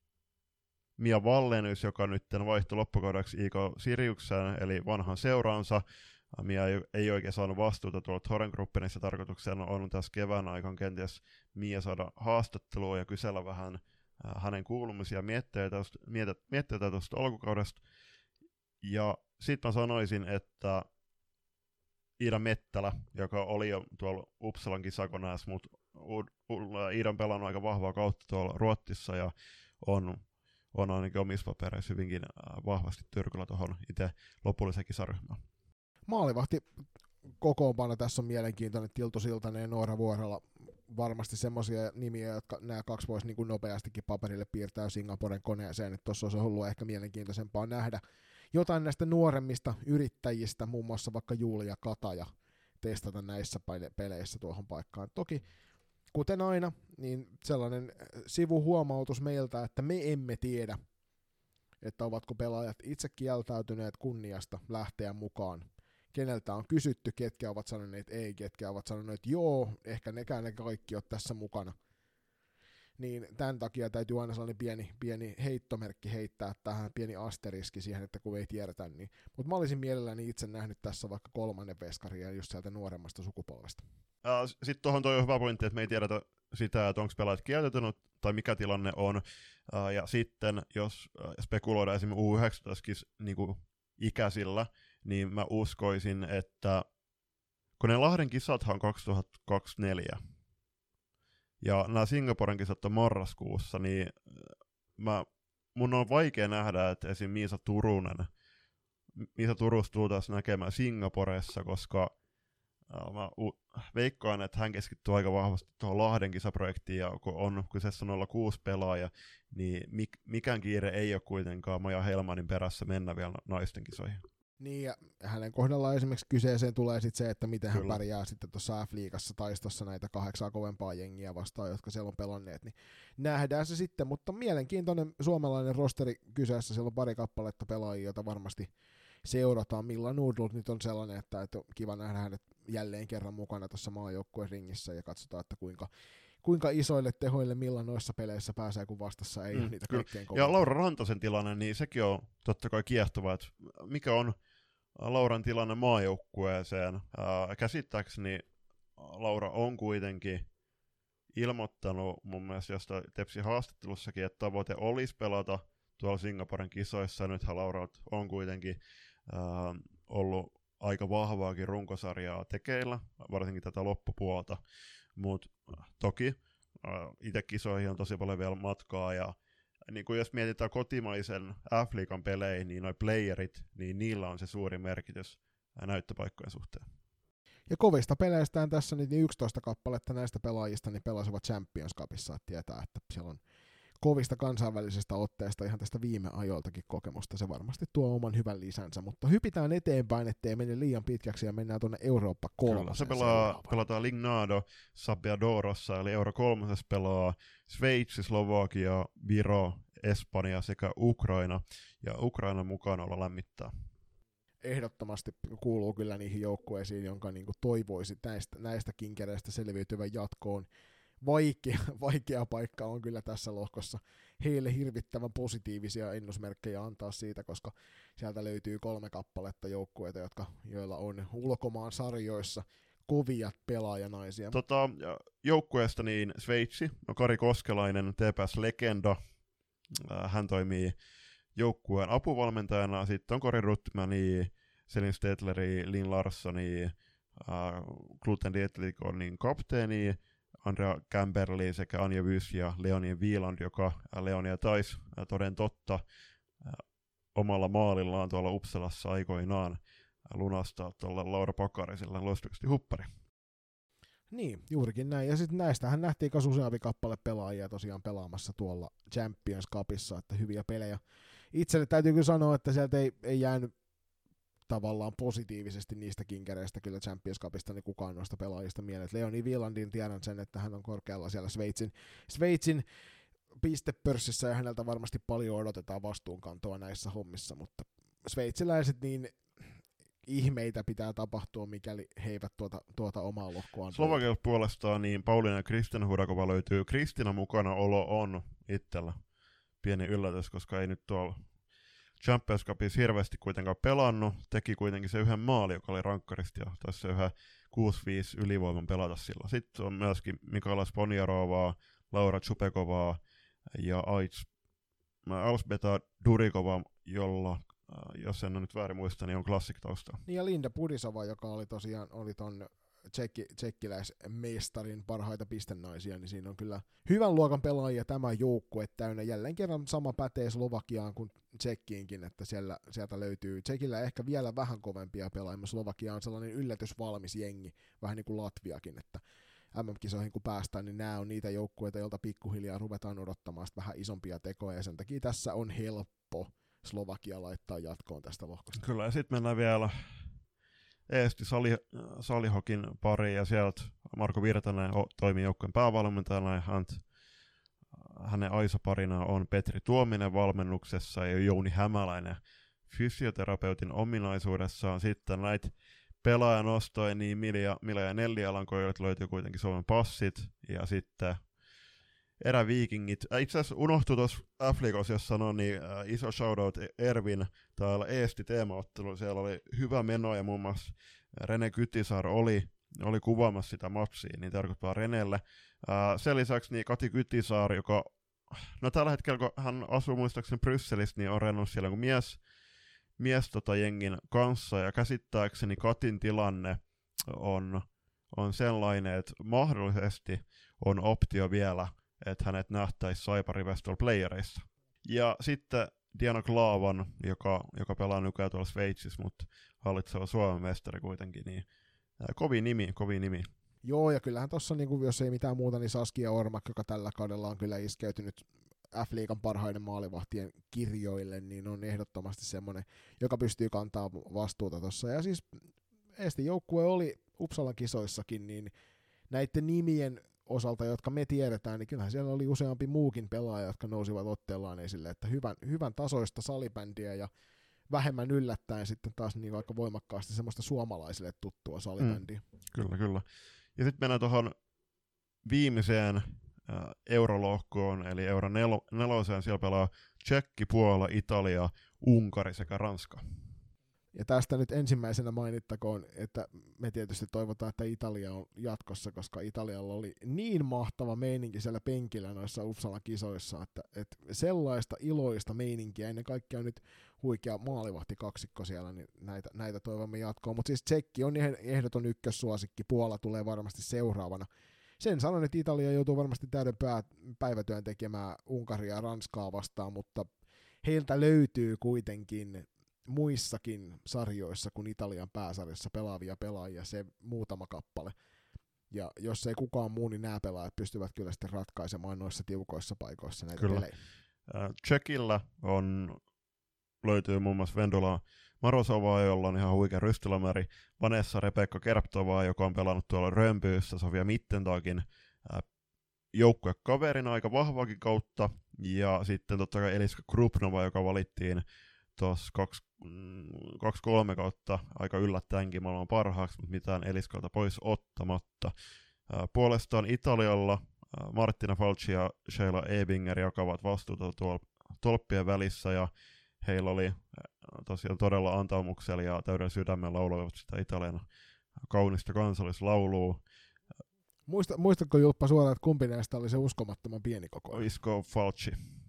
Mia Vallenys, joka nyt vaihtui loppukaudeksi I K Siriukseen, eli vanhan seuraansa. Mia ei, ei oikein saanut vastuuta tuolla Thorengruppenissa. Tarkoituksena on tässä kevään aikaan kenties Mia saada haastattelua ja kysellä vähän äh, hänen kuulumisia mietteitä tuosta alkukaudesta. Ja sitten mä sanoisin, että Iida Mettälä, joka oli jo tuolla Uppsalan kisakoneessa, mutta Iida on pelannut aika vahvaa kautta tuolla Ruotsissa ja on on ainakin omissa papereissa hyvinkin vahvasti tyrkyllä tuohon itse lopulliseen kisaryhmään. Maalivahti kokoonpano tässä on mielenkiintoinen. Tiltu Siltanen ja Noora Vuorella varmasti semmoisia nimiä, jotka nämä kaksi voisi niin kuin nopeastikin paperille piirtää Singaporen koneeseen. Että tuossa olisi ollut ehkä mielenkiintoisempaa nähdä jotain näistä nuoremmista yrittäjistä, muun muassa vaikka Julia Kataja, testata näissä peleissä tuohon paikkaan. Toki kuten aina, niin sellainen sivuhuomautus meiltä, että me emme tiedä, että ovatko pelaajat itse kieltäytyneet kunniasta lähteä mukaan. Keneltä on kysytty, ketkä ovat sanoneet ei, ketkä ovat sanoneet joo, ehkä nekään ne kaikki ovat tässä mukana. Niin tämän takia täytyy aina sellainen pieni, pieni heittomerkki heittää tähän, pieni asteriski siihen, että kun ei tiedetä. Niin. Mutta mä olisin mielelläni itse nähnyt tässä vaikka kolmannen veskaria just sieltä nuoremmasta sukupolvesta. Sitten tuohon toi on hyvä pointti, että me ei tiedetä sitä, että onko pelaajat kieltäytynyt tai mikä tilanne on. Ja sitten jos spekuloidaan esimerkiksi U yhdeksäntoista-ikäisillä, niin mä uskoisin, että kun ne Lahden kisathan on kaksituhattakaksikymmentäneljä ja nämä Singaporen kisat on marraskuussa, niin mä, mun on vaikea nähdä, että esim. Miisa Turunen, Miisa Turusta tultaisiin näkemään Singaporessa, koska mä veikkaan, että hän keskittyy aika vahvasti tuohon Lahden kisaprojektiin, ja kun on kyseessä nolla kuusi pelaaja, niin mik- mikään kiire ei ole kuitenkaan Maja Helmanin perässä mennä vielä naisten kisoihin. Niin, ja hänen kohdallaan esimerkiksi kyseeseen tulee sitten se, että miten Kyllä. hän pärjää sitten tuossa F-liigassa taistossa näitä kahdeksaa kovempaa jengiä vastaan, jotka siellä on pelanneet, niin nähdään se sitten, mutta mielenkiintoinen suomalainen rosteri kyseessä, siellä on pari kappaletta pelaajia, joita varmasti seurataan. Milla Nordlund nyt on sellainen, että, että on kiva nähdä hänet jälleen kerran mukana tuossa maajoukkueen ringissä ja katsotaan, että kuinka, kuinka isoille tehoille Milla noissa peleissä pääsee, kun vastassa ei mm, ole niitä kaikkein kovia. Ja Laura Rantasen tilanne, niin sekin on totta kai kiehtova, että mikä on Lauran tilanne maajoukkueeseen. Ää, käsittääkseni Laura on kuitenkin ilmoittanut mun mielestä jostain Tepsin haastattelussakin, että tavoite olisi pelata tuolla Singaporen kisoissa, ja nythän Laura on kuitenkin ää, ollut aika vahvaakin runkosarjaa tekeillä, varsinkin tätä loppupuolta, mutta toki ää, itse kisoihin on tosi paljon vielä matkaa, ja niin kuin jos mietitään kotimaisen F-liigan pelejä, niin noi playerit, niin niillä on se suuri merkitys näyttöpaikkojen suhteen. Ja kovista peleistään tässä niin yksitoista kappaletta näistä pelaajista niin pelasivat Champions Cupissa, että tietää, että siellä on kovista kansainvälisestä otteesta ihan tästä viime ajoiltakin kokemusta. Se varmasti tuo oman hyvän lisänsä, mutta hypitään eteenpäin, ettei mene liian pitkäksi ja mennään tuonne Eurooppa kolmoseen. Se pelaa, pelataan Lignado Sabbiadorossa, eli Euro kolmosessa pelaa Sveitsi, Slovakia, Viro, Espanja sekä Ukraina, ja Ukraina mukaan olla lämmittää. Ehdottomasti kuuluu kyllä niihin joukkueisiin, jonka niin kuin toivoisi näistä, näistä kinkereistä selviytyvän jatkoon. Vaikea, vaikea paikka on kyllä tässä lohkossa. Heille hirvittävän positiivisia ennusmerkkejä antaa siitä, koska sieltä löytyy kolme kappaletta joukkueita, jotka, joilla on ulkomaan sarjoissa kovia pelaajanaisia. Tota, joukkueesta niin Sveitsi, no Kari Koskelainen, T P S-legenda, hän toimii joukkueen apuvalmentajana, sitten on Cory Ruttmania, Selin Stetleri, Lin Larssoni, äh, Gluten Dietlikonin kapteeni, Andrea Camberley sekä Anja Wys ja Leonie Wieland, joka äh, Leonia taisi äh, toden totta äh, omalla maalillaan tuolla Uppsalassa aikoinaan äh, lunastaa tuolla Laura Pakarisella loistavasti huppari. Niin, juurikin näin. Ja sitten näistähän nähtiin myös useampi kappale pelaajia tosiaan pelaamassa tuolla Champions Cupissa, että hyviä pelejä. Itselle täytyy kyllä sanoa, että sieltä ei, ei jäänyt tavallaan positiivisesti niistä kinkereistä kyllä Champions Cupista niin kukaan noista pelaajista mieleen. Leonie Wielandin tiedän sen, että hän on korkealla siellä Sveitsin, Sveitsin pistepörssissä ja häneltä varmasti paljon odotetaan vastuunkantoa näissä hommissa, mutta sveitsiläiset niin ihmeitä pitää tapahtua, mikäli he eivät tuota, tuota omaa lohkoaan. Slovakialta puolestaan niin Pauliina ja Kristina Hudakova löytyy. Kristina mukana olo on itsellä pieni yllätys, koska ei nyt tuolla Champions Cupissa hirveästi kuitenkaan pelannut. Teki kuitenkin se yhden maali, joka oli rankkarista, ja taisi se yhden kuusi viisi ylivoiman pelata sillä. Sitten on myöskin Mikaela Sponjarovaa, Laura Chupekovaa ja Alsbeta Durikovaa, jolla, jos en ole nyt väärin muista, niin on klassiktausta. Niin ja Linda Pudisova, joka oli tosiaan oli ton tsekki, tsekkiläismestarin parhaita pistennaisia, niin siinä on kyllä hyvän luokan pelaajia tämä joukkue täynnä. Jälleen kerran sama pätee Slovakiaan kuin Tsekkiinkin, että siellä, sieltä löytyy Tsekillä ehkä vielä vähän kovempia pelaajia. Slovakia on sellainen yllätysvalmis jengi, vähän niin kuin Latviakin, että M M-kisoihin kun päästään, niin nämä on niitä joukkueita, joilta pikkuhiljaa ruvetaan odottamaan vähän isompia tekoja, ja sen takia tässä on helppo Slovakia laittaa jatkoon tästä lohkosta. Kyllä, ja sitten mennään vielä Eesti Sali, Salihokin pari, ja sieltä Marko Virtanen toimii joukkueen päävalmentajana, ja hän, hänen aisaparina on Petri Tuominen valmennuksessa ja Jouni Hämäläinen fysioterapeutin ominaisuudessaan. Sitten näitä pelaajanostoja, niin Milja, Milja ja Nelli Alankoilta löytyy kuitenkin Suomen passit, ja sitten eräviikingit. Itse asiassa unohtui tuossa F-liigassa, jos sanoi, niin äh, iso shoutout Ervin täällä Eesti teemaottelu. Siellä oli hyvä meno, ja muun muassa Rene Kytisaar oli, oli kuvaamassa sitä matsia, niin tarkoittaa Renelle. Äh, sen lisäksi niin Kati Kytisaar, joka no tällä hetkellä, kun hän asuu muistaakseni Brysselissä, niin on rennut siellä kuin mies, mies tota jengin kanssa, ja käsittääkseni Katin tilanne on, on sellainen, että mahdollisesti on optio vielä, että hänet nähtäisi Saipari Westall Playereissa. Ja sitten Diana Klaavan, joka, joka pelaa nykyään tuolla Sveitsissä, mutta hallitseva Suomen mestari kuitenkin, niin ää, kovin nimi, kovin nimi. Joo, ja kyllähän tuossa, niin jos ei mitään muuta, niin Saskia Ormak, joka tällä kaudella on kyllä iskeytynyt F-liigan parhaiden maalivahtien kirjoille, niin on ehdottomasti semmoinen, joka pystyy kantaa vastuuta tuossa. Ja siis Eesti joukkue oli Uppsalan kisoissakin, niin näiden nimien osalta, jotka me tiedetään, niin kyllähän siellä oli useampi muukin pelaaja, jotka nousivat otteellaan esille, että hyvän, hyvän tasoista salibändiä ja vähemmän yllättäen sitten taas niin aika voimakkaasti semmoista suomalaisille tuttua salibändiä. Mm, kyllä, kyllä. Ja sitten mennään tuohon viimeiseen äh, eurolohkoon, eli euro nel- neloseen, siellä pelaa Tsekki, Puola, Italia, Unkari sekä Ranska. Ja tästä nyt ensimmäisenä mainittakoon, että me tietysti toivotaan, että Italia on jatkossa, koska Italialla oli niin mahtava meininki siellä penkillä noissa Uppsalan kisoissa, että, että sellaista iloista meininkiä, ennen kaikkea nyt huikea maalivahti kaksikko siellä, niin näitä, näitä toivomme jatkoon. Mutta siis Tsekki on ehdoton ykkössuosikki, Puola tulee varmasti seuraavana. Sen sanon, että Italia joutuu varmasti täyden pää, päivätyön tekemään Unkaria ja Ranskaa vastaan, mutta heiltä löytyy kuitenkin muissakin sarjoissa kuin Italian pääsarjassa pelaavia pelaajia, se muutama kappale. Ja jos ei kukaan muu, niin nämä pelaajat pystyvät kyllä sitten ratkaisemaan noissa tiukoissa paikoissa näitä kyllä. pelejä. Tsekillä on, löytyy muun muassa Vendula Marosovaa, jolla on ihan huikea rystylämäri, Vanessa Rebekka Kerptovaa, joka on pelannut tuolla Römpyyssä, Sofia Mittentagin joukkuekaverina aika vahvaakin kautta, ja sitten totta kai Eliska Krupnova, joka valittiin tuossa kaksi kolme kautta aika yllättäenkin maailman parhaaksi, mutta mitään Eliskalta pois ottamatta. Puolestaan Italialla Martina Falci ja Sheila Ebinger jakavat vastuuta tuolla tolppien välissä, ja heillä oli tosiaan todella antaumuksella ja täydellä sydämellä lauloivat sitä Italian kaunista kansallislaulua. Muista, muistatko Julppa suoraan, että kumpi näistä oli se uskomattoman pieni koko? Isco Falci.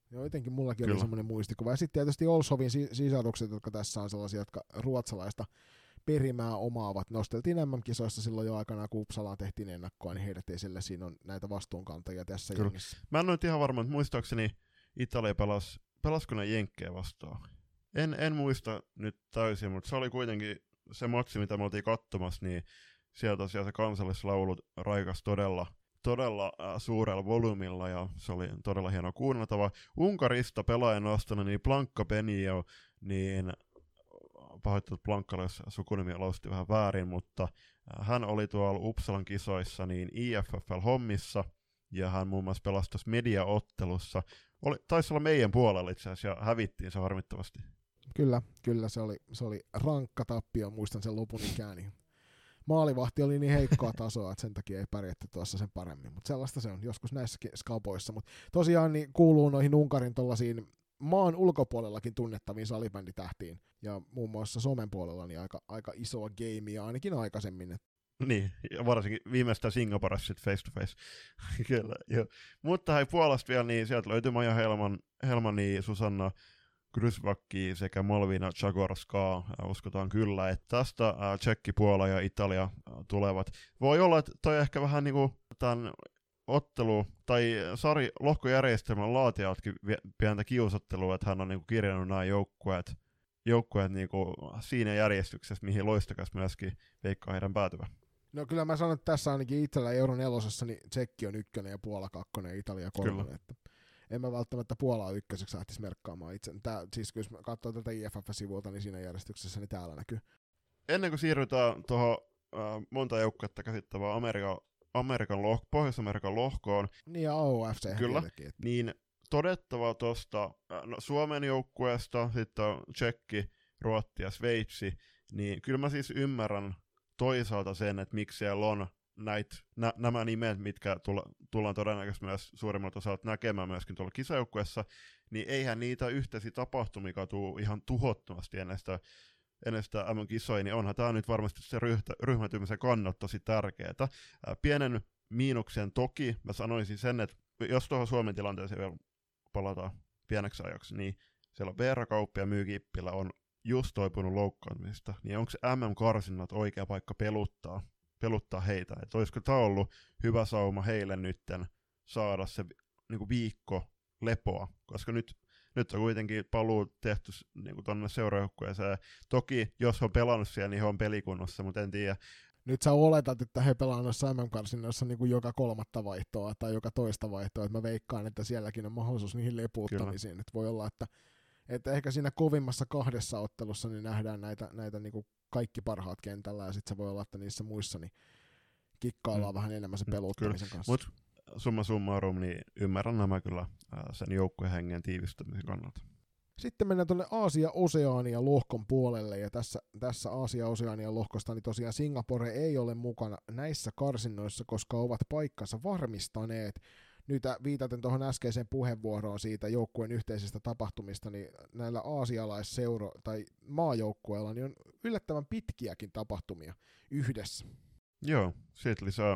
Joo, jotenkin mullakin Kyllä. oli semmoinen muistikuva. Ja sitten tietysti Olshovin sisarukset, jotka tässä on sellaisia, jotka ruotsalaista perimää omaavat. Nosteltiin M M-kisoissa silloin jo aikanaan, kun Uppsalaan tehtiin ennakkoa, niin heidät esille. Siinä on näitä vastuunkantajia tässä Kyllä. jengissä. Mä en ole nyt ihan varma, mutta muistaakseni Italia pelasi, pelasko ne Jenkkejä vastaan? En, en muista nyt täysin, mutta se oli kuitenkin se matsi, mitä me oltiin katsomassa, niin siellä tosiaan se kansallislaulu raikas todella, todella äh, suurella volyymilla, ja se oli todella hieno kuunneltava. Unkarista pelaajan nostana, niin Blanka Benio, niin pahoittelut Blankkalle, jos sukunimi lausutti vähän väärin, mutta äh, hän oli tuolla Uppsalan kisoissa niin I F F L-hommissa, ja hän muun muassa pelasi tuossa mediaottelussa. Oli, taisi olla meidän puolella itse asiassa, ja hävittiin se harmittavasti. Kyllä, kyllä se oli, se oli rankka tappio, muistan sen lopun ikään. Niin maalivahti oli niin heikkoa tasoa, että sen takia ei pärjätty tuossa sen paremmin, mutta sellaista se on joskus näissäkin skapoissa. Mutta tosiaan niin kuuluu noihin Unkarin tollaisiin maan ulkopuolellakin tunnettaviin salibänditähtiin, ja muun muassa somen puolella niin aika, aika isoa gamea ainakin aikaisemmin. Niin, ja varsinkin viimeistään Singaporessa sitten face to face. Kyllä, joo. Mutta hei Puolasta vielä, niin sieltä löytyy Maja Helman, Helmani, Susanna Grysvakki sekä Malvina Zagorskaa. Uskotaan kyllä, että tästä äh, Tsekki, Puola ja Italia äh, tulevat. Voi olla, että toi ehkä vähän niinku tämän ottelu- tai sari lohkojärjestelmän laatijaltakin pientä kiusottelua, että hän on niinku kirjannut nämä joukkueet, joukkueet niinku siinä järjestyksessä, mihin Loistokas myöskin veikkaa heidän päätyvän. No kyllä mä sanon, että tässä ainakin itsellä Euro nelosessa, niin Tsekki on ykkönen ja Puola kakkonen ja Italia kolmonen. Että en mä välttämättä Puolaa ykköseksi lähtisi merkkaamaan itse. Tää, siis kun jos katsoo tätä I F F-sivulta, niin siinä järjestyksessä niin täällä näkyy. Ennen kuin siirrytään tuohon äh, monta joukkuetta käsittävään Amerikan, Amerikan loh- Pohjois-Amerikan lohkoon. Niin ja A O F C. Kyllä, tietenkin. Niin todettava tuosta äh, no, Suomen joukkueesta, sitten on Tsekki, Ruotti ja Sveitsi, niin kyllä mä siis ymmärrän toisaalta sen, että miksi siellä on näit, nä, nämä nimet, mitkä tulla, tullaan todennäköisesti myös suurimmalta osalta näkemään myöskin tuolla kisajoukkueessa, niin eihän niitä yhteisiä tapahtumia tule ihan tuhottomasti ennen sitä, ennen sitä M M-kisoja, niin onhan tämä nyt varmasti se ryhtä, ryhmätymisen kannalta tosi tärkeää. Pienen miinuksen toki mä sanoisin sen, että jos tuohon Suomen tilanteeseen vielä palataan pieneksi ajaksi, niin siellä Veera Kauppi ja Myy Kippilä on just toipunut loukkaantumista, niin onko se M M-karsinnat oikea paikka peluttaa, peluttaa heitä? Että olisiko tämä ollut hyvä sauma heille nytten saada se niinku viikko lepoa, koska nyt, nyt on kuitenkin paluu tehty niinku tuonne seurajoukkueeseen. Toki, jos on pelannut siellä, niin he on pelikunnossa, mutta en tiedä. Nyt sä oletat, että he pelaa noissa M M-karsinnoissa niin kuin joka kolmatta vaihtoa tai joka toista vaihtoa, että mä veikkaan, että sielläkin on mahdollisuus niihin lepuuttamisiin. Että voi olla, että Että ehkä siinä kovimmassa kahdessa ottelussa niin nähdään näitä, näitä niin kuin kaikki parhaat kentällä, ja sitten se voi olla, että niissä muissa niin kikkaillaan mm. vähän enemmän sen peluuttamisen mm, kanssa. Mutta summa summarum, niin ymmärrän nämä kyllä ää, sen joukkueen hengen tiivistämisen kannalta. Sitten mennään tuonne Aasia-Oseania lohkon puolelle, ja tässä, tässä Aasia-Oseania lohkosta niin tosiaan Singapore ei ole mukana näissä karsinnoissa, koska ovat paikkansa varmistaneet. Nyt viitaten tuohon äskeiseen puheenvuoroon siitä joukkueen yhteisistä tapahtumista, niin näillä aasialaisseuro- tai maajoukkueilla niin on yllättävän pitkiäkin tapahtumia yhdessä. Joo, siitä lisää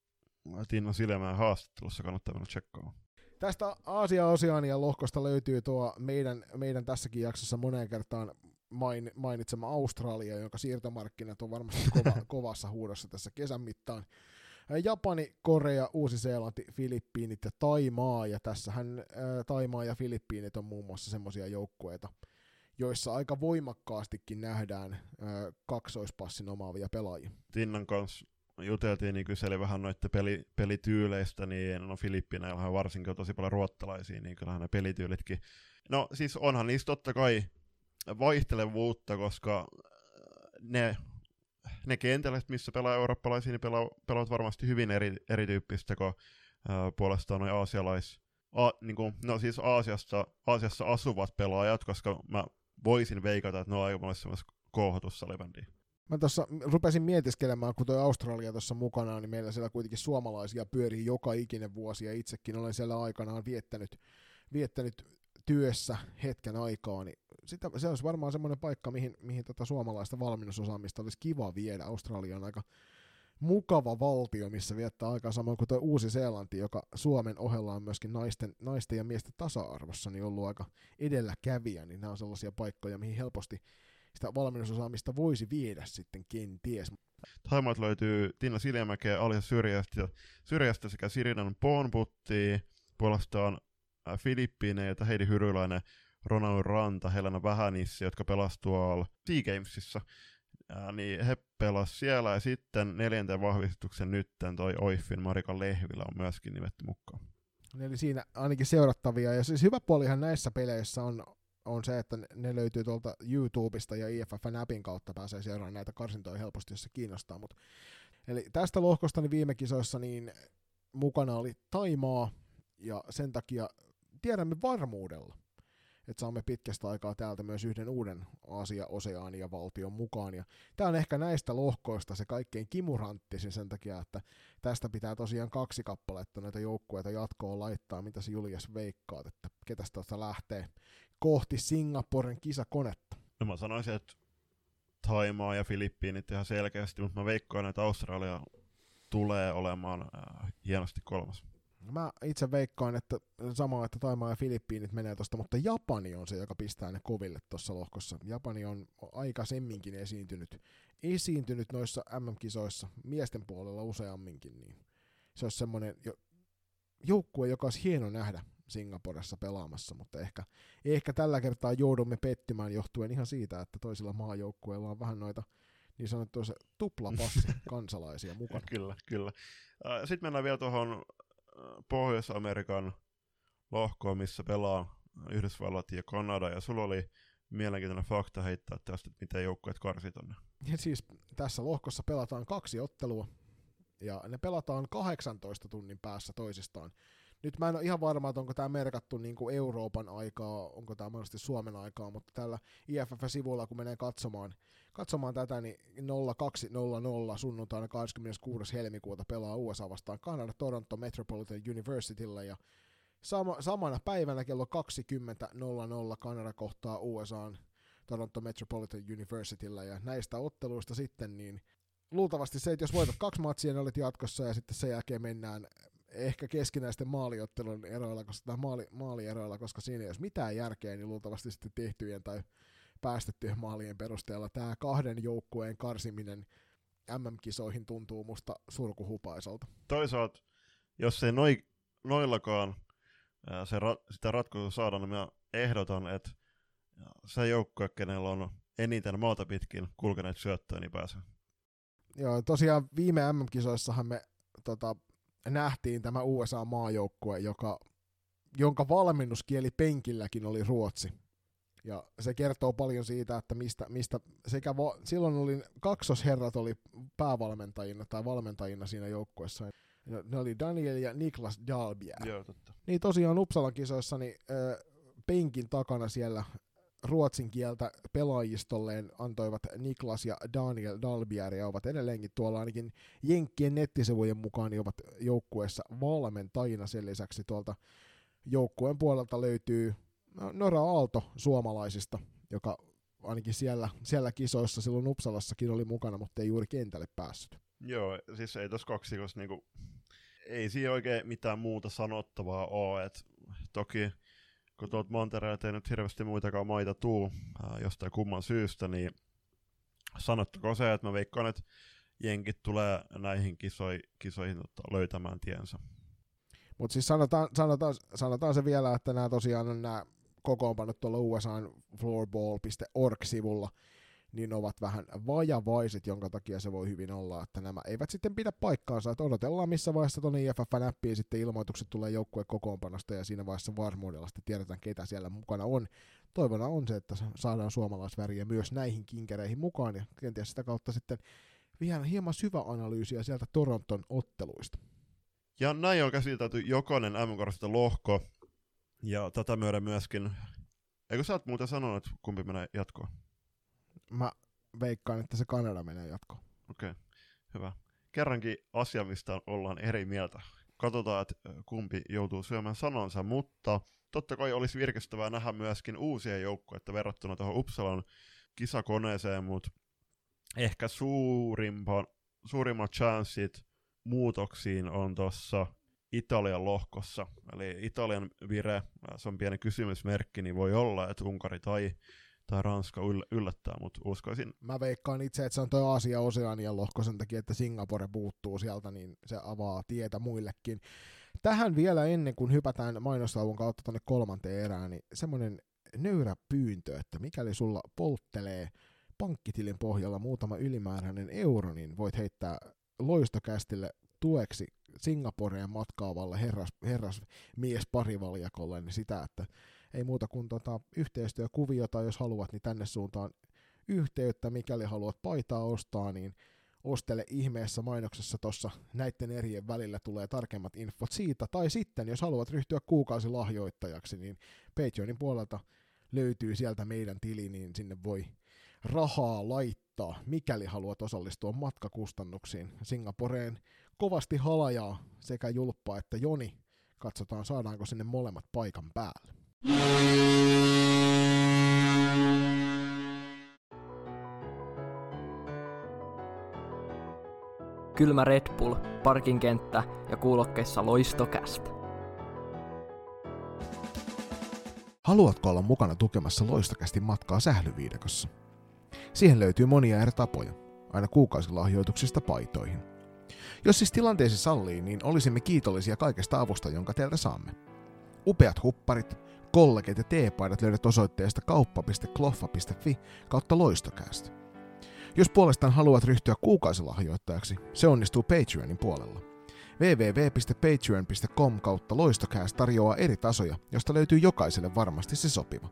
Tiina Silmään haastattelussa kannattaa mennä tsekkaamaan. Tästä Aasia-Oseanian lohkosta löytyy tuo meidän, meidän tässäkin jaksossa moneen kertaan main, mainitsema Australia, jonka siirtomarkkinat on varmasti kova, kovassa huudossa tässä kesän mittaan. Japani, Korea, Uusi-Seelanti, Filippiinit ja Taimaa, ja tässähän ää, Taimaa ja Filippiinit on muun muassa semmoisia joukkueita, joissa aika voimakkaastikin nähdään ää, kaksoispassin omaavia pelaajia. Tinnan kanssa juteltiin, niin kyseli vähän noiden peli, pelityyleistä, niin no Filippiineillähän varsinkin on tosi paljon ruottalaisia, niin kyllähän ne pelityylitkin. No siis onhan niistä totta kai vaihtelevuutta, koska ne... Ne kentälät, missä pelaa eurooppalaisia, niin pelaa, pelaavat varmasti hyvin eri, erityyppistä kuin ää, puolestaan noin aasialais, a, niin kuin, no siis Aasiassa, Aasiassa asuvat pelaajat, koska mä voisin veikata, että ne on aika monessa semmoista koohotussalibändiä. Mä tuossa rupesin mietiskelemään, kun toi Australia tuossa mukana, niin meillä siellä kuitenkin suomalaisia pyörii joka ikinen vuosi, ja itsekin olen siellä aikanaan viettänyt, viettänyt työssä hetken aikaa, niin sitä, se olisi varmaan semmoinen paikka, mihin, mihin tota suomalaista valmennusosaamista olisi kiva viedä. Australia on aika mukava valtio, missä viettää aikaa samoin kuin tuo Uusi-Seelanti, joka Suomen ohella on myöskin naisten, naisten ja miesten tasa-arvossa niin ollut aika edelläkävijä, niin nämä on sellaisia paikkoja, mihin helposti sitä valmennusosaamista voisi viedä sitten kenties. Thaimaat löytyy Tinna Siljamäkeä, Alisa Syrjästä, Syrjästä sekä Sirinan Poonputtia, puolestaan Filippiineiltä Heidi Hyryläinen, Ronald Ranta, Helena Vähänissi, jotka pelasivat tuolla SEA Gamesissa. Ja niin he pelasivat siellä, ja sitten neljänteen vahvistuksen nytten toi Oiffin Marika Lehvilä on myöskin nimetty mukaan. Eli siinä ainakin seurattavia, ja siis hyvä puolihan näissä peleissä on, on se, että ne löytyy tuolta YouTubesta ja I F F:n appin kautta pääsee seuraamaan näitä karsintoja helposti, jos se kiinnostaa. Mut. Eli tästä lohkosta niin viime kisoissa niin mukana oli Thaimaa, ja sen takia tiedämme varmuudella, että saamme pitkästä aikaa täältä myös yhden uuden Aasia-Oseania-valtion mukaan. Ja tämä on ehkä näistä lohkoista se kaikkein kimuranttisin sen takia, että tästä pitää tosiaan kaksi kappaletta näitä joukkueita jatkoon laittaa. Mitä se Julius veikkaat, että ketä tästä lähtee kohti Singaporen kisakonetta? No mä sanoisin, että Thaimaa ja Filippiinit ihan selkeästi, mutta mä veikkaan, että Australia tulee olemaan äh, hienosti kolmas. Mä itse veikkaan, että sama, että Thaimaa ja Filippiinit menee tosta, mutta Japani on se, joka pistää ne koville tuossa lohkossa. Japani on aikaisemminkin esiintynyt, esiintynyt noissa M M-kisoissa miesten puolella useamminkin, niin se olisi semmoinen jo, joukkue, joka olisi hieno nähdä Singaporessa pelaamassa, mutta ehkä, ehkä tällä kertaa joudumme pettymään johtuen ihan siitä, että toisilla maajoukkueilla on vähän noita niin sanottua se tuplapassi kansalaisia mukana. Kyllä, kyllä. Sitten mennään vielä tuohon Pohjois-Amerikan lohkoon, missä pelaa Yhdysvallat ja Kanada, ja sulla oli mielenkiintoinen fakta heittää tästä, että miten joukkueet karsi tonne. Ja siis tässä lohkossa pelataan kaksi ottelua, ja ne pelataan kahdeksantoista tunnin päässä toisistaan. Nyt mä en ole ihan varma, että onko tämä merkattu niin kuin Euroopan aikaa, onko tämä mahdollisesti Suomen aikaa, mutta täällä I F F-sivuilla, kun menee katsomaan, katsomaan tätä, niin nolla kaksi nolla nolla sunnuntaina kahdeskymmeneskuudes helmikuuta pelaa U S A vastaan Kanada Toronto Metropolitan Universityllä, ja sama, samana päivänä kello kaksikymmentä nolla nolla Kanada kohtaa U S A:n Toronto Metropolitan Universityllä, ja näistä otteluista sitten niin luultavasti se, että jos voitat kaksi matsia, ne olet jatkossa, ja sitten sen jälkeen mennään ehkä keskinäisten maaliottelun eroilla, koska, maali, maalieroilla, koska siinä ei olisi mitään järkeä, niin luultavasti sitten tehtyjen tai päästettyjen maalien perusteella tämä kahden joukkueen karsiminen M M-kisoihin tuntuu musta surkuhupaisalta. Toisaalta, jos ei noi, noillakaan ää, se ra, sitä ratkaisua saada, niin mä ehdotan, että se joukkue, kenellä on eniten maata pitkin kulkeneet syöttöä, niin pääsee. Joo, tosiaan viime M M-kisoissahan me tota, nähtiin tämä U S A-maajoukkue, joka, jonka valmennuskieli penkilläkin oli ruotsi. Ja se kertoo paljon siitä, että mistä, mistä sekä va- silloin oli kaksosherrat oli päävalmentajina tai valmentajina siinä joukkueessa. Ne oli Daniel ja Niklas Dalbjer. Joo, totta. Niin tosiaan Uppsalan kisoissa niin, äh, penkin takana siellä ruotsin kieltä pelaajistolleen antoivat Niklas ja Daniel Dalbjer ja ovat edelleenkin tuolla ainakin Jenkkien nettisivujen mukaan niin ovat joukkueessa valmentajina. Sen lisäksi tuolta joukkueen puolelta löytyy Nora Aalto suomalaisista, joka ainakin siellä, siellä kisoissa silloin Uppsalassakin oli mukana, mutta ei juuri kentälle päässyt. Joo, siis ei tuossa kaksikossa niinku, ei siinä oikein mitään muuta sanottavaa ole, et toki kun tuolta Montereelta ei nyt hirveästi muitakaan maita tuu ää, jostain kumman syystä, niin sanottakoon se, että mä veikkaan, että jenkit tulee näihin kisoi, kisoihin tota, löytämään tiensä. Mutta siis sanotaan, sanotaan, sanotaan se vielä, että nämä tosiaan on nämä kokoonpanot tuolla U S A:n floorball piste org-sivulla, niin ovat vähän vajavaiset, jonka takia se voi hyvin olla, että nämä eivät sitten pidä paikkaansa, että odotellaan missä vaiheessa tuonne I F F-näppiin sitten ilmoitukset tulee joukkueen kokoonpanosta ja siinä vaiheessa varmuudella sitten tiedetään, ketä siellä mukana on. Toivona on se, että saadaan suomalaisväriä myös näihin kinkereihin mukaan ja kenties sitä kautta sitten vielä hieman syvä analyysiä sieltä Toronton otteluista. Ja näin on käsitelty jokainen M M-karsinta lohko, ja tätä myöden myöskin, eikö sä oot muuten sanonut, että kumpi menee jatkoon? Mä veikkaan, että se Kanada menee jatkoon. Okei, okay, hyvä. Kerrankin asia, mistä ollaan eri mieltä. Katsotaan, että kumpi joutuu syömään sanonsa, mutta totta kai olisi virkistävää nähdä myöskin uusia joukkueita verrattuna tuohon Uppsalan kisakoneeseen, mutta ehkä suurimpaan suurimmat chanssit muutoksiin on tuossa Italian lohkossa. Eli Italian vire, se on pieni kysymysmerkki, niin voi olla, että Unkari tai, tai Ranska yllättää, mutta uskoisin. Mä veikkaan itse, että se on toi Aasia-Oseanian lohko sen takia, että Singapore puuttuu sieltä, niin se avaa tietä muillekin. Tähän vielä ennen kuin hypätään mainostauon kautta tonne kolmanteen erään, niin semmoinen nöyrä pyyntö, että mikäli sulla polttelee pankkitilin pohjalla muutama ylimääräinen euro, niin voit heittää Loistokästille tueksi Singaporeen matkaavalle herras, herrasmies parivaljakolle, niin sitä, että ei muuta kuin tota yhteistyökuviota, jos haluat, niin tänne suuntaan yhteyttä, mikäli haluat paitaa ostaa, niin ostele ihmeessä mainoksessa tuossa näiden erien välillä tulee tarkemmat infot siitä, tai sitten jos haluat ryhtyä kuukausilahjoittajaksi, niin Patreonin puolelta löytyy sieltä meidän tili, niin sinne voi rahaa laittaa, mikäli haluat osallistua matkakustannuksiin. Singaporeen kovasti halajaa sekä Julppa että Joni. Katsotaan, saadaanko sinne molemmat paikan päälle. Kylmä Red Bull, parkinkenttä ja kuulokkeissa Loistocast. Haluatko olla mukana tukemassa Loistocastin matkaa sählyviidakossa? Siihen löytyy monia eri tapoja, aina kuukausilahjoituksista paitoihin. Jos siis tilanteesi sallii, niin olisimme kiitollisia kaikesta avusta, jonka teiltä saamme. Upeat hupparit, kollegit ja teepaidat löydät osoitteesta kauppa piste kloffa piste fi kautta Loistocast. Jos puolestaan haluat ryhtyä kuukausilahjoittajaksi, se onnistuu Patreonin puolella. www piste patreon piste com kautta Loistocast tarjoaa eri tasoja, josta löytyy jokaiselle varmasti se sopiva.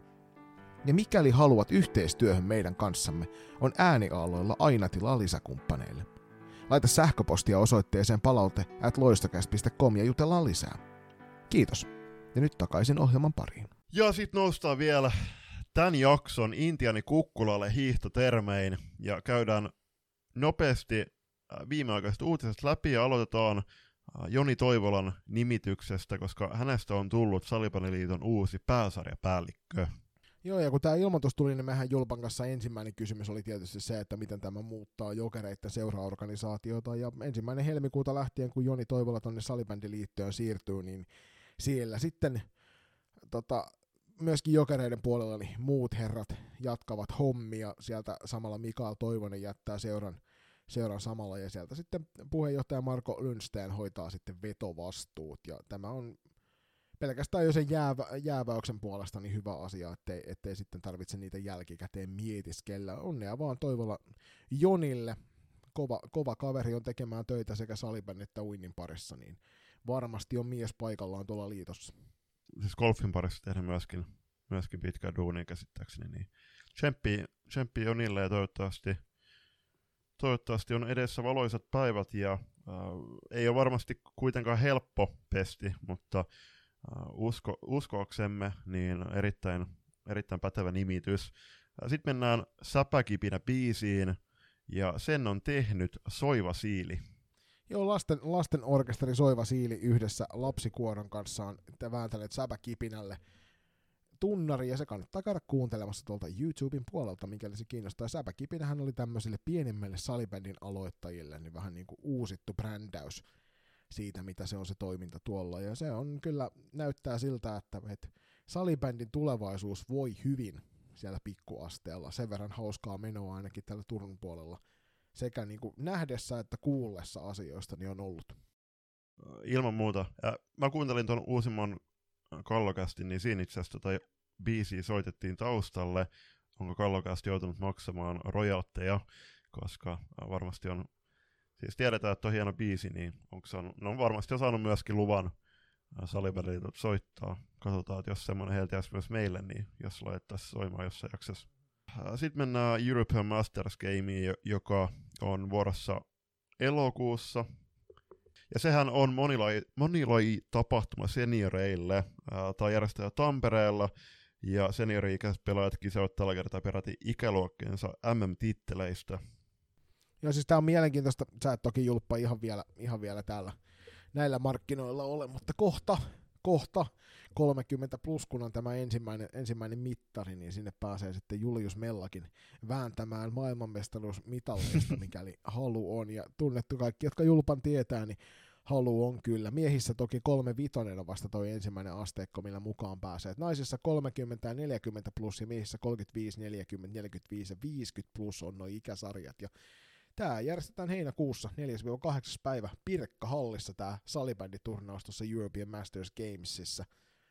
Ja mikäli haluat yhteistyöhön meidän kanssamme, on ääniaaloilla aina tilaa lisäkumppaneille. Laita sähköpostia osoitteeseen palaute at loistocast piste com ja jutellaan lisää. Kiitos. Ja nyt takaisin ohjelman pariin. Ja sit noustaan vielä tämän jakson Intiani kukkulalle hiihtotermein ja käydään nopeasti viimeaikaiset uutiset läpi ja aloitetaan Joni Toivolan nimityksestä, koska hänestä on tullut Salibändiliiton uusi pääsarjapäällikkö. Joo, ja kun tämä ilmoitus tuli, niin mehän Julpan kanssa ensimmäinen kysymys oli tietysti se, että miten tämä muuttaa Jokereiden seuraorganisaatiota, ja ensimmäinen helmikuuta lähtien, kun Joni Toivola tonne Salibändiliittoon siirtyy, niin siellä sitten tota, myöskin Jokereiden puolella niin muut herrat jatkavat hommia, sieltä samalla Mikael Toivonen jättää seuran, seuran samalla, ja sieltä sitten puheenjohtaja Marko Lundsten hoitaa sitten vetovastuut, ja tämä on pelkästään jo sen jäävä, jääväyksen puolesta niin hyvä asia, ettei, ettei sitten tarvitse niitä jälkikäteen mietiskellä. Onnea vaan Toivola Jonille. Kova, kova kaveri on tekemään töitä sekä salibändin että uinnin parissa, niin varmasti on mies paikallaan tuolla liitossa. Siis golfin parissa tehdään myöskin, myöskin pitkää duunia käsittääkseni. Niin tsemppi, tsemppi Jonille ja toivottavasti, toivottavasti on edessä valoisat päivät ja äh, ei ole varmasti kuitenkaan helppo pesti, mutta Uh, usko, uskoaksemme, niin erittäin, erittäin pätevä nimitys. Uh, Sitten mennään Säpäkipinä biisiin, ja sen on tehnyt Soiva Siili. Joo, lasten, lasten orkesteri Soiva Siili yhdessä lapsikuoron kanssa on vääntäneet Säpäkipinälle tunnari, ja se kannattaa käydä kuuntelemassa tuolta YouTuben puolelta, mikäli se kiinnostaa. Säpäkipinähän oli tämmöisille pienemmille salibändin aloittajille niin vähän niin kuin uusittu brändäys siitä, mitä se on se toiminta tuolla, ja se on kyllä, näyttää siltä, että et salibändin tulevaisuus voi hyvin siellä pikkuasteella, sen verran hauskaa menoa ainakin tällä Turun puolella, sekä niin kuin nähdessä että kuullessa asioista niin on ollut. Ilman muuta. Ja mä kuuntelin tuon uusimman Kallokästin, niin siinä itse asiassa tota biisiä soitettiin taustalle, onko Kallokäst joutunut maksamaan rojalteja, koska varmasti on siis tiedetään, että on hieno biisi, niin onko saanut, no varmasti on saanut myöskin luvan Salibändiliitot soittaa. Katsotaan, että jos semmoinen heiltä jäisi myös meille, niin jos laitettaisiin soimaan jossain jaksossa. Sitten mennään European Masters Gameen, joka on vuorossa elokuussa. Ja sehän on monilaji, monilaji tapahtuma senioreille. Tämä järjestetään Tampereella, ja seniori-ikäiset pelaajat kisaavat tällä kertaa peräti ikäluokkiensa M M-titteleistä. Joo, siis tää on mielenkiintoista, sä et toki Julppa ihan vielä, ihan vielä täällä näillä markkinoilla ole, mutta kohta, kohta kolmekymmentä plus, kun on tämä ensimmäinen, ensimmäinen mittari, niin sinne pääsee sitten Julius Mellakin vääntämään maailmanmestaruusmitalleista, mikäli halu on. Ja tunnettu kaikki, jotka Julpan tietää, niin halu on kyllä. Miehissä toki kolme vitonen on vasta toi ensimmäinen asteikko, millä mukaan pääsee. Et naisissa kolmekymmentä ja neljäkymmentä plus ja miehissä kolmekymmentäviisi, neljäkymmentä, neljäkymmentäviisi ja viisikymmentä plus on noi ikäsarjat. Ja tää järjestetään heinäkuussa neljäs kahdeksas päivä Pirkka-hallissa tää salibänditurnaus tuossa European Masters Gamesissa.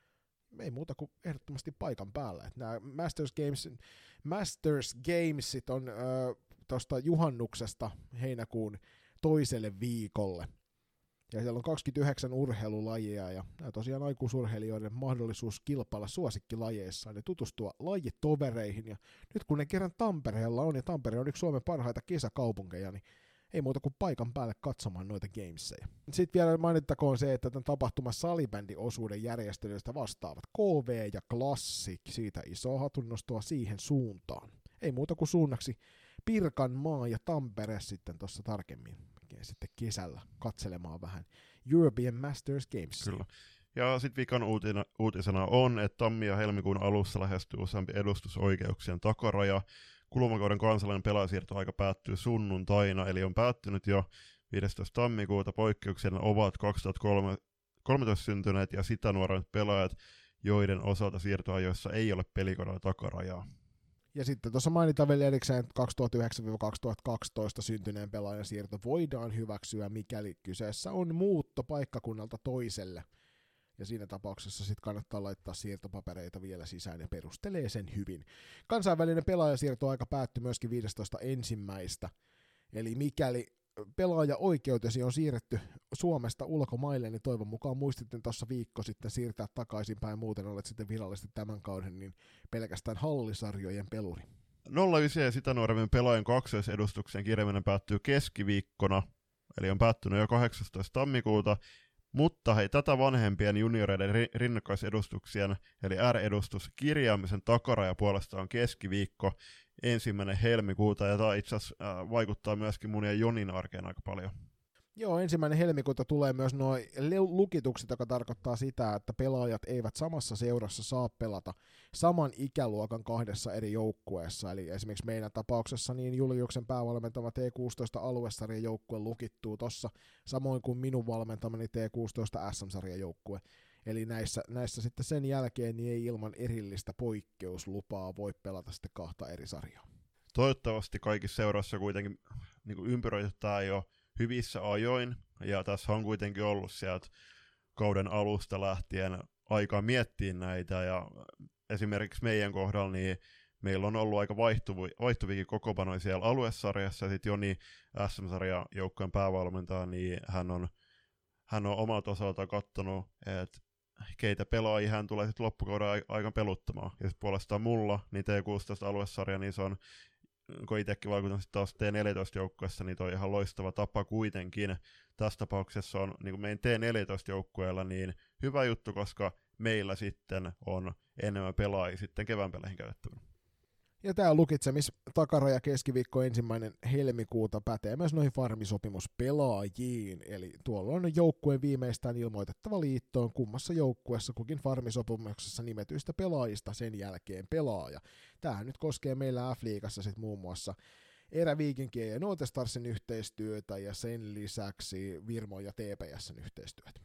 Ei muuta kuin ehdottomasti paikan päällä. Nämä Masters, Games, Masters Gamesit on öö, tuosta juhannuksesta heinäkuun toiselle viikolle. Ja siellä on kaksikymmentäyhdeksän urheilulajia ja tosiaan aikuisurheilijoiden mahdollisuus kilpailla suosikkilajeissaan ja tutustua lajitovereihin. Ja nyt kun ne kerran Tampereella on, ja Tampere on yksi Suomen parhaita kesäkaupunkeja, niin ei muuta kuin paikan päälle katsomaan noita gameseja. Sitten vielä mainittakoon se, että tämän tapahtuman salibändiosuuden järjestelyistä vastaavat K V ja Classic, siitä isoa hatunnostoa siihen suuntaan. Ei muuta kuin suunnaksi Pirkanmaa ja Tampere sitten tuossa tarkemmin sitten kesällä katselemaan vähän European Masters Games. Kyllä. Ja sitten viikon uutina, uutisena on, että tammi- ja helmikuun alussa lähestyy useampi edustusoikeuksien takaraja. Kulumakauden kansallinen pelaajasiirtoaika päättyy sunnuntaina, eli on päättynyt jo viidestoista tammikuuta. Poikkeuksena ovat kaksituhattakolmetoista syntyneet ja sitä nuoremmat pelaajat, joiden osalta siirtoajoissa ei ole pelikoneella takarajaa. Ja sitten tuossa mainitaan vielä erikseen, että kaksituhattayhdeksän kaksituhattakaksitoista syntyneen pelaajan siirto voidaan hyväksyä, mikäli kyseessä on muutto paikkakunnalta toiselle. Ja siinä tapauksessa sitten kannattaa laittaa siirtopapereita vielä sisään ja perustelee sen hyvin. Kansainvälinen pelaajasiirtoaika päättyi myöskin viidestoista ensimmäistä. Eli mikäli pelaaja-oikeutesi on siirretty Suomesta ulkomaille, niin toivon mukaan muistitte tuossa viikko sitten siirtää takaisinpäin, muuten olet sitten virallisesti tämän kauden niin pelkästään hallisarjojen peluri. nolla yhdeksän ja sitä nuoremmin pelaajan kaksoisedustuksen kirjaaminen päättyy keskiviikkona, eli on päättynyt jo kahdeksastoista tammikuuta, mutta hei, tätä vanhempien junioreiden rinnakkaisedustuksien, eli R-edustus, kirjaamisen takaraja puolestaan on keskiviikko, ensimmäinen helmikuuta, ja tämä itse asiassa äh, vaikuttaa myöskin mun ja Jonin arkeen aika paljon. Joo, ensimmäinen helmikuuta tulee myös nuo lukitukset, joka tarkoittaa sitä, että pelaajat eivät samassa seurassa saa pelata saman ikäluokan kahdessa eri joukkueessa. Eli esimerkiksi meidän tapauksessa niin Juliuksen päävalmentama T kuusitoista aluesarjan joukkue lukittuu tossa, samoin kuin minun valmentamani T kuusitoista S M-sarjan joukkue. Eli näissä, näissä sitten sen jälkeen niin ei ilman erillistä poikkeuslupaa voi pelata sitten kahta eri sarjaa. Toivottavasti kaikissa seuroissa kuitenkin niin ympyröitetään jo hyvissä ajoin, ja tässä on kuitenkin ollut sieltä kauden alusta lähtien aikaa miettiä näitä, ja esimerkiksi meidän kohdalla niin meillä on ollut aika vaihtuvi, vaihtuvikin kokoonpanoja siellä aluesarjassa, ja sitten Joni S M-sarjan joukkojen päävalmentaja, niin hän on, hän on omalta osaltaan katsonut, että keitä pelaajia hän tulee sitten loppukauden aikana peluttamaan. Ja sitten puolestaan mulla, niin T kuusitoista aluesarja, niin se on, kun itsekin vaikutan sitten taas T neljätoista joukkueessa, niin toi on ihan loistava tapa kuitenkin. Tässä tapauksessa on niin kuin meidän T neljätoista joukkueella niin hyvä juttu, koska meillä sitten on enemmän pelaajia sitten kevään peleihin käytettävänä. Ja tämä lukitsemis takaraja keskiviikko ensimmäinen helmikuuta pätee myös noihin farmisopimuspelaajiin, eli tuolla on joukkueen viimeistään ilmoitettava liittoon kummassa joukkueessa kukin farmisopimuksessa nimetyistä pelaajista sen jälkeen pelaaja. Tämähän nyt koskee meillä F-liigassa sitten muun muassa Eräviikinkien ja Notestarsin yhteistyötä ja sen lisäksi Virmo ja T P S:n yhteistyötä.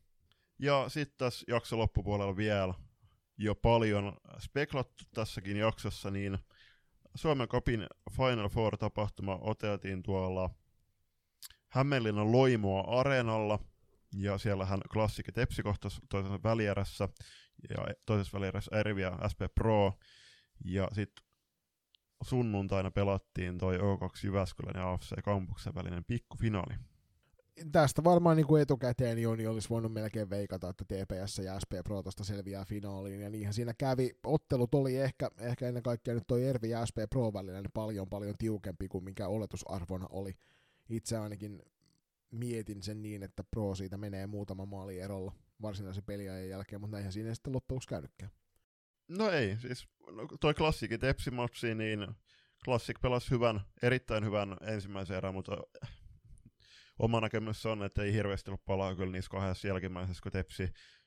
Ja sitten tässä jakson loppupuolella vielä jo paljon speklattu tässäkin jaksossa, niin Suomen Cupin Final Four-tapahtuma oteltiin tuolla Hämeenlinnan Loimoa Areenalla, ja siellähän Classic ja Tepsi kohtasi toisessa välierässä, ja toisessa välierässä Ervi ja S P Pro, ja sitten sunnuntaina pelattiin toi O kaksi Jyväskylän ja A F C Kampuksen välinen pikkufinaali. Tästä varmaan niin kuin etukäteen Joni olisi voinut melkein veikata, että T P S ja S P Pro tosta selviää finaaliin, ja niinhän siinä kävi. Ottelut oli ehkä, ehkä ennen kaikkea nyt toi Ervi ja S P Pro välillä niin paljon paljon tiukempi kuin mikä oletusarvona oli. Itse ainakin mietin sen niin, että Pro siitä menee muutama maali erolla varsinaisen peliajan jälkeen, mutta näinhän siinä ei sitten loppujen käynytkään. No ei, siis toi Classicin Tepsi-matsi, niin Classic pelasi hyvän, erittäin hyvän ensimmäisen erän, mutta oma näkemys on, että ei hirveästi ollut palaa kyllä niissä kahdessa jälkimmäisessä, kun Tepsi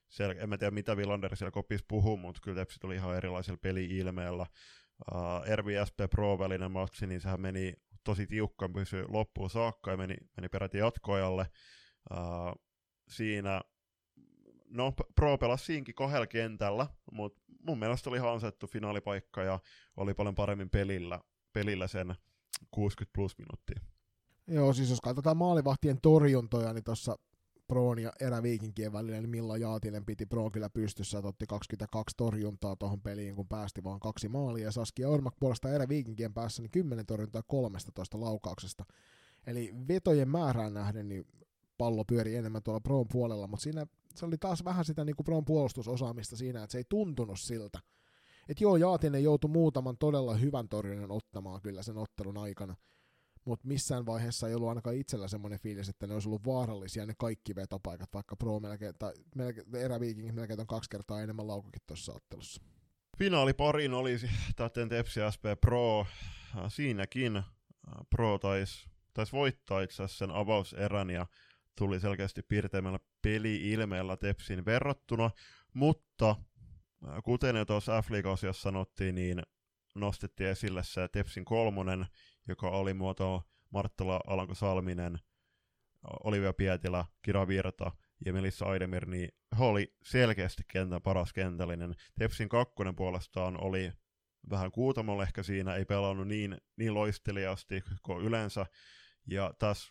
sel- en mä tiedä mitä Wilander siellä kopissa puhuu, mutta kyllä Tepsi tuli ihan erilaisella peli-ilmeellä. Uh, R V S P Pro välinen matsi, niin sehän meni tosi tiukkaan, pysyi loppuun saakka ja meni, meni peräti jatkoajalle. Uh, siinä, no Pro pelasi siinkin kahdella kentällä, mutta mun mielestä oli ihan ansaittu finaalipaikka ja oli paljon paremmin pelillä, pelillä sen kuusikymmentä plus minuuttia. Joo, siis jos katsotaan maalivahtien torjuntoja, niin tuossa Proon ja eräviikinkien välillä, niin Milla Jaatinen piti Pro kyllä pystyssä, että otti kaksikymmentäkaksi torjuntaa tuohon peliin, kun päästi vaan kaksi maalia, ja Saskia Ormak puolestaan eräviikinkien päässä niin kymmenen torjuntaa kolmetoista laukauksesta. Eli vetojen määrään nähden, niin pallo pyöri enemmän tuolla Proon puolella, mutta siinä se oli taas vähän sitä niin kuin Proon puolustusosaamista siinä, että se ei tuntunut siltä. Että joo, Jaatinen joutui muutaman todella hyvän torjunnan ottamaan kyllä sen ottelun aikana, mutta missään vaiheessa ei ollut ainakaan itsellä semmoinen fiilis, että ne olisi ollut vaarallisia ne kaikki vetopaikat, vaikka Pro melkein, tai melkein, eräviikingit melkein on kaksi kertaa enemmän laukakin tuossa ottelussa. Finaaliparin olisi täten Tepsi S P Pro. Siinäkin Pro taisi tais voittaa itse asiassa sen avauserän ja tuli selkeästi piirteimmällä peli-ilmeellä Tepsiin verrattuna, mutta kuten jo tuossa F-liiga-osiossa sanottiin, niin nostettiin esille se Tepsin kolmonen, joka oli muoto Marttala, Alanko Salminen, Olivia Pietilä, Kira Virta ja Melissa Aidemir, niin he oli selkeästi kentän paras kentällinen. Tepsin kakkonen puolestaan oli vähän Kuutamolla ehkä siinä, ei pelannut niin, niin loisteliaasti kuin yleensä. Ja tässä,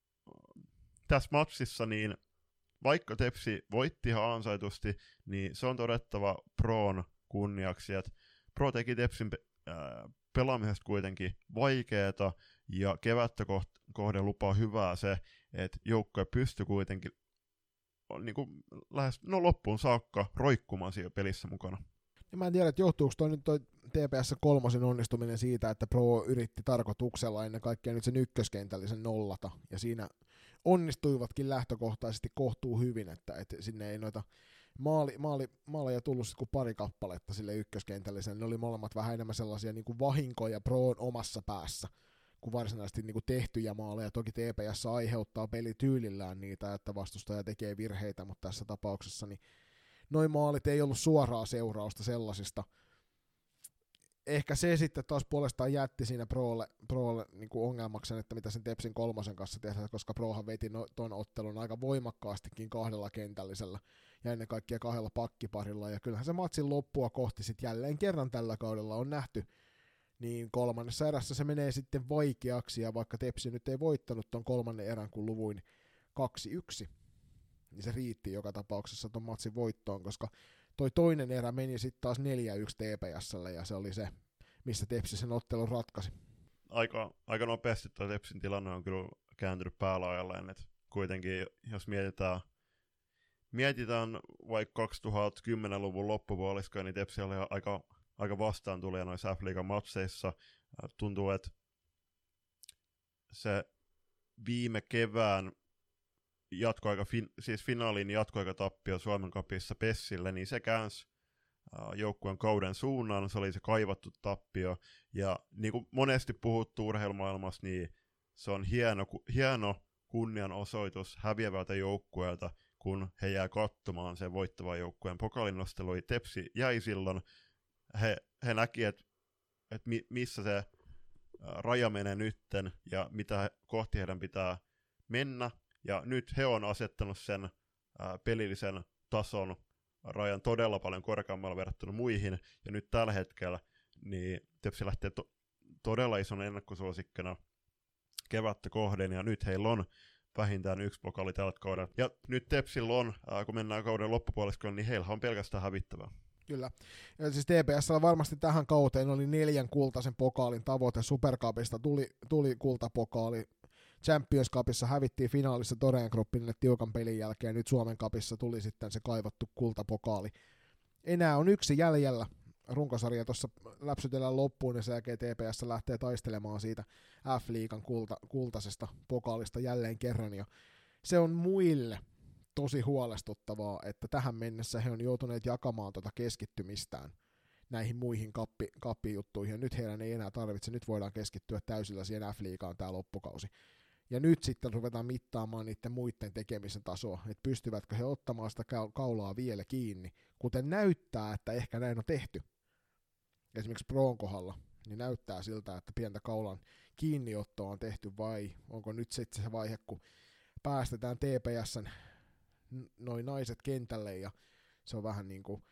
tässä matsissa, niin vaikka Tepsi voitti ihan ansaitusti, niin se on todettava Proon kunniaksi, että Pro teki Tepsin äh, pelaamisesta kuitenkin vaikeeta, ja kevättä kohden lupaa hyvää se, että joukkoja pystyi kuitenkin niin kuin lähes no loppuun saakka roikkumaan siinä pelissä mukana. Ja mä en tiedä, että johtuuko toi nyt toi T P S kolmosen onnistuminen siitä, että Pro yritti tarkoituksella ennen kaikkea nyt sen ykköskentällisen nollata, ja siinä onnistuivatkin lähtökohtaisesti kohtuu hyvin, että, että sinne ei noita maali, maali, maaleja tullut sitten kuin pari kappaletta sille ykköskentällisen. Ne oli molemmat vähän enemmän sellaisia niin kuin vahinkoja Proon omassa päässä, kuin varsinaisesti niin kuin tehtyjä maaleja. Toki T P S aiheuttaa pelityylillään niitä, että vastustaja tekee virheitä, mutta tässä tapauksessa niin noin maalit ei ollut suoraa seurausta sellaisista. Ehkä se sitten taas puolestaan jätti siinä Prolle, Prolle niin kuin ongelmaksen, että mitä sen Tepsin kolmosen kanssa tehdään, koska Prohan veti no, ton ottelun aika voimakkaastikin kahdella kentällisellä ja ennen kaikkea kahdella pakkiparilla. Ja kyllähän se matsin loppua kohti sitten jälleen kerran tällä kaudella on nähty, niin kolmannessa erässä se menee sitten vaikeaksi, ja vaikka Tepsi nyt ei voittanut ton kolmannen erän, kun luvuin kaksi yksi, niin se riitti joka tapauksessa ton matsin voittoon, koska toi toinen erä meni sitten taas neljä yksi T P S:lle, ja se oli se, missä Tepsi sen ottelun ratkaisi. Aika, aika nopeasti tuo Tepsin tilanne on kyllä kääntynyt päälaajalleen, että kuitenkin jos mietitään, mietitään vaikka kaksituhattakymmenluvun loppupuoliskoa, niin Tepsi oli aika, aika vastaan tulija noissa F-liigan matseissa. Tuntuu, että se viime kevään jatkoaika, fin, siis finaalin jatkoaikatappio Suomen Cupissa Pessille, niin se käänsi uh, joukkueen kauden suunnan, se oli se kaivattu tappio, ja niin kuin monesti puhuttu urheilumaailmassa, niin se on hieno, hieno kunnianosoitus häviävältä joukkueelta, kun he jää katsomaan sen voittavan joukkueen pokaalinostelua. Tepsi jäi silloin, he, he näki, että et mi, missä se uh, raja menee nytten, ja mitä kohti heidän pitää mennä, ja nyt he on asettanut sen ää, pelillisen tason rajan todella paljon korkeammalla verrattuna muihin, ja nyt tällä hetkellä niin Tepsi lähtee to- todella ison ennakkosuosikkina kevättä kohden, ja nyt heillä on vähintään yksi pokaali tältä kaudella. Ja nyt Tepsillä on, ää, kun mennään kauden loppupuoliskoon, niin heillä on pelkästään hävittävää. Kyllä. Ja siis T P S:llä varmasti tähän kauteen oli neljän kultaisen pokaalin tavoite. Supercupista tuli, tuli kultapokaali. Champions Cupissa hävittiin finaalissa Toreen Groupinille tiukan pelin jälkeen, nyt Suomen Cupissa tuli sitten se kaivattu kultapokaali. Enää on yksi jäljellä, runkosarja tuossa läpsytellään loppuun, ja sen jälkeen T P S lähtee taistelemaan siitä F-liigan kulta, kultaisesta pokaalista jälleen kerran, ja se on muille tosi huolestuttavaa, että tähän mennessä he on joutuneet jakamaan tuota keskittymistään näihin muihin kappi, kappijuttuihin, ja nyt heidän ei enää tarvitse, nyt voidaan keskittyä täysillä siihen F-liigaan tämä loppukausi. Ja nyt sitten ruvetaan mittaamaan niiden muiden tekemisen tasoa, että pystyvätkö he ottamaan sitä kaulaa vielä kiinni, kuten näyttää, että ehkä näin on tehty. Esimerkiksi Proon kohdalla, niin näyttää siltä, että pientä kaulan kiinniottoa on tehty, vai onko nyt sitten se vaihe, kun päästetään T P S:n noi naiset kentälle, ja se on vähän niin kuin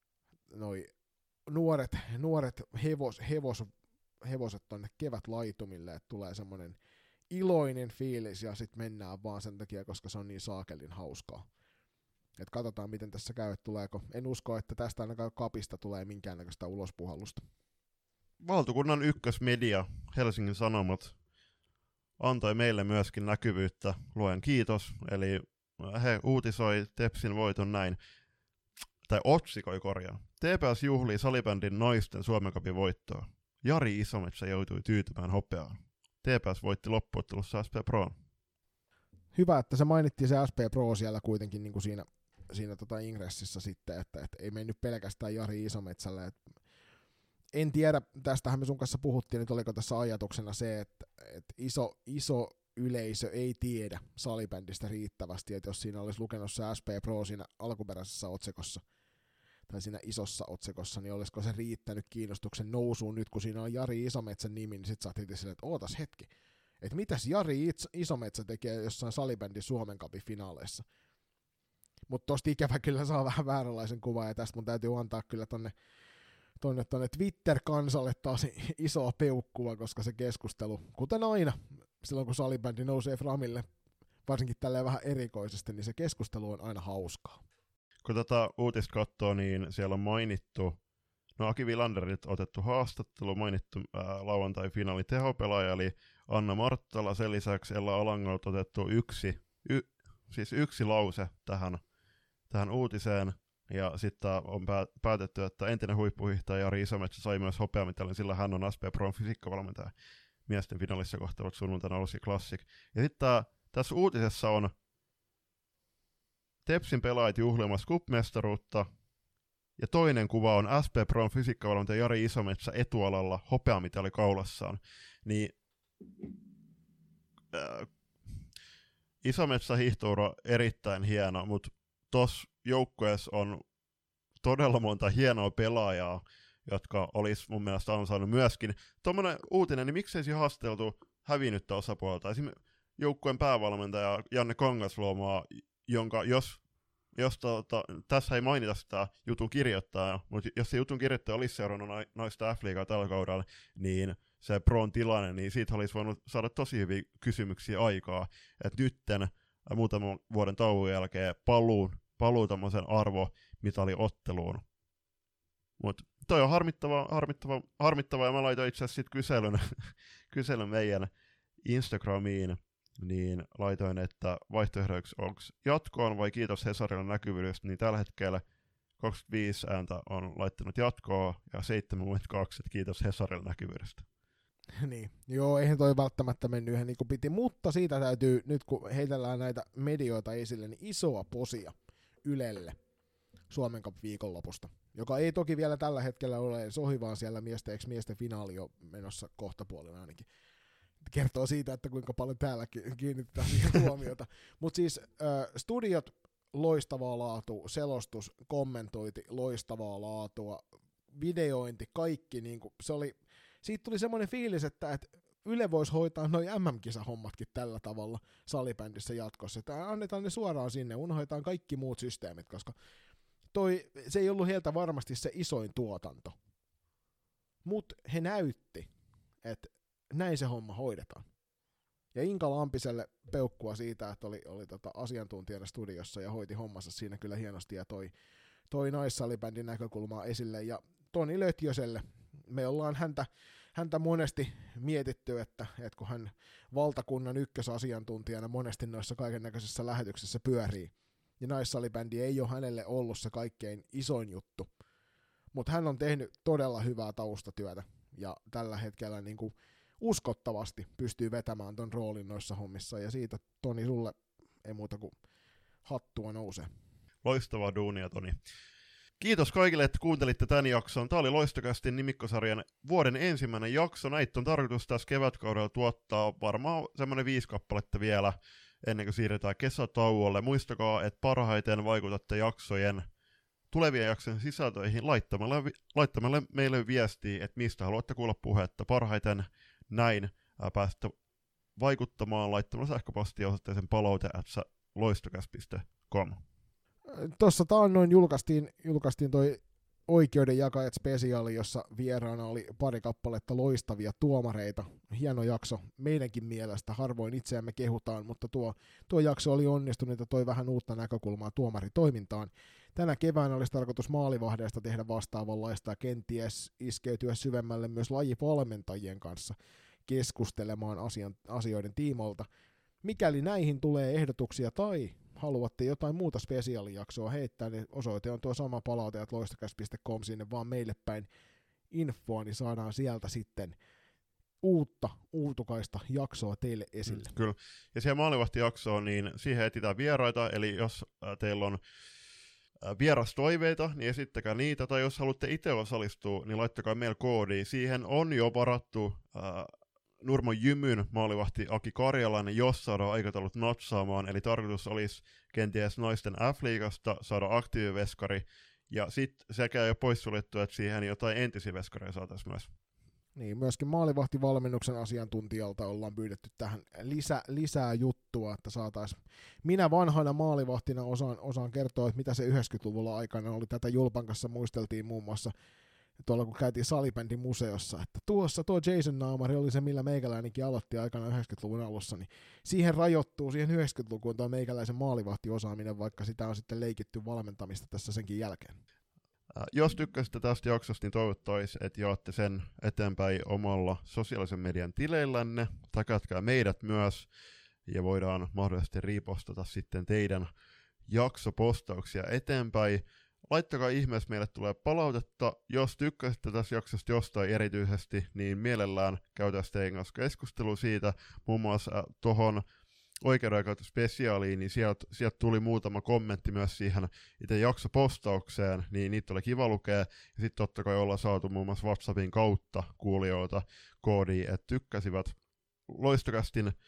noi nuoret, nuoret hevos, hevos, hevoset tonne kevätlaitumille, että tulee semmoinen iloinen fiilis, ja sitten mennään vaan sen takia, koska se on niin saakelin hauskaa. Et katsotaan, miten tässä käy, tuleeko. En usko, että tästä ainakaan kapista tulee minkäännäköistä ulospuhallusta. Valtakunnan ykkösmedia, Helsingin Sanomat, antoi meille myöskin näkyvyyttä, luojan kiitos, eli he uutisoi Tepsin voiton näin, tai otsikoi korjaa. T P S juhlii salibändin naisten Suomen Cupin voittoa. Jari Isometsä joutui tyytymään hopeaan. T P S voitti loppuottelussa S P Pro. Hyvä, että se mainittiin se S P Pro siellä kuitenkin niin kuin siinä, siinä tota ingressissä sitten, että, että ei mennyt pelkästään Jari Isometsälle. Että en tiedä, tästähän me sun kanssa puhuttiin, että oliko tässä ajatuksena se, että, että iso, iso yleisö ei tiedä salibändistä riittävästi, että jos siinä olisi lukenut se S P Pro siinä alkuperäisessä otsikossa, tai siinä isossa otsikossa, niin olisiko se riittänyt kiinnostuksen nousuun nyt, kun siinä on Jari Isometsän nimi, niin sit sä oot heti silleen, että ootas hetki, että mitäs Jari Isometsä tekee jossain salibändin Suomen Cupin finaaleissa. Mutta tosta ikävä kyllä saa vähän vääränlaisen kuvan, ja tästä mun täytyy antaa kyllä tonne, tonne, tonne Twitter-kansalle taas isoa peukkua, koska se keskustelu, kuten aina, silloin kun salibändi nousee framille, varsinkin tälleen vähän erikoisesti, niin se keskustelu on aina hauskaa. Kun tätä uutista katsoo, niin siellä on mainittu, no Aki Vilanderit otettu haastattelu, mainittu ää, lauantai-finaalin tehopelaaja, eli Anna Marttala, sen lisäksi Ella Alangolta otettu yksi, y, siis yksi lause tähän, tähän uutiseen, ja sitten on päätetty, että entinen huippuhiihtäjä Jari Isometsä sai myös hopeamitalin, sillä hän on S P Pro:n fysiikkavalmentaja. Miesten finaalissa kohtavat sunnuntaina Olsi Classic. Ja sitten tässä uutisessa on Tepsin pelaajat juhlimassa cup-mestaruutta, ja toinen kuva on S P Pro:n fysiikkavalmentaja Jari Isometsä etualalla hopeamitali kaulassaan. Niin äh, Isometsä hiihtoura erittäin hieno, mutta tuossa joukkueessa on todella monta hienoa pelaajaa, jotka olisi mun mielestä ansainnut myöskin. Tuommoinen uutinen, niin miksei se haasteltu hävinnyttä osapuolta. Esimerkiksi joukkueen päävalmentaja Janne Kangasluomaa, jonka jos, jos tota, tässä ei mainita sitä jutun kirjoittajaa, mutta jos se jutun kirjoittaja olisi seurannut naista F-liigaa tällä kaudella, niin se Proon tilanne, niin siitä olisi voinut saada tosi hyviä kysymyksiä aikaa. Että nytten muutaman vuoden tauon jälkeen paluu, paluu tämmöisen arvomitaliotteluun. Mutta toi on harmittava, harmittava, harmittava, ja mä laitoin itse asiassa sit kyselyn, kyselyn meidän Instagramiin, niin laitoin, että vaihtoehdoiksi onko jatkoon vai kiitos Hesarille näkyvyydestä, niin tällä hetkellä kaksikymmentäviisi ääntä on laittanut jatkoa ja seitsemänkymmentäkaksi, että kiitos Hesarille näkyvyydestä. Niin, joo, eihän toi välttämättä mennyt ihan niin kuin piti, mutta siitä täytyy, nyt kun heitellään näitä medioita esille, niin isoa posia Ylelle Suomen Cup viikonlopusta, joka ei toki vielä tällä hetkellä ole sohi, vaan siellä miesten, eikö miesten finaali on menossa kohtapuolella ainakin. Kertoo siitä, että kuinka paljon täällä kiinnitetään siihen huomiota. Mutta siis äh, studiot, loistavaa laatua, selostus, kommentointi, loistavaa laatua, videointi, kaikki, niinku, se oli, siitä tuli semmoinen fiilis, että et Yle voisi hoitaa noi M M-kisahommatkin tällä tavalla salibändissä jatkossa, että annetaan ne suoraan sinne, unohdetaan kaikki muut systeemit, koska toi, se ei ollut heiltä varmasti se isoin tuotanto, mutta he näytti, että näin se homma hoidetaan. Ja Inka Lampiselle peukkua siitä, että oli, oli tota asiantuntijana studiossa ja hoiti hommansa siinä kyllä hienosti ja toi, toi naissalibändin näkökulmaa esille. Ja Toni Lötjöselle, me ollaan häntä, häntä monesti mietitty, että, että kun hän valtakunnan ykkösasiantuntijana monesti noissa kaikennäköisissä lähetyksissä pyörii, ja naissalibändi ei ole hänelle ollut se kaikkein isoin juttu, mutta hän on tehnyt todella hyvää taustatyötä, ja tällä hetkellä niin kuin uskottavasti pystyy vetämään ton roolin noissa hommissa, ja siitä Toni sulle ei muuta kuin hattua nousee. Loistavaa duunia, Toni. Kiitos kaikille, että kuuntelitte tämän jakson. Tämä oli Loistokästin nimikkosarjan vuoden ensimmäinen jakso. Näitä on tarkoitus tässä kevätkaudella tuottaa varmaan semmoinen viisi kappaletta vielä ennen kuin siirrytään kesätauolle. Muistakaa, että parhaiten vaikutatte jaksojen, tulevien jaksojen sisältöihin laittamalla, laittamalla meille viestiä, että mistä haluatte kuulla puhetta. Parhaiten näin ää, päästä vaikuttamaan laittamalla sähköpostia osoitteeseen palaute at loistokäs piste com. Tuossa taannoin julkaistiin, julkaistiin toi Oikeudenjakajat spesiaali, jossa vieraana oli pari kappaletta loistavia tuomareita. Hieno jakso meidänkin mielestä, harvoin itseämme kehutaan, mutta tuo, tuo jakso oli onnistunut ja toi vähän uutta näkökulmaa tuomaritoimintaan. Tänä keväänä olisi tarkoitus maalivahdeista tehdä vastaavanlaista ja kenties iskeytyä syvemmälle myös lajivalmentajien kanssa keskustelemaan asian, asioiden tiimolta. Mikäli näihin tulee ehdotuksia tai haluatte jotain muuta spesiaalijaksoa heittää, niin osoite on tuo sama palaute, että loistokäs piste com, sinne vaan meille päin infoa, niin saadaan sieltä sitten uutta, uutukaista jaksoa teille esille. Mm, kyllä, ja siihen maalivahtijaksoon, niin siihen etsitään vieraita, eli jos äh, teillä on äh, vierastoiveita, niin esittäkää niitä, tai jos haluatte itse osallistua, niin laittakaa meille koodi. Siihen on jo varattu äh, Nurmo Jymyn maalivahti Aki Karjalainen, jos saadaan aikataulut natsaamaan, eli tarkoitus olisi kenties naisten F-liigasta saada aktiiviveskari, ja sitten sekä jo poissuljettu, että siihen jotain entisiä veskareja saataisiin myös. Niin, myöskin maalivahtivalmennuksen asiantuntijalta ollaan pyydetty tähän lisä, lisää juttua, että saataisiin. Minä vanhana maalivahtina osaan, osaan kertoa, että mitä se yhdeksänkymmentäluvulla aikana oli. Tätä Julpan kanssa muisteltiin muun muassa tuolla, kun käytiin salibändin museossa, että tuossa tuo Jason Naamari oli se, millä meikäläinenkin aloitti aikana yhdeksänkymmentäluvun alussa, niin siihen rajoittuu, siihen yhdeksänkymmentälukuun tuo meikäläisen maalivahtiosaaminen, vaikka sitä on sitten leikitty valmentamista tässä senkin jälkeen. Jos tykkäsitte tästä jaksosta, niin toivottavasti, että jaatte sen eteenpäin omalla sosiaalisen median tileillänne. Tagatkaa meidät myös, ja voidaan mahdollisesti ripostata sitten teidän jaksopostauksia eteenpäin. Laittakaa ihmeessä, meille tulee palautetta. Jos tykkäsitte tästä jaksosta jostain erityisesti, niin mielellään käydään teidän kanssa keskustelua siitä. Muun muassa äh, tuohon Oikeudenjakajat spesiaaliin, niin sieltä sielt tuli muutama kommentti myös siihen itse jaksopostaukseen, niin niitä oli kiva lukea. Ja sitten totta kai ollaan saatu muun muassa WhatsAppin kautta kuulijoilta koodia, että tykkäsivät. Loistokästin äh,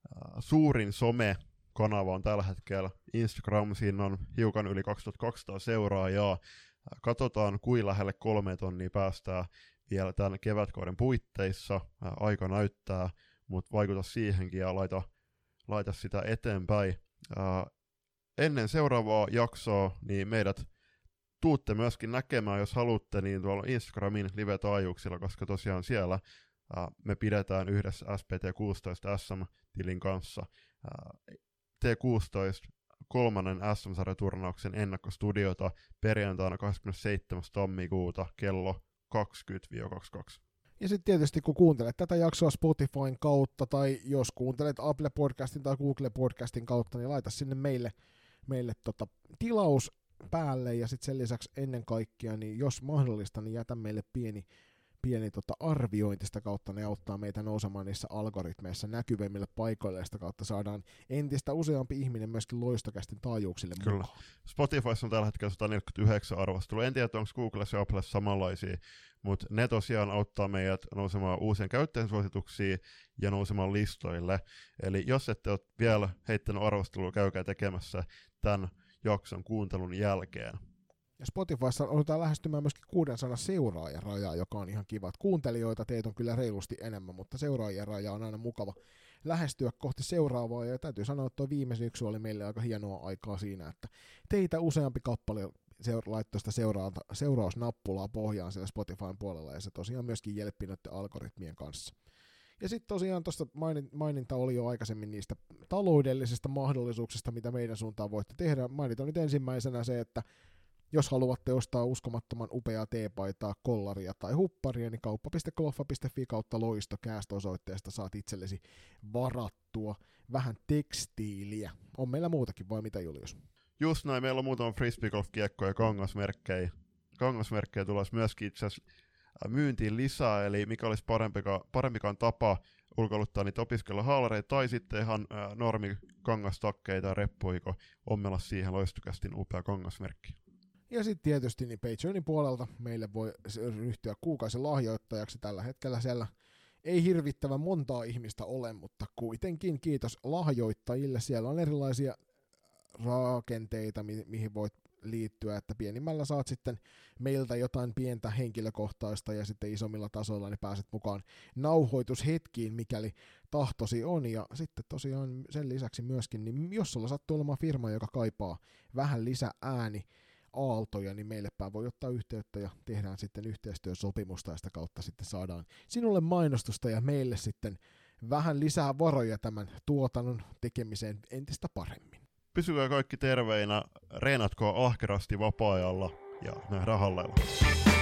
suurin some kanava on tällä hetkellä Instagram, siinä on hiukan yli kaksituhattakaksisataa seuraajaa. Katsotaan, kuin lähelle kolme tonnia päästään vielä tämän kevätkauden puitteissa. Aika näyttää, mutta vaikuta siihenkin ja laita, laita sitä eteenpäin. Ää, ennen seuraavaa jaksoa niin meidät tuutte myöskin näkemään, jos haluatte, niin tuolla Instagramin live-taajuuksilla, koska tosiaan siellä ää, me pidetään yhdessä S P T kuusitoista S M-tilin kanssa ää, T kuusitoista kolmannen S M-sarjaturnauksen ennakkostudiota perjantaina kahdeskymmenesseitsemäs tammikuuta kello kaksikymmentä kaksikymmentäkaksi. Ja sitten tietysti kun kuuntelet tätä jaksoa Spotifyn kautta, tai jos kuuntelet Apple Podcastin tai Google Podcastin kautta, niin laita sinne meille, meille tota tilaus päälle, ja sitten sen lisäksi ennen kaikkea, niin jos mahdollista, niin jätä meille pieni pieni tota arviointi sitä kautta, ne auttaa meitä nousemaan niissä algoritmeissa näkyvimmille paikoille, ja sitä kautta saadaan entistä useampi ihminen myöskin Loistokästin taajuuksille mukaan. Kyllä. Spotifyssa on tällä hetkellä sata neljäkymmentäyhdeksän arvostelua. En tiedä, onko Googlessa ja Applessa samanlaisia, mutta ne tosiaan auttaa meidät nousemaan uusien käyttäjän suosituksiin ja nousemaan listoille. Eli jos ette ole vielä heittänyt arvostelua, käykää tekemässä tämän jakson kuuntelun jälkeen. Ja Spotifyssa otetaan lähestymään myöskin kuusisataa seuraajan rajaa, joka on ihan kiva. Kuuntelijoita teitä on kyllä reilusti enemmän, mutta seuraajien raja on aina mukava lähestyä kohti seuraavaa. Ja täytyy sanoa, että tuo viime syksy oli meille aika hienoa aikaa siinä, että teitä useampi kappale seura- laittoi sitä seura- seurausnappulaa pohjaan siellä Spotifyn puolella, ja se tosiaan myöskin jelppi noiden algoritmien kanssa. Ja sitten tosiaan tuosta maininta oli jo aikaisemmin niistä taloudellisista mahdollisuuksista, mitä meidän suuntaan voitte tehdä. Mainitaan nyt ensimmäisenä se, että jos haluatte ostaa uskomattoman upeaa teepaitaa, kollaria tai hupparia, niin kauppa piste kloffa piste fi kautta loistokäästä osoitteesta saat itsellesi varattua vähän tekstiiliä. On meillä muutakin, vai mitä Julius? Just näin, meillä on muutama frisbeegolf-kiekko ja kangasmerkkejä. Kangasmerkkejä tulossa myöskin itse asiassa myyntiin lisää, eli mikä olisi parempikaan, parempikaan tapa ulkoiluttaa niitä opiskelijahaalareita, tai sitten ihan ää, normi kangastakkeita ja reppuja, kun ommella siihen Loistokästin upea kangasmerkki. Ja sitten tietysti niin Patreonin puolelta meille voi ryhtyä kuukausilahjoittajaksi. Tällä hetkellä siellä ei hirvittävän montaa ihmistä ole, mutta kuitenkin kiitos lahjoittajille. Siellä on erilaisia rakenteita, mi- mihin voit liittyä, että pienimmällä saat sitten meiltä jotain pientä henkilökohtaista ja sitten isommilla tasoilla niin pääset mukaan nauhoitushetkiin, mikäli tahtosi on. Ja sitten tosiaan sen lisäksi myöskin, niin jos sulla sattuu olemaan firma, joka kaipaa vähän lisää ääni aaltoja, niin meille päin voi ottaa yhteyttä ja tehdään sitten yhteistyösopimusta ja sitä kautta sitten saadaan sinulle mainostusta ja meille sitten vähän lisää varoja tämän tuotannon tekemiseen entistä paremmin. Pysykää kaikki terveinä, reenatkaa ahkerasti vapaa-ajalla ja nähdään hallella.